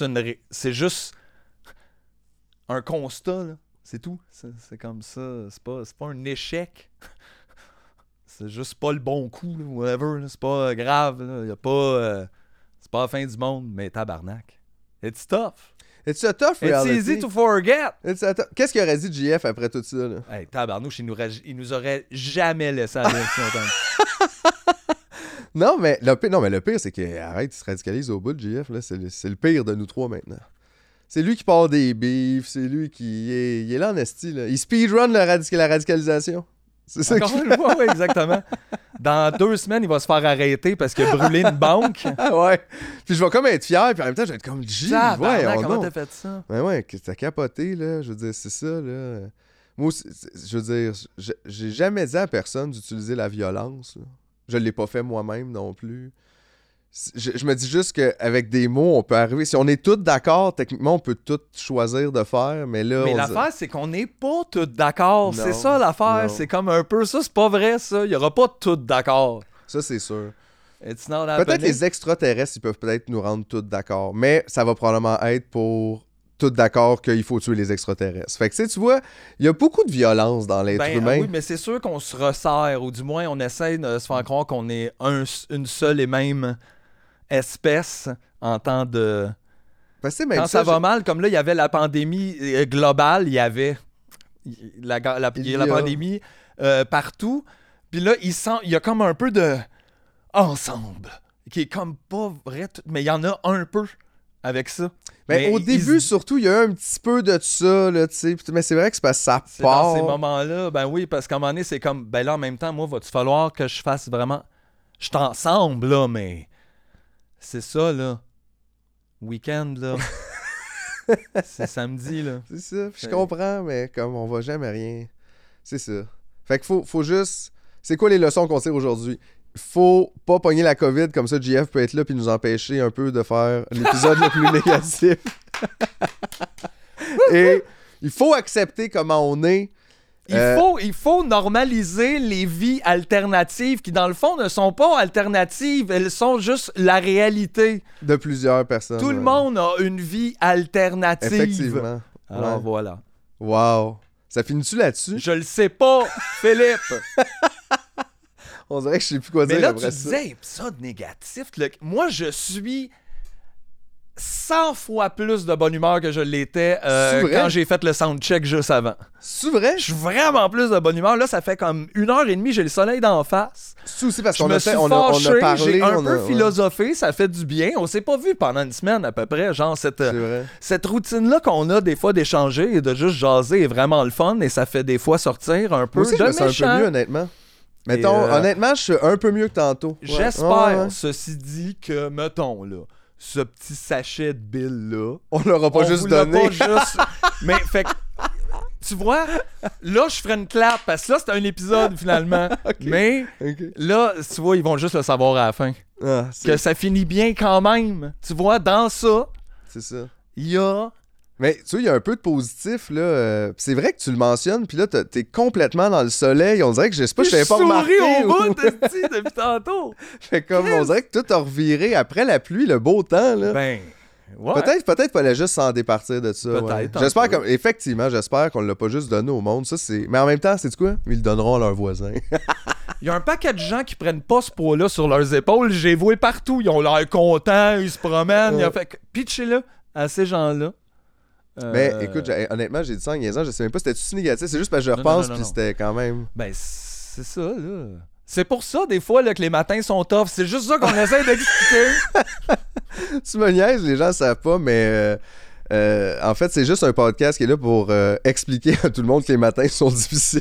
un constat là. C'est tout, c'est comme ça, c'est pas un échec. C'est juste pas le bon coup là, whatever, là. C'est pas grave là. Y a pas c'est pas la fin du monde, mais tabarnak. It's tough. It's a tough reality. It's easy to forget. Qu'est-ce qu'il aurait dit JF après tout ça là? Hey, tabarnouche, il nous aurait jamais laissé aller si longtemps. Non, mais le pire, c'est qu'il arrête, il se radicalise au bout de JF. Là. C'est le pire de nous trois maintenant. C'est lui qui part des beefs, c'est lui qui il est là en esti. Là. Il speedrun la radicalisation. C'est ça encore une fois, oui, exactement. Dans 2 semaines, il va se faire arrêter parce qu'il a brûlé une banque. Ah ouais. Puis je vais comme être fier, puis en même temps, je vais être comme J. Comment t'as fait ça? Ben ouais, t'as capoté, là. Je veux dire, c'est ça, là. Moi, je veux dire, j'ai jamais dit à personne d'utiliser la violence, là. Je l'ai pas fait moi-même non plus. Je me dis juste qu'avec des mots, on peut arriver. Si on est tous d'accord, techniquement, on peut tout choisir de faire, mais là... Mais l'affaire, c'est qu'on n'est pas tous d'accord. C'est ça, l'affaire. Non. C'est comme un peu ça. C'est pas vrai, ça. Il y aura pas tous d'accord. Ça, c'est sûr. Peut-être les extraterrestres, ils peuvent peut-être nous rendre tous d'accord, mais ça va probablement être pour... tout d'accord qu'il faut tuer les extraterrestres. Fait que tu vois, il y a beaucoup de violence dans l'être humain. Oui, mais c'est sûr qu'on se resserre, ou du moins on essaie de se faire croire qu'on est une seule et même espèce en temps de... Même quand ça va mal, comme là, il y avait la pandémie globale, il y avait la pandémie partout, puis là, il y a comme un peu de ensemble, qui est comme pas vrai, mais il y en a un peu avec ça. Mais au début, surtout, il y a un petit peu de ça, là, tu sais. Mais c'est vrai que c'est parce que ça part. Dans ces moments-là, ben oui, parce qu'à un moment donné, c'est comme, ben là, en même temps, moi, va-tu falloir que je fasse vraiment... Je t'ensemble, là, mais... C'est ça, là. Week-end, là. C'est samedi, là. C'est ça. Je comprends, mais comme on va jamais rien... C'est ça. Fait qu'il faut juste... C'est quoi les leçons qu'on tire aujourd'hui? Faut pas pogner la COVID, comme ça JF peut être là puis nous empêcher un peu de faire l'épisode le plus négatif. Et il faut accepter comment on est. Il faut normaliser les vies alternatives qui, dans le fond, ne sont pas alternatives. Elles sont juste la réalité. De plusieurs personnes. Tout le monde a une vie alternative. Effectivement. Alors voilà. Wow. Ça finit-tu là-dessus? Je le sais pas, Philippe. On dirait que je sais plus quoi dire après ça. Mais là, tu disais épisode négatif. Moi, je suis 100 fois plus de bonne humeur que je l'étais C'est vrai? quand j'ai fait le soundcheck juste avant. C'est vrai? Je suis vraiment plus de bonne humeur. Là, ça fait comme 1h30, j'ai le soleil d'en face. C'est aussi parce Je qu'on me a, suis fait, on a fâché, parlé. j'ai un peu ouais. philosophé, ça fait du bien. On s'est pas vu pendant une semaine à peu près. Genre, C'est vrai. cette routine-là qu'on a des fois d'échanger et de juste jaser est vraiment le fun et ça fait des fois sortir un peu Moi aussi, de je me sens un méchant. peu mieux, honnêtement. Mettons, honnêtement, je suis un peu mieux que tantôt. Ouais. J'espère, Ouais. ceci dit, que, mettons, là, ce petit sachet de Bill-là, On l'aura pas on juste vous l'a donné. pas juste... Mais, fait que, tu vois, là, je ferais une clap, parce que là, c'est un épisode, finalement. Ok. Mais, Ok. là, tu vois, ils vont juste le savoir à la fin. Ah, Que ça finit bien quand même. Tu vois, dans ça, c'est ça. il y a... Mais tu sais, il y a un peu de positif, là. Pis c'est vrai que tu le mentionnes, puis là, t'es complètement dans le soleil. On dirait que je sais pas, je t'avais pas remarqué. souris au ou- bout, esti, depuis tantôt. Fait comme, on dirait que tout a reviré après la pluie, le beau temps, là. Ben, ouais. Peut-être fallait juste s'en départir de ça. Peut-être, ouais. un J'espère peu. effectivement, j'espère qu'on l'a pas juste donné au monde. Ça, c'est. Mais en même temps, c'est quoi? Ils le donneront à leurs voisins. Il y a un paquet de gens qui prennent pas ce poids-là sur leurs épaules. J'ai voué partout. Ils ont l'air contents, ils se promènent. Ouais. Il a fait pitchez-le à ces gens-là. Mais écoute, honnêtement, j'ai dit ça en niaisant, je sais même pas si c'était-tu négatif, c'est juste parce que je Non, repense, non, puis non. c'était quand même. Ben, c'est ça, là. C'est pour ça, des fois, là, que les matins sont tough. C'est juste ça qu'on essaie d'expliquer. Tu me niaises, les gens savent pas, mais en fait, c'est juste un podcast qui est là pour expliquer à tout le monde que les matins sont difficiles.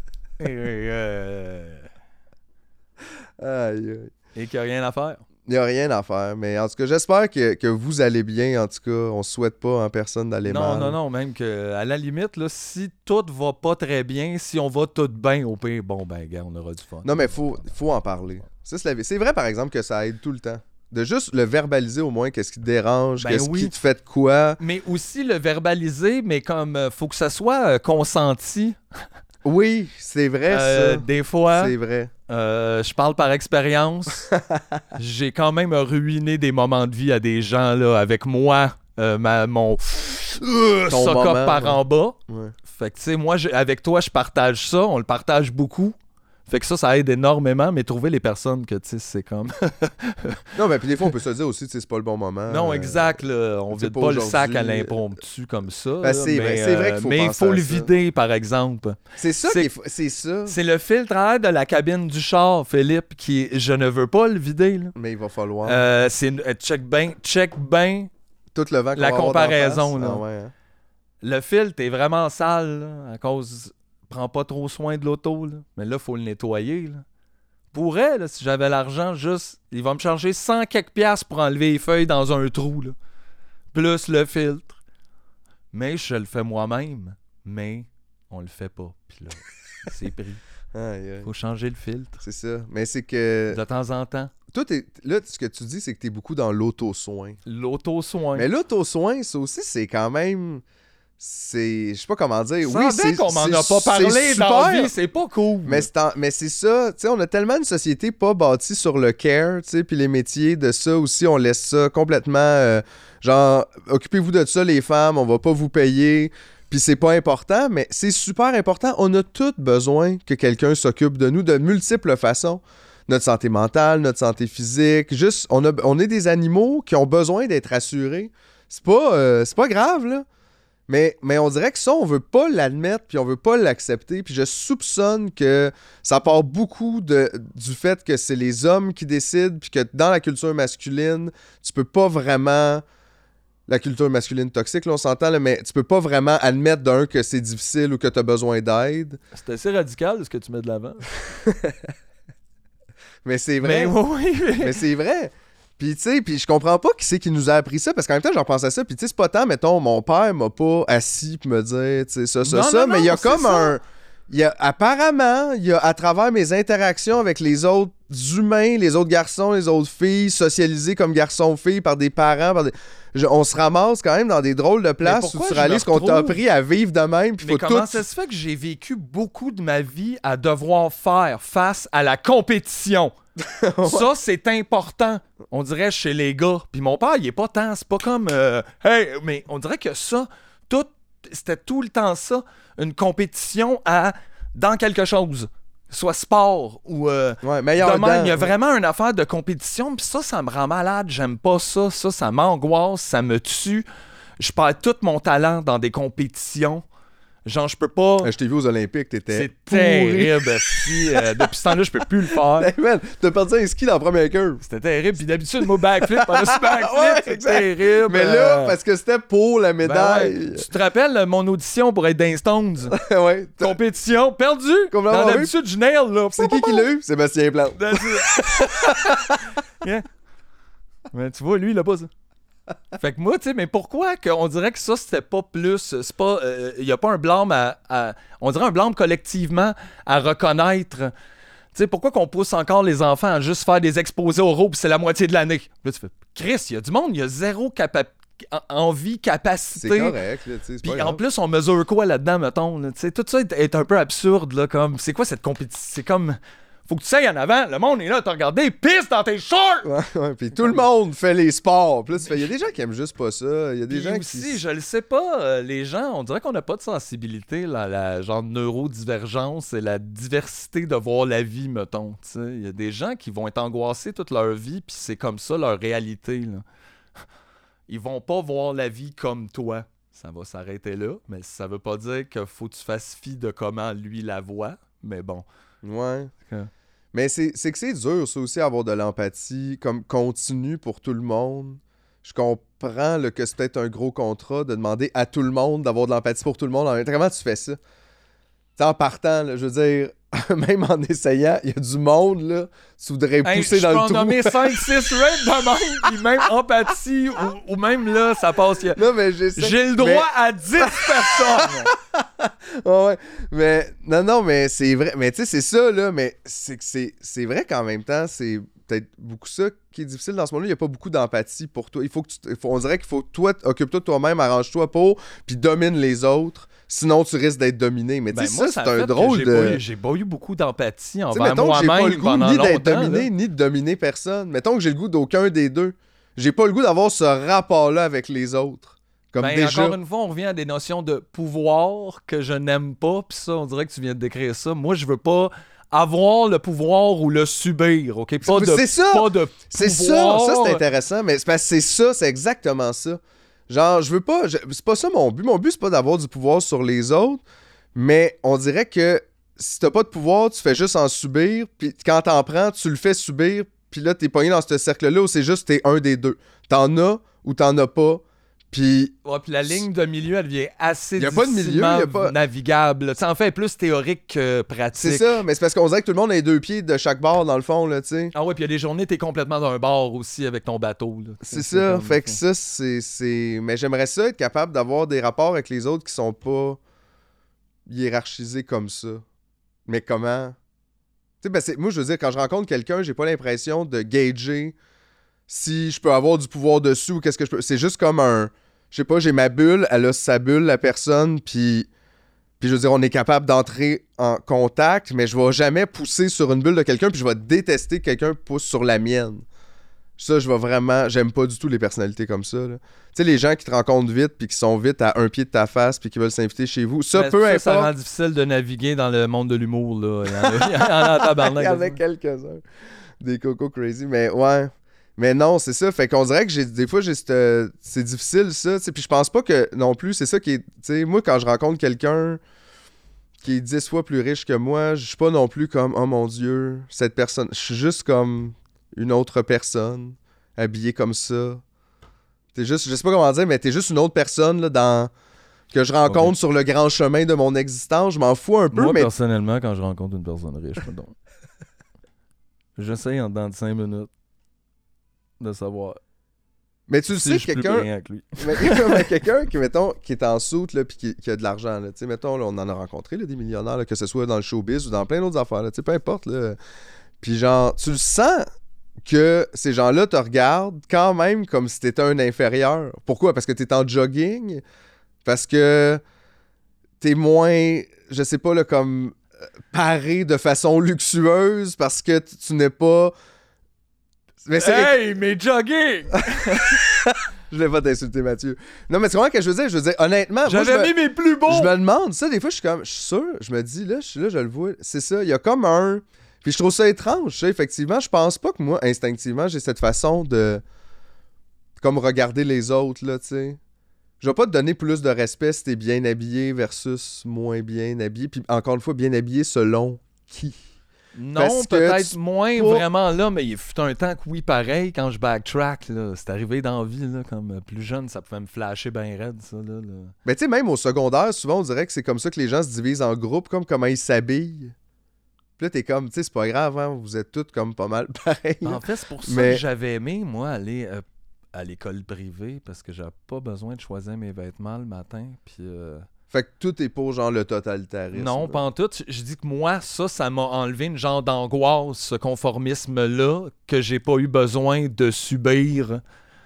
Aïe, aïe. Et qu'il n'y a rien à faire. Il n'y a rien à faire, mais en tout cas, j'espère que vous allez bien. En tout cas, on souhaite pas en personne d'aller mal. Non, même que à la limite, là, si tout va pas très bien, si on va tout bien, au pire, bon, ben, gars, on aura du fun. Non, mais faut en parler. Ça, c'est vrai, par exemple, que ça aide tout le temps. De juste le verbaliser au moins, qu'est-ce qui te dérange, Ben qu'est-ce oui. qui te fait de quoi. Mais aussi le verbaliser, mais comme faut que ça soit consenti. Oui, c'est vrai, ça. Des fois, C'est vrai. je parle par expérience. J'ai quand même ruiné des moments de vie à des gens là avec moi, mon Ton sock-up moment, par ouais. en bas. Ouais. Fait que tu sais, moi, avec toi, je partage ça. On le partage beaucoup. Fait que ça aide énormément, mais trouver les personnes que, tu sais, c'est comme... Non, mais puis des fois, on peut se dire aussi, tu sais, c'est pas le bon moment. Non, exact, là. On c'est vide pas pas le sac à aujourd'hui. l'impromptu comme ça. Ben, là, c'est vrai, c'est vrai qu'il faut mais il penser faut à le ça. vider, par exemple. C'est ça C'est- c'est ça. C'est le filtre à air de la cabine du char, Philippe, qui je ne veux pas le vider. Là. Mais il va falloir. C'est check bien. Tout le vent qu'on la va avoir d'en comparaison, face. là. Ah ouais, hein. Le filtre est vraiment sale là, à cause. Prends pas trop soin de l'auto. Là. Mais là, faut le nettoyer. Là. Pourrais, là, si j'avais l'argent, juste. Il va me charger 100 quelques piastres pour enlever les feuilles dans un trou. Là. Plus le filtre. Mais je le fais moi-même. Mais on le fait pas. Puis là, c'est pris. Aïe, aïe. Faut changer le filtre. C'est ça. Mais c'est que. De temps en temps. Toi, là, ce que tu dis, c'est que t'es beaucoup dans l'auto-soin. L'auto-soin. Mais l'auto-soin, ça aussi, c'est quand même. Je sais pas comment dire. Sans Oui, dire c'est qu'on m'en c'est- a pas parlé c'est dans la super. vie, c'est pas cool. Mais c'est ça, tu sais, on a tellement une société pas bâtie sur le care, tu sais, puis les métiers de ça aussi, on laisse ça complètement, genre, occupez-vous de ça les femmes, on va pas vous payer, puis c'est pas important, mais c'est super important. On a tous besoin que quelqu'un s'occupe de nous de multiples façons. Notre santé mentale, notre santé physique, juste, on est des animaux qui ont besoin d'être assurés. C'est pas grave, là. Mais on dirait que ça, on veut pas l'admettre, puis on veut pas l'accepter. Puis je soupçonne que ça part beaucoup du fait que c'est les hommes qui décident, puis que dans la culture masculine, tu peux pas vraiment... La culture masculine toxique, là, on s'entend, là, mais tu peux pas vraiment admettre que c'est difficile ou que t'as besoin d'aide. C'est assez radical ce que tu mets de l'avant. Mais c'est vrai. Mais oui, Mais c'est vrai. Puis, tu sais, puis je comprends pas qui c'est qui nous a appris ça, parce qu'en même temps, j'en pense à ça, puis tu sais, c'est pas tant, mettons, mon père m'a pas assis pour me dire, tu sais, ça, Non, mais il y a c'est comme ça. apparemment, il y a, à travers mes interactions avec les autres humains, les autres garçons, les autres filles, socialisés comme garçons-filles par des parents, on se ramasse quand même dans des drôles de places où pourquoi tu je me réalises qu'on t'a retrouve- appris à vivre de même, puis Mais faut comment tout... ça se fait que j'ai vécu beaucoup de ma vie à devoir faire face à la compétition? Ça, c'est important. On dirait chez les gars. Puis mon père, il est pas tant. C'est pas comme... hey, mais on dirait que ça, c'était tout le temps ça. Une compétition dans quelque chose. soit sport ou meilleur de même. dent. Il y a vraiment une affaire de compétition, puis ça me rend malade. J'aime pas ça. Ça m'angoisse, ça me tue. Je perds tout mon talent dans des compétitions. Genre, je peux pas... Je t'ai vu aux Olympiques, t'étais C'est pourri. terrible, si, depuis ce temps-là, je peux plus le faire. Hey man, t'as perdu un ski dans la première curve. C'était terrible. Puis d'habitude, moi, backflip, par-dessus backflip, Ouais, c'est exact. terrible. Mais là, parce que c'était pour la ben médaille. ouais. Tu te rappelles mon audition pour être dans Stones? Ouais. Compétition, perdu. Complètement Dans d'habitude, je nail, là. C'est qui l'a eu? Sébastien Plante. That's it. Yeah. Mais tu vois, lui, il a pas ça. Fait que moi, tu sais, mais pourquoi qu'on dirait que ça, c'était pas plus... C'est pas... Il y a pas un blâme à... On dirait un blâme collectivement à reconnaître... Tu sais, pourquoi qu'on pousse encore les enfants à juste faire des exposés oraux puis c'est la moitié de l'année? Là, tu fais... Chris, il y a du monde, il y a zéro envie, capacité. C'est correct, là, tu sais, c'est Puis pas grave. en plus, on mesure quoi là-dedans, mettons? Là, tu sais, tout ça est un peu absurde, là, comme... C'est quoi cette compétition? C'est comme... Faut que tu sailles en avant, le monde est là, t'as regardé, pisse dans tes shorts! Ouais, puis tout le monde fait les sports. Puis là, il y a des gens qui aiment juste pas ça. Il y a des Puis gens aussi, qui... je le sais pas, les gens, on dirait qu'on n'a pas de sensibilité, la genre neurodivergence et la diversité de voir la vie, mettons. Il y a des gens qui vont être angoissés toute leur vie, puis c'est comme ça leur réalité. Là. Ils vont pas voir la vie comme toi. Ça va s'arrêter là, mais ça veut pas dire qu'il faut que tu fasses fi de comment lui la voit. Mais bon. Ouais. Okay. Mais c'est que c'est dur, ça aussi, avoir de l'empathie comme continue pour tout le monde. Je comprends là, que c'est peut-être un gros contrat de demander à tout le monde d'avoir de l'empathie pour tout le monde. Comment tu fais ça? T'sais, en partant, là, je veux dire, même en essayant, il y a du monde, là, tu voudrais pousser dans le trou. Je peux en nommer 5-6 raids de même, puis même empathie, ou même là, ça passe. Non, mais j'ai le droit à 10 personnes! Ouais, mais non, mais c'est vrai. Mais tu sais, c'est ça, là, mais c'est vrai qu'en même temps, c'est peut-être beaucoup ça qui est difficile dans ce monde-là. Il n'y a pas beaucoup d'empathie pour toi. On dirait qu'il faut, toi, occupe-toi de toi-même, arrange-toi pour, puis domine les autres. Sinon, tu risques d'être dominé. Mais tu sais, moi, ça, c'est un drôle de... J'ai pas eu beaucoup d'empathie T'sais, envers mettons que j'ai pas moi-même le goût pendant ni d'être longtemps. dominé, Là. ni de dominer personne. Mettons que j'ai le goût d'aucun des deux. J'ai pas le goût d'avoir ce rapport-là avec les autres. Comme déjà... Encore une fois, on revient à des notions de pouvoir que je n'aime pas. Puis ça, on dirait que tu viens de décrire ça. Moi, je veux pas avoir le pouvoir ou le subir, OK? Pas c'est ça! Pas de c'est pouvoir. Ça c'est intéressant, mais c'est parce que c'est ça, c'est exactement ça. Genre, je veux pas... c'est pas ça mon but. Mon but, c'est pas d'avoir du pouvoir sur les autres, mais on dirait que si t'as pas de pouvoir, tu fais juste en subir, puis quand t'en prends, tu le fais subir, puis là, t'es pogné dans ce cercle-là où c'est juste t'es un des deux. T'en as ou t'en as pas. Puis la ligne de milieu, elle devient assez difficilement navigable. T'sais, en fait, elle est plus théorique que pratique. C'est ça, mais c'est parce qu'on dirait que tout le monde a les deux pieds de chaque bord, dans le fond, là, tu sais. Ah ouais, puis il y a des journées, t'es complètement d'un bord aussi avec ton bateau. Là. C'est ça, fait que ça, c'est... Mais j'aimerais ça, être capable d'avoir des rapports avec les autres qui sont pas hiérarchisés comme ça. Mais comment? Tu sais, moi, je veux dire, quand je rencontre quelqu'un, j'ai pas l'impression de gager si je peux avoir du pouvoir dessus ou qu'est-ce que je peux... C'est juste comme un... Je sais pas, j'ai ma bulle, elle a sa bulle, la personne, puis je veux dire, on est capable d'entrer en contact, mais je vais jamais pousser sur une bulle de quelqu'un, puis je vais détester que quelqu'un pousse sur la mienne. Ça, je vais vraiment... J'aime pas du tout les personnalités comme ça, là. Tu sais, les gens qui te rencontrent vite, puis qui sont vite à un pied de ta face, puis qui veulent s'inviter chez vous, ça, peu importe... Ça rend difficile de naviguer dans le monde de l'humour, là. Il y en a en tabarnak. Il y en a quelques-uns. Des cocos crazy, mais ouais... Mais non, c'est ça. Fait qu'on dirait que des fois, c'est difficile, ça. Puis je pense pas que non plus, c'est ça qui est... T'sais, moi, quand je rencontre quelqu'un qui est 10 fois plus riche que moi, je suis pas non plus comme, oh mon Dieu, cette personne. Je suis juste comme une autre personne, habillée comme ça. T'es juste, je sais pas comment dire, mais t'es juste une autre personne là, que je rencontre sur le grand chemin de mon existence. Je m'en fous un peu, moi, mais... personnellement, quand je rencontre une personne riche, j'essaye en dedans de 5 minutes de savoir. Mais tu le sais, quelqu'un. Mais quelqu'un qui, mettons, qui est en soute là, puis qui a de l'argent. Là, mettons, là, on en a rencontré là, des millionnaires, là, que ce soit dans le showbiz ou dans plein d'autres affaires. Là, peu importe. Là. Puis genre, tu le sens que ces gens-là te regardent quand même comme si t'étais un inférieur. Pourquoi? Parce que t'es en jogging? Parce que t'es moins, je sais pas, là, comme paré de façon luxueuse parce que tu n'es pas... Mais mais jogging! Je voulais pas t'insulter, Mathieu. Non, mais c'est vraiment ce que je veux dire. Je veux dire, honnêtement... J'avais mis mes plus beaux! Je me demande ça, des fois, je suis sûr. Je me dis, là, je suis là, je le vois. C'est ça, il y a comme un... Puis je trouve ça étrange, tu sais, effectivement. Je pense pas que moi, instinctivement, j'ai cette façon de... Comme regarder les autres, là, tu sais. Je vais pas te donner plus de respect si t'es bien habillé versus moins bien habillé. Puis encore une fois, bien habillé selon qui? Non, peut-être moins vraiment là, mais il fut un temps que oui, pareil, quand je backtrack, là, c'est arrivé dans la vie, là, comme plus jeune, ça pouvait me flasher bien raide, ça. Là. Mais tu sais, même au secondaire, souvent, on dirait que c'est comme ça que les gens se divisent en groupes, comme comment ils s'habillent. Puis là, t'es comme, tu sais, c'est pas grave, hein, vous êtes tous comme pas mal pareils. En fait, c'est pour ça que j'avais aimé, moi, aller à l'école privée, parce que j'avais pas besoin de choisir mes vêtements le matin, puis... Fait que tout est pour genre le totalitarisme. Non, pas en tout. Je dis que moi, ça m'a enlevé une genre d'angoisse, ce conformisme-là, que j'ai pas eu besoin de subir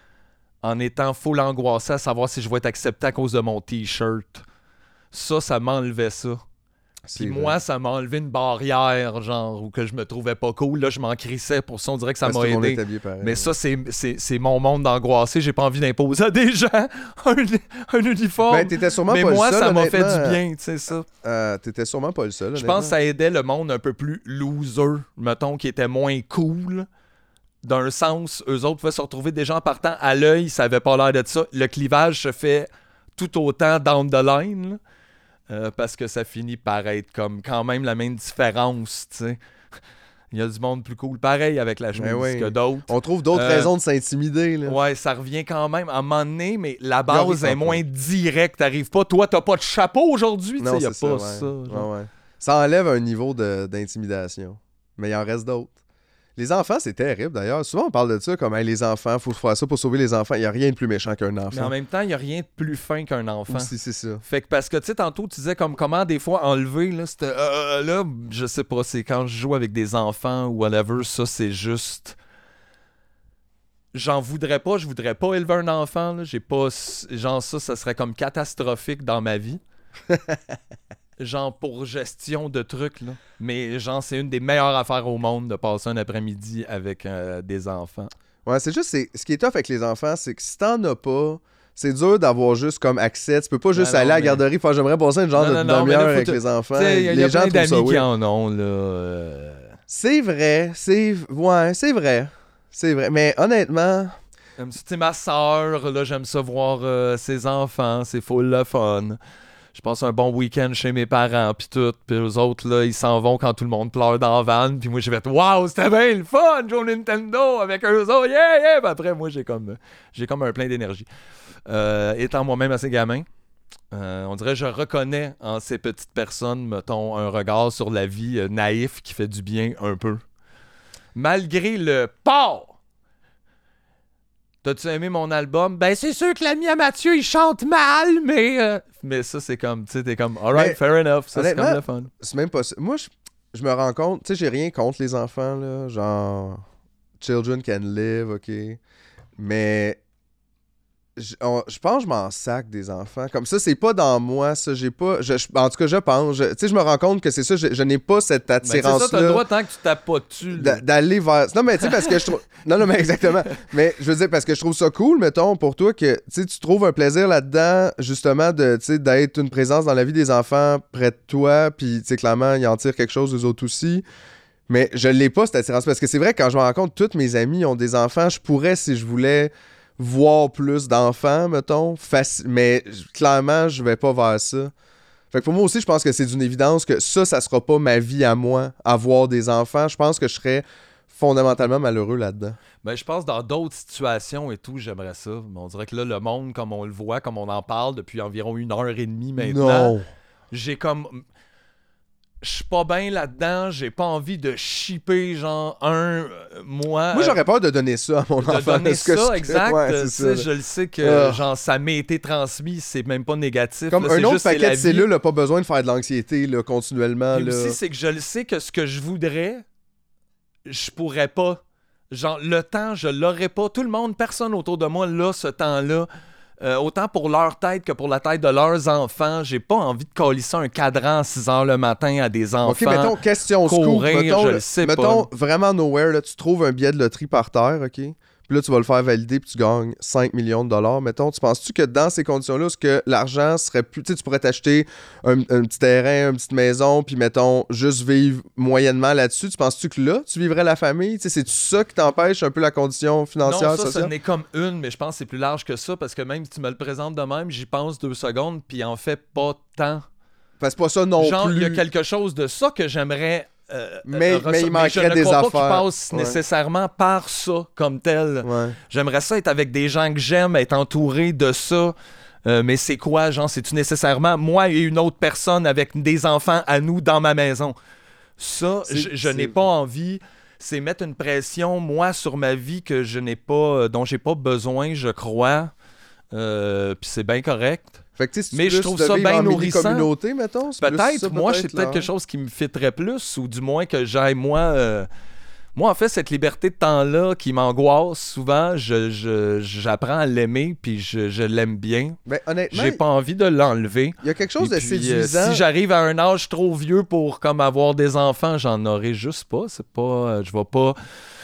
en étant full angoissé à savoir si je vais être accepté à cause de mon T-shirt. Ça m'enlevait ça. Puis moi, ça m'a enlevé une barrière, genre, où que je me trouvais pas cool. Là, je m'en crissais. Pour ça, on dirait que ça m'a aidé. Mais ça, c'est mon monde d'angoissé. J'ai pas envie d'imposer à des gens un uniforme. Ben, t'étais sûrement mais pas moi, le seul, ça m'a fait du bien, tu sais, ça. T'étais sûrement pas le seul, Je pense que ça aidait le monde un peu plus loser, mettons, qui était moins cool. D'un sens, eux autres pouvaient se retrouver des gens partant à l'œil, ça avait pas l'air de ça. Le clivage se fait tout autant down the line, là. Parce que ça finit par être comme quand même la même différence, tu sais. Il y a du monde plus cool, pareil avec la chemise que d'autres. On trouve d'autres raisons de s'intimider, là. Ouais, ça revient quand même à un moment donné, mais la base est moins directe. T'arrives pas, toi, t'as pas de chapeau aujourd'hui, tu sais, y a pas ça. Ouais. Ça enlève un niveau d'intimidation. Mais il en reste d'autres. Les enfants, c'est terrible d'ailleurs. Souvent, on parle de ça comme hey, les enfants, faut faire ça pour sauver les enfants. Il n'y a rien de plus méchant qu'un enfant. Mais en même temps, il n'y a rien de plus fin qu'un enfant. Aussi, c'est ça. Fait que parce que, tu sais, tantôt, tu disais comme comment des fois enlever, là, c'était. Là, je sais pas, c'est quand je joue avec des enfants ou whatever, ça, c'est juste. Je voudrais pas élever un enfant, là. J'ai pas. Genre, ça serait comme catastrophique dans ma vie. Genre pour gestion de trucs, là. Mais genre, c'est une des meilleures affaires au monde de passer un après-midi avec des enfants. Ouais, c'est juste, ce qui est tough avec les enfants, c'est que si t'en as pas, c'est dur d'avoir juste comme accès. Tu peux pas juste aller à la garderie. Enfin, j'aimerais passer une genre de demi-heure avec les enfants. Il y a plein d'amis qui en ont, là. C'est vrai, c'est vrai. C'est vrai, mais honnêtement... Comme si, tu sais, ma soeur, là, j'aime ça voir ses enfants, c'est full le fun. Je passe un bon week-end chez mes parents, puis tout. Puis eux autres, là, ils s'en vont quand tout le monde pleure dans la van. Puis moi, j'ai fait « Wow, c'était bien le fun, jouer au Nintendo avec eux autres, yeah! » Puis après, moi, j'ai comme un plein d'énergie. Étant moi-même assez gamin, on dirait que je reconnais en ces petites personnes, mettons, un regard sur la vie naïf qui fait du bien un peu. Malgré le porc! T'as-tu aimé mon album? Ben, c'est sûr que l'ami à Mathieu, il chante mal, mais ça, c'est comme, tu sais, t'es comme, alright, fair enough, ça, c'est comme le fun. C'est même pas ça. Moi, je me rends compte, tu sais, j'ai rien contre les enfants, là, genre, children can live, OK, mais je pense que je m'en sac des enfants. Comme ça, c'est pas dans moi, ça, j'ai pas... en tout cas, je pense. Tu sais, je me rends compte que c'est ça, je n'ai pas cette attirance-là. C'est ça, t'as le droit tant que tu tapes pas dessus. D'aller vers... Non, mais tu sais, parce que je trouve... Non, mais exactement. Mais je veux dire, parce que je trouve ça cool, mettons, pour toi, que tu trouves un plaisir là-dedans, justement, d'être une présence dans la vie des enfants près de toi, puis, tu sais, clairement, ils en tirent quelque chose, eux autres aussi. Mais je l'ai pas, cette attirance. Parce que c'est vrai, quand je me rends compte, tous mes amis ont des enfants, je pourrais, si je voulais... voir plus d'enfants, mettons, mais clairement, je vais pas vers ça. Fait que pour moi aussi, je pense que c'est d'une évidence que ça sera pas ma vie à moi, avoir des enfants. Je pense que je serais fondamentalement malheureux là-dedans. Ben, je pense dans d'autres situations et tout, j'aimerais ça. Mais on dirait que là, le monde, comme on le voit, comme on en parle depuis environ 1h30 maintenant, j'ai comme... Je suis pas bien là-dedans, j'ai pas envie de shipper genre moi. Moi j'aurais peur de donner ça à mon enfant. De donner ça, exact. Ouais, ça, je le sais que genre ça m'a été transmis, c'est même pas négatif. Comme là, un autre paquet de cellules n'a pas besoin de faire de l'anxiété là, continuellement. Puis aussi, c'est que je le sais que ce que je voudrais, je pourrais pas. Genre le temps, je l'aurais pas. Tout le monde, personne autour de moi là, ce temps-là. Autant pour leur tête que pour la tête de leurs enfants, j'ai pas envie de calisser un cadran à 6h le matin à des enfants. OK, mettons, question courir, scoop. je le sais mettons pas. vraiment nowhere, là, tu trouves un billet de loterie par terre, OK? Puis puis là, tu vas le faire valider, puis tu gagnes 5 millions de dollars, mettons. Tu penses-tu que dans ces conditions-là, est-ce que l'argent serait plus... Tu sais, tu pourrais t'acheter un petit terrain, une petite maison, puis mettons, juste vivre moyennement là-dessus. Tu penses-tu que là, tu vivrais la famille? Tu sais, c'est-tu ça qui t'empêche un peu la condition financière, non, sociale? ça n'est comme une, mais je pense que c'est plus large que ça, parce que même si tu me le présentes de même, j'y pense 2 secondes, puis en fait pas tant. Parce que c'est pas ça non Genre, plus. il y a quelque chose de ça que j'aimerais... mais il manquerait je ne des crois affaires. pas qu'il passe nécessairement par ça comme tel. Ouais. J'aimerais ça être avec des gens que j'aime, être entouré de ça. Mais c'est quoi, genre, c'est-tu nécessairement moi et une autre personne avec des enfants à nous dans ma maison? Ça, je n'ai pas envie. C'est mettre une pression, moi, sur ma vie que je n'ai pas, dont j'ai pas besoin, je crois. Puis c'est bien correct. Fait que, mais je trouve ça bien nourrissant. Communauté, mettons, peut-être, moi, c'est peut-être quelque chose qui me fitterait plus, ou du moins que j'aille, moi, en fait, cette liberté de temps-là qui m'angoisse souvent, j'apprends à l'aimer, puis je l'aime bien. Ben, honnêtement, j'ai pas envie de l'enlever. Il y a quelque chose de séduisant. Si j'arrive à un âge trop vieux pour comme avoir des enfants, j'en aurai juste pas. C'est pas, je vais pas,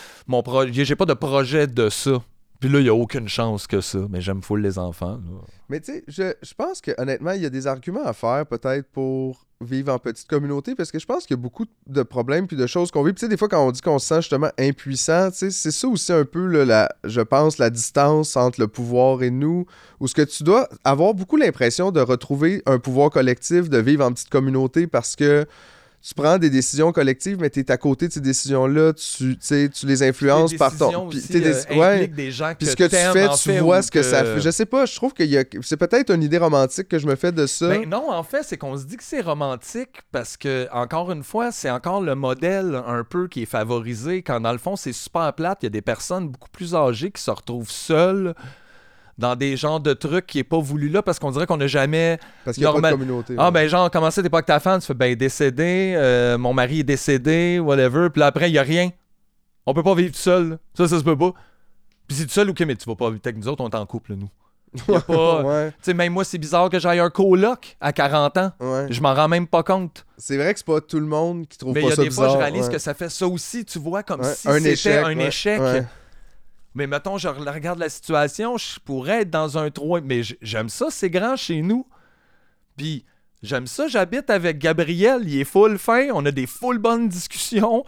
j'ai pas de projet de ça. Puis là, il n'y a aucune chance que ça. Mais j'aime full les enfants. Là. Mais tu sais, je pense que honnêtement, il y a des arguments à faire peut-être pour vivre en petite communauté parce que je pense qu'il y a beaucoup de problèmes puis de choses qu'on vit. Puis tu sais, des fois, quand on dit qu'on se sent justement impuissant, tu sais, c'est ça aussi un peu, là, je pense, la distance entre le pouvoir et nous, où ce que tu dois avoir beaucoup l'impression de retrouver un pouvoir collectif, de vivre en petite communauté parce que tu prends des décisions collectives, mais tu es à côté de ces décisions-là, tu les influences par ton... Puis des gens puis ce que tu fais, tu vois ce que ça fait. Je sais pas, je trouve que c'est peut-être une idée romantique que je me fais de ça. Ben non, en fait, c'est qu'on se dit que c'est romantique parce que, encore une fois, c'est encore le modèle un peu qui est favorisé, quand dans le fond, c'est super plate. Il y a des personnes beaucoup plus âgées qui se retrouvent seules dans des genres de trucs qui est pas voulu là parce qu'on dirait qu'on n'a jamais... Parce qu'il n'y a pas de communauté. Ah, ben genre, comment ça, t'es pas avec ta femme? Tu fais, ben, décédé, mon mari est décédé, whatever. Puis là, après, il n'y a rien. On peut pas vivre tout seul. Ça se peut pas. Puis si tu es seul, ok, mais tu vas pas vivre avec nous autres, on est en couple, nous. Y a pas... ouais. Tu sais, même moi, c'est bizarre que j'aille un coloc à 40 ans. Ouais. Je m'en rends même pas compte. C'est vrai que c'est pas tout le monde qui trouve mais pas ça bizarre. Mais il y a des fois, je réalise que ça fait ça aussi, tu vois, comme si un c'était un échec. Ouais. Mais mettons, je regarde la situation, je pourrais être dans un 3, mais j'aime ça, c'est grand chez nous. Puis j'aime ça, j'habite avec Gabriel, il est full fin, on a des full bonnes discussions.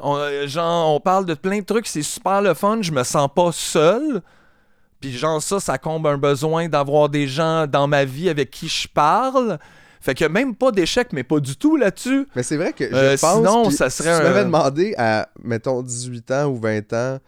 On parle de plein de trucs, c'est super le fun, je me sens pas seul. Puis genre ça comble un besoin d'avoir des gens dans ma vie avec qui je parle. Fait qu'il n'y a même pas d'échec, mais pas du tout là-dessus. Mais c'est vrai que je pense... Sinon, ça serait si tu m'avais demandé à, mettons, 18 ans ou 20 ans...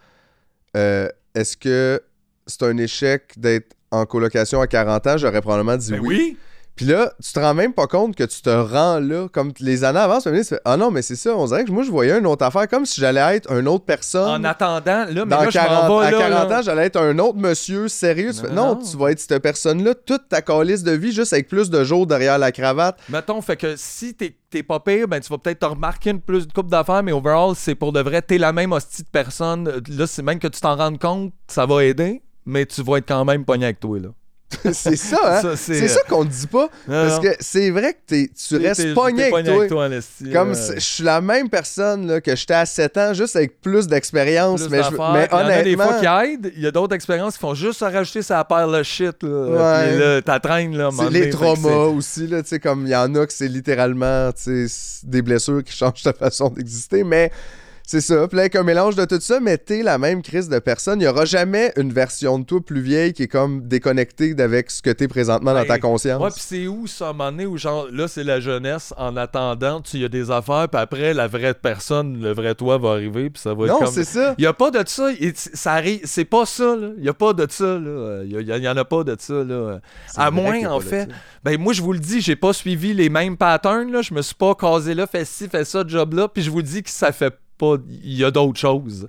est-ce que c'est un échec d'être en colocation à 40 ans? J'aurais probablement dit oui. Puis là, tu te rends même pas compte que tu te rends là. Comme les années avant, tu fais « Ah non, mais c'est ça, on dirait que moi, je voyais une autre affaire, comme si j'allais être une autre personne. » En attendant, là, mais là, 40, je m'en vais, à 40 là. ans, j'allais être un autre monsieur sérieux. Non, tu vas être cette personne-là toute ta calice de vie, juste avec plus de jours derrière la cravate. Mettons, fait que si t'es pas pire, ben tu vas peut-être te remarquer une couple d'affaires, mais overall, c'est pour de vrai, t'es la même hostie de personne. Là, c'est même que tu t'en rendes compte, ça va aider, mais tu vas être quand même pogné avec toi, là. C'est ça, hein? C'est ça qu'on te dit pas. Parce que c'est vrai que tu restes pogné avec toi. Comme je suis la même personne là, que j'étais à 7 ans, juste avec plus d'expérience. Mais honnêtement... Il y en a des fois qui aident. Il y a d'autres expériences qui font juste se rajouter sa paire de shit. Là. Puis là, t'attraînes. Là, c'est les traumas aussi. Là, comme il y en a que c'est littéralement des blessures qui changent ta façon d'exister. Mais... c'est ça. Puis là, avec un mélange de tout ça, mais t'es la même crise de personne. Il n'y aura jamais une version de toi plus vieille qui est comme déconnectée d'avec ce que t'es présentement dans ta conscience. Ouais, puis c'est où ça, à un moment donné, où genre, là, c'est la jeunesse, en attendant, il y a des affaires, puis après, la vraie personne, le vrai toi va arriver, puis ça va être non, comme... c'est ça. Il n'y a pas de ça. Ça arrive... C'est pas ça, là. Il n'y a pas de ça, là. Il y en a pas de ça, là. À moins, en fait... Ben, moi, je vous le dis, j'ai pas suivi les mêmes patterns, là. Je me suis pas casé là, fait ci, fait ça, job-là, puis je vous dis que ça fait pas... Il y a d'autres choses.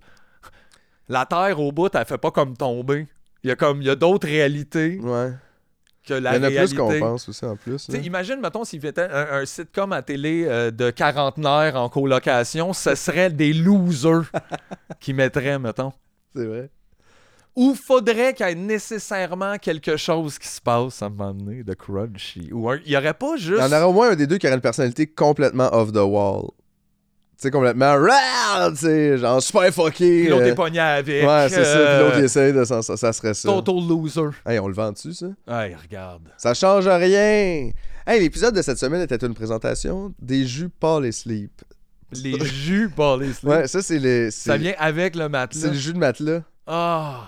La Terre, au bout, elle fait pas comme tomber. Il y a d'autres réalités. Ouais. Que la réalité. Il y en a plus qu'on pense aussi, en plus. Imagine, mettons, s'il était un sitcom à télé de quarantenaires en colocation, ce serait des losers qui mettraient, mettons. C'est vrai. Ou faudrait qu'il y ait nécessairement quelque chose qui se passe à un moment donné de crunchy. Ou il y aurait pas juste... Il y en aurait au moins un des deux qui aurait une personnalité complètement off the wall. sais, complètement, tu sais, genre super fucké. Puis l'autre est pogné avec. Ouais, c'est ça. Puis l'autre, il essaye de ça serait ça. Total loser. Hey, on le vend dessus, ça? Hey, regarde. Ça change rien. Hey, l'épisode de cette semaine était une présentation des jus Paul et Sleep. Les jus Paul et Sleep. Ouais, ça, c'est les... Ça vient avec le matelas. C'est le jus de matelas. Ah!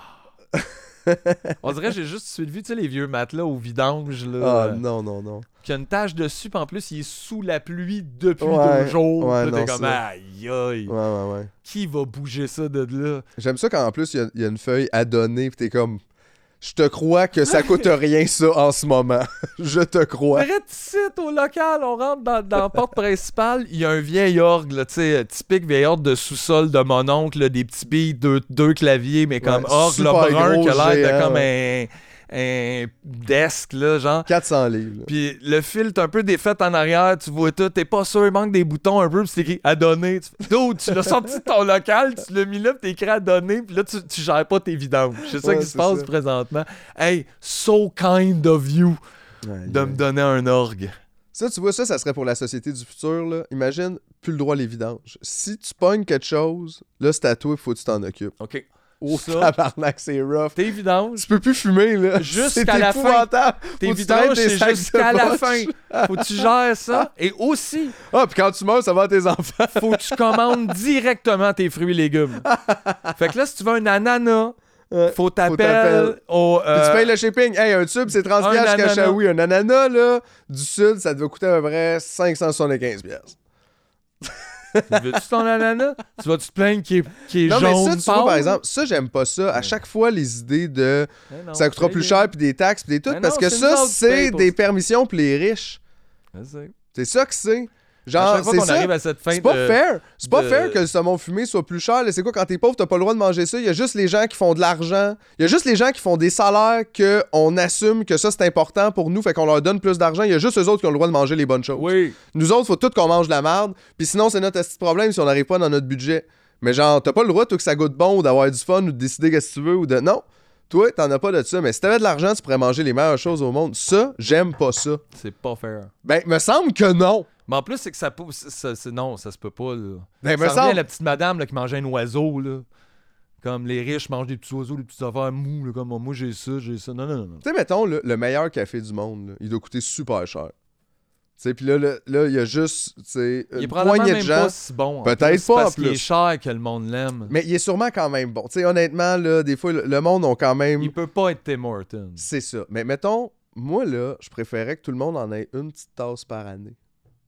On dirait que j'ai juste vu, tu sais, les vieux matelas au vidange, là. Ah, non, non, non. Qu'il y a une tache dessus, puis en plus, il est sous la pluie depuis Ouais, 2 jours. ouais, Là, t'es non, comme, ça. aïe, aïe. Ouais. Qui va bouger ça de là? J'aime ça quand en plus, il y a une feuille à donner, pis t'es comme... Je te crois que ça coûte rien, ça, en ce moment. Je te crois. Arrête ici, au local, on rentre dans la porte principale, il y a un vieil orgue, là, tu sais, typique vieil orgue de sous-sol de mon oncle, là, des petits billes, deux claviers, mais comme Ouais, orgue, là, super brun, gros, qui a l'air de géant, comme un desk, là, genre. 400 livres. Là. Puis le fil est un peu défait en arrière, tu vois tout, t'es pas sûr, il manque des boutons un peu, puis c'est écrit à donner. Dude, tu l'as sorti de ton local, tu l'as mis là, puis t'es écrit à donner, puis là, tu gères pas tes vidanges. C'est ça qui se passe présentement. Hey, so kind of you de me donner un orgue. Ça, tu vois, ça serait pour la société du futur, là. Imagine, plus le droit à les vidanges. Si tu pognes quelque chose, là, c'est à toi, il faut que tu t'en occupes. OK. Oh, Ça, tabarnak, c'est rough. tes vidanges. Tu peux plus fumer, là. Jusqu'à la fin. Tes Faut que tu vidanges, traites tes c'est sacs de jusqu'à la poche. fin. Faut que tu gères ça. Et aussi, Ah, puis quand tu meurs, ça va à tes enfants. faut que tu commandes directement tes fruits et légumes. Fait que là, si tu veux un ananas, faut t'appeler au... Puis tu payes le shipping. Hey, un tube, c'est 30$ jusqu'à ananas. Shawi. Un ananas, là, du sud, ça devait coûter à peu près 575$. Veux-tu ton ananas? Tu vas-te plaindre qu'il est Non, jaune, mais ça, tu vois, par exemple, ça, j'aime pas ça. À chaque fois, les idées de ça coûtera plus cher, puis des taxes, puis des tout, Mais parce non, que c'est ça, nous autres qui c'est payent pour des ça. permissions pour les riches. C'est ça que c'est. Genre, à chaque fois c'est qu'on ça. arrive à cette fin C'est pas de... fair. C'est pas de- fair que le saumon fumé soit plus cher. Là, c'est quoi, quand t'es pauvre, t'as pas le droit de manger ça. Il y a juste les gens qui font de l'argent. Il y a juste les gens qui font des salaires qu'on assume que ça, c'est important pour nous, fait qu'on leur donne plus d'argent. Il y a juste eux autres qui ont le droit de manger les bonnes choses. Oui. Nous autres, faut tout qu'on mange de la merde. Puis sinon, c'est notre petit problème si on n'arrive pas dans notre budget. Mais genre, t'as pas le droit, toi, que ça goûte bon ou d'avoir du fun ou de décider qu'est-ce que tu veux ou de... Non. Toi, t'en as pas de ça. Mais si t'avais de l'argent, tu pourrais manger les meilleures choses au monde. Ça, j'aime pas ça. C'est pas fair. Ben, me semble que non. Mais en plus, c'est que non, ça se peut pas, là. Ben, me Ça revient à semble... la petite madame là, qui mangeait un oiseau, là. Comme les riches mangent des petits oiseaux, des petites affaires mous, là, comme moi j'ai ça. Non. Tu sais, mettons, le meilleur café du monde, là, il doit coûter super cher. Tu sais, puis là, il y a juste, tu sais, Il est une probablement poignée de même gens. pas si bon. Peut-être pas, en parce qu'il est plus. cher que le monde l'aime. Mais il est sûrement quand même bon. Tu sais, honnêtement, là, des fois, le monde ont quand même... Il peut pas être Tim Hortons. C'est ça. Mais mettons, moi, là, je préférais que tout le monde en ait une petite tasse par année.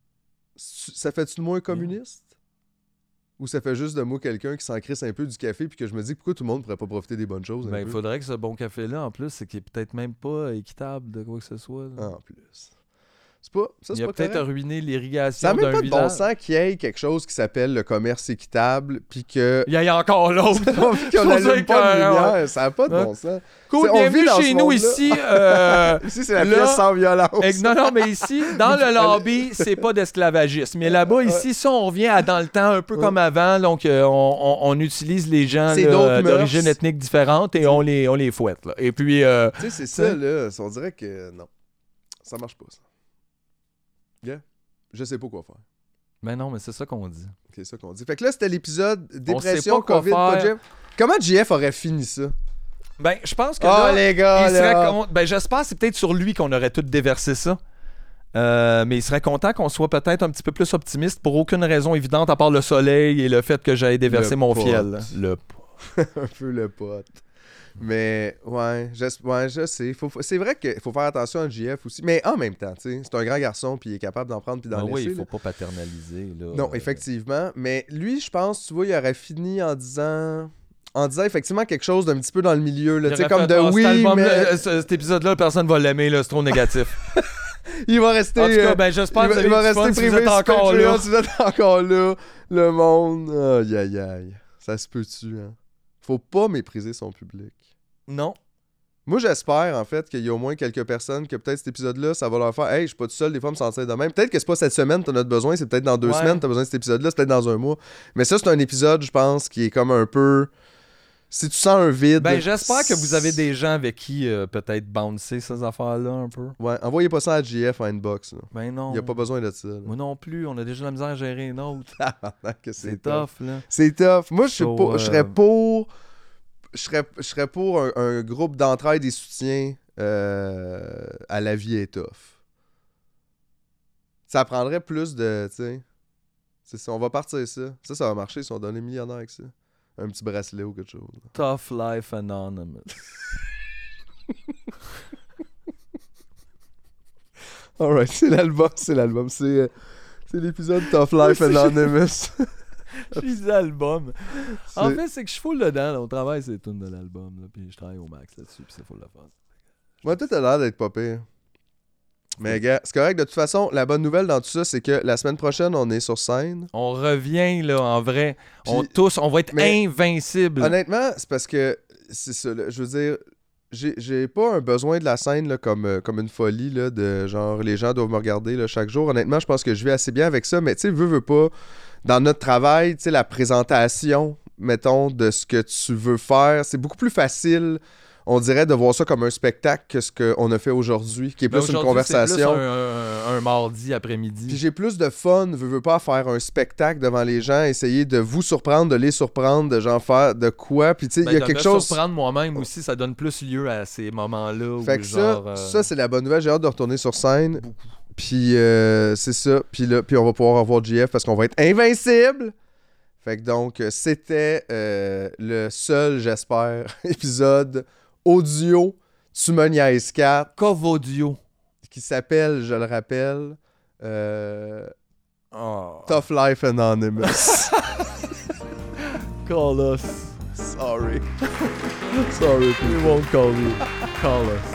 Ça fait-tu de moi un communiste? Ou ça fait juste de moi quelqu'un qui s'en crisse un peu du café puis que je me dis pourquoi tout le monde pourrait pas profiter des bonnes choses un Ben, il peu? faudrait que ce bon café-là, en plus, c'est qu'il est peut-être même pas équitable de quoi que ce soit. là. En plus. C'est pas... Ça, Il c'est a pas peut-être correct. ruiné Ça l'irrigation n'a même d'un pas de bon village. sens qu'il y ait quelque chose qui s'appelle le commerce équitable puis que... Il y a encore l'autre. qu'on trouve ça n'allume pas de écœurant, lumière. Ça n'a pas de Hein? bon sens. Cool, On vit bienvenue dans ce chez nous monde-là. ici. Ici, c'est la là, pièce sans violence. Non, mais ici, dans le lobby, c'est pas d'esclavagisme. Mais là-bas, ici, ça, on revient à dans le temps, un peu comme avant. Donc, on utilise les gens C'est là, d'autres d'origine mœurs. ethnique différente et on les fouette. Là. Et puis, Tu sais, c'est ça, là. On dirait que non. Ça marche pas, ça. Yeah. Je sais pas quoi faire. mais non, mais c'est ça qu'on dit. C'est ça qu'on dit. Fait que là, c'était l'épisode sait dépression, pas quoi COVID, pas faire. Jeff. Comment JF aurait fini ça? Ben, je pense que Oh, là, les gars, il serait là. ben, j'espère que c'est peut-être sur lui qu'on aurait tout déversé ça. Mais il serait content qu'on soit peut-être un petit peu plus optimiste pour aucune raison évidente à part le soleil et le fait que j'aille déverser Le mon pote. fiel. Un peu le pote. Mais, ouais, je sais. C'est vrai qu'il faut faire attention à JF aussi. Mais en même temps, tu sais, c'est un grand garçon puis il est capable d'en prendre puis d'en Ben oui, laisser. il faut là. pas paternaliser. Là. Non, effectivement. Mais lui, je pense, tu vois, il aurait fini en disant effectivement quelque chose d'un petit peu dans le milieu. Là, Il tu sais, aurait comme fait, de cet oui, album-là, mais cet épisode-là, personne va l'aimer, là, c'est trop négatif. il va rester. En tout cas, ben, j'espère que vous il va avez du rester fun si vous privé êtes sur encore Patreon, là. si vous êtes encore là. Le monde. Aïe, aïe, aïe. Ça se peut-tu, hein? Faut pas mépriser son public. Non. Moi, j'espère, en fait, qu'il y a au moins quelques personnes que peut-être cet épisode-là, ça va leur faire « Hey, je suis pas tout seul, des fois, me sentir de même. » Peut-être que c'est pas cette semaine t'en as besoin, c'est peut-être dans 2 Ouais. semaines t'as besoin de cet épisode-là, c'est peut-être dans un mois. Mais ça, c'est un épisode, je pense, qui est comme un peu... Si tu sens un vide... Ben, j'espère que vous avez des gens avec qui peut-être bouncer ces affaires-là un peu. Ouais, envoyez pas ça à JF en inbox. Là. Ben non. Il n'y a pas besoin de ça. Là. Moi non plus, on a déjà la misère à gérer une autre. Que c'est tough, là. C'est tough. Moi, je serais pour... Je serais pour un groupe d'entraide et soutien à la vie est tough. Ça prendrait plus de... Tu sais, c'est ça, on va partir ça. Ça va marcher si on donne les millionnaires avec ça. Un petit bracelet ou quelque chose. Tough Life Anonymous. Alright, c'est l'album. C'est l'épisode Tough Life Anonymous. Je dis l'album. En fait, c'est que je suis full dedans. Là, au travail, c'est tout de l'album. Là, puis je travaille au max là-dessus. Puis c'est full de fun. Moi, toi, t'as l'air d'être pas pire. Mais gars, c'est correct. De toute façon, la bonne nouvelle dans tout ça, c'est que la semaine prochaine, on est sur scène. On revient, là, en vrai. Puis, on va être invincible. Honnêtement, c'est parce que, c'est ça, là, je veux dire, j'ai pas un besoin de la scène là, comme une folie, là, de genre, les gens doivent me regarder là, chaque jour. Honnêtement, je pense que je vais assez bien avec ça. Mais tu sais, veux pas, dans notre travail, tu sais, la présentation, mettons, de ce que tu veux faire, c'est beaucoup plus facile. On dirait de voir ça comme un spectacle que ce qu'on a fait aujourd'hui, qui est plus une conversation. C'est plus un mardi après-midi. Puis j'ai plus de fun, veux pas faire un spectacle devant les gens, essayer de vous surprendre, de les surprendre, de genre faire de quoi. Puis tu sais, il y a quelque chose. Surprendre moi-même aussi, ça donne plus lieu à ces moments-là. Fait que ça, c'est la bonne nouvelle. J'ai hâte de retourner sur scène. Beaucoup. Puis c'est ça. Puis on va pouvoir revoir JF parce qu'on va être invincible. Fait que donc, c'était le seul, j'espère, épisode audio Tu me niaises 4 Covodio qui s'appelle, je le rappelle, Tough Life Anonymous. Call us. Sorry. Sorry, we won't call you. Call us.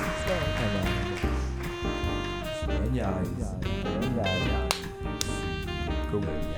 Tu me niaises. Cool.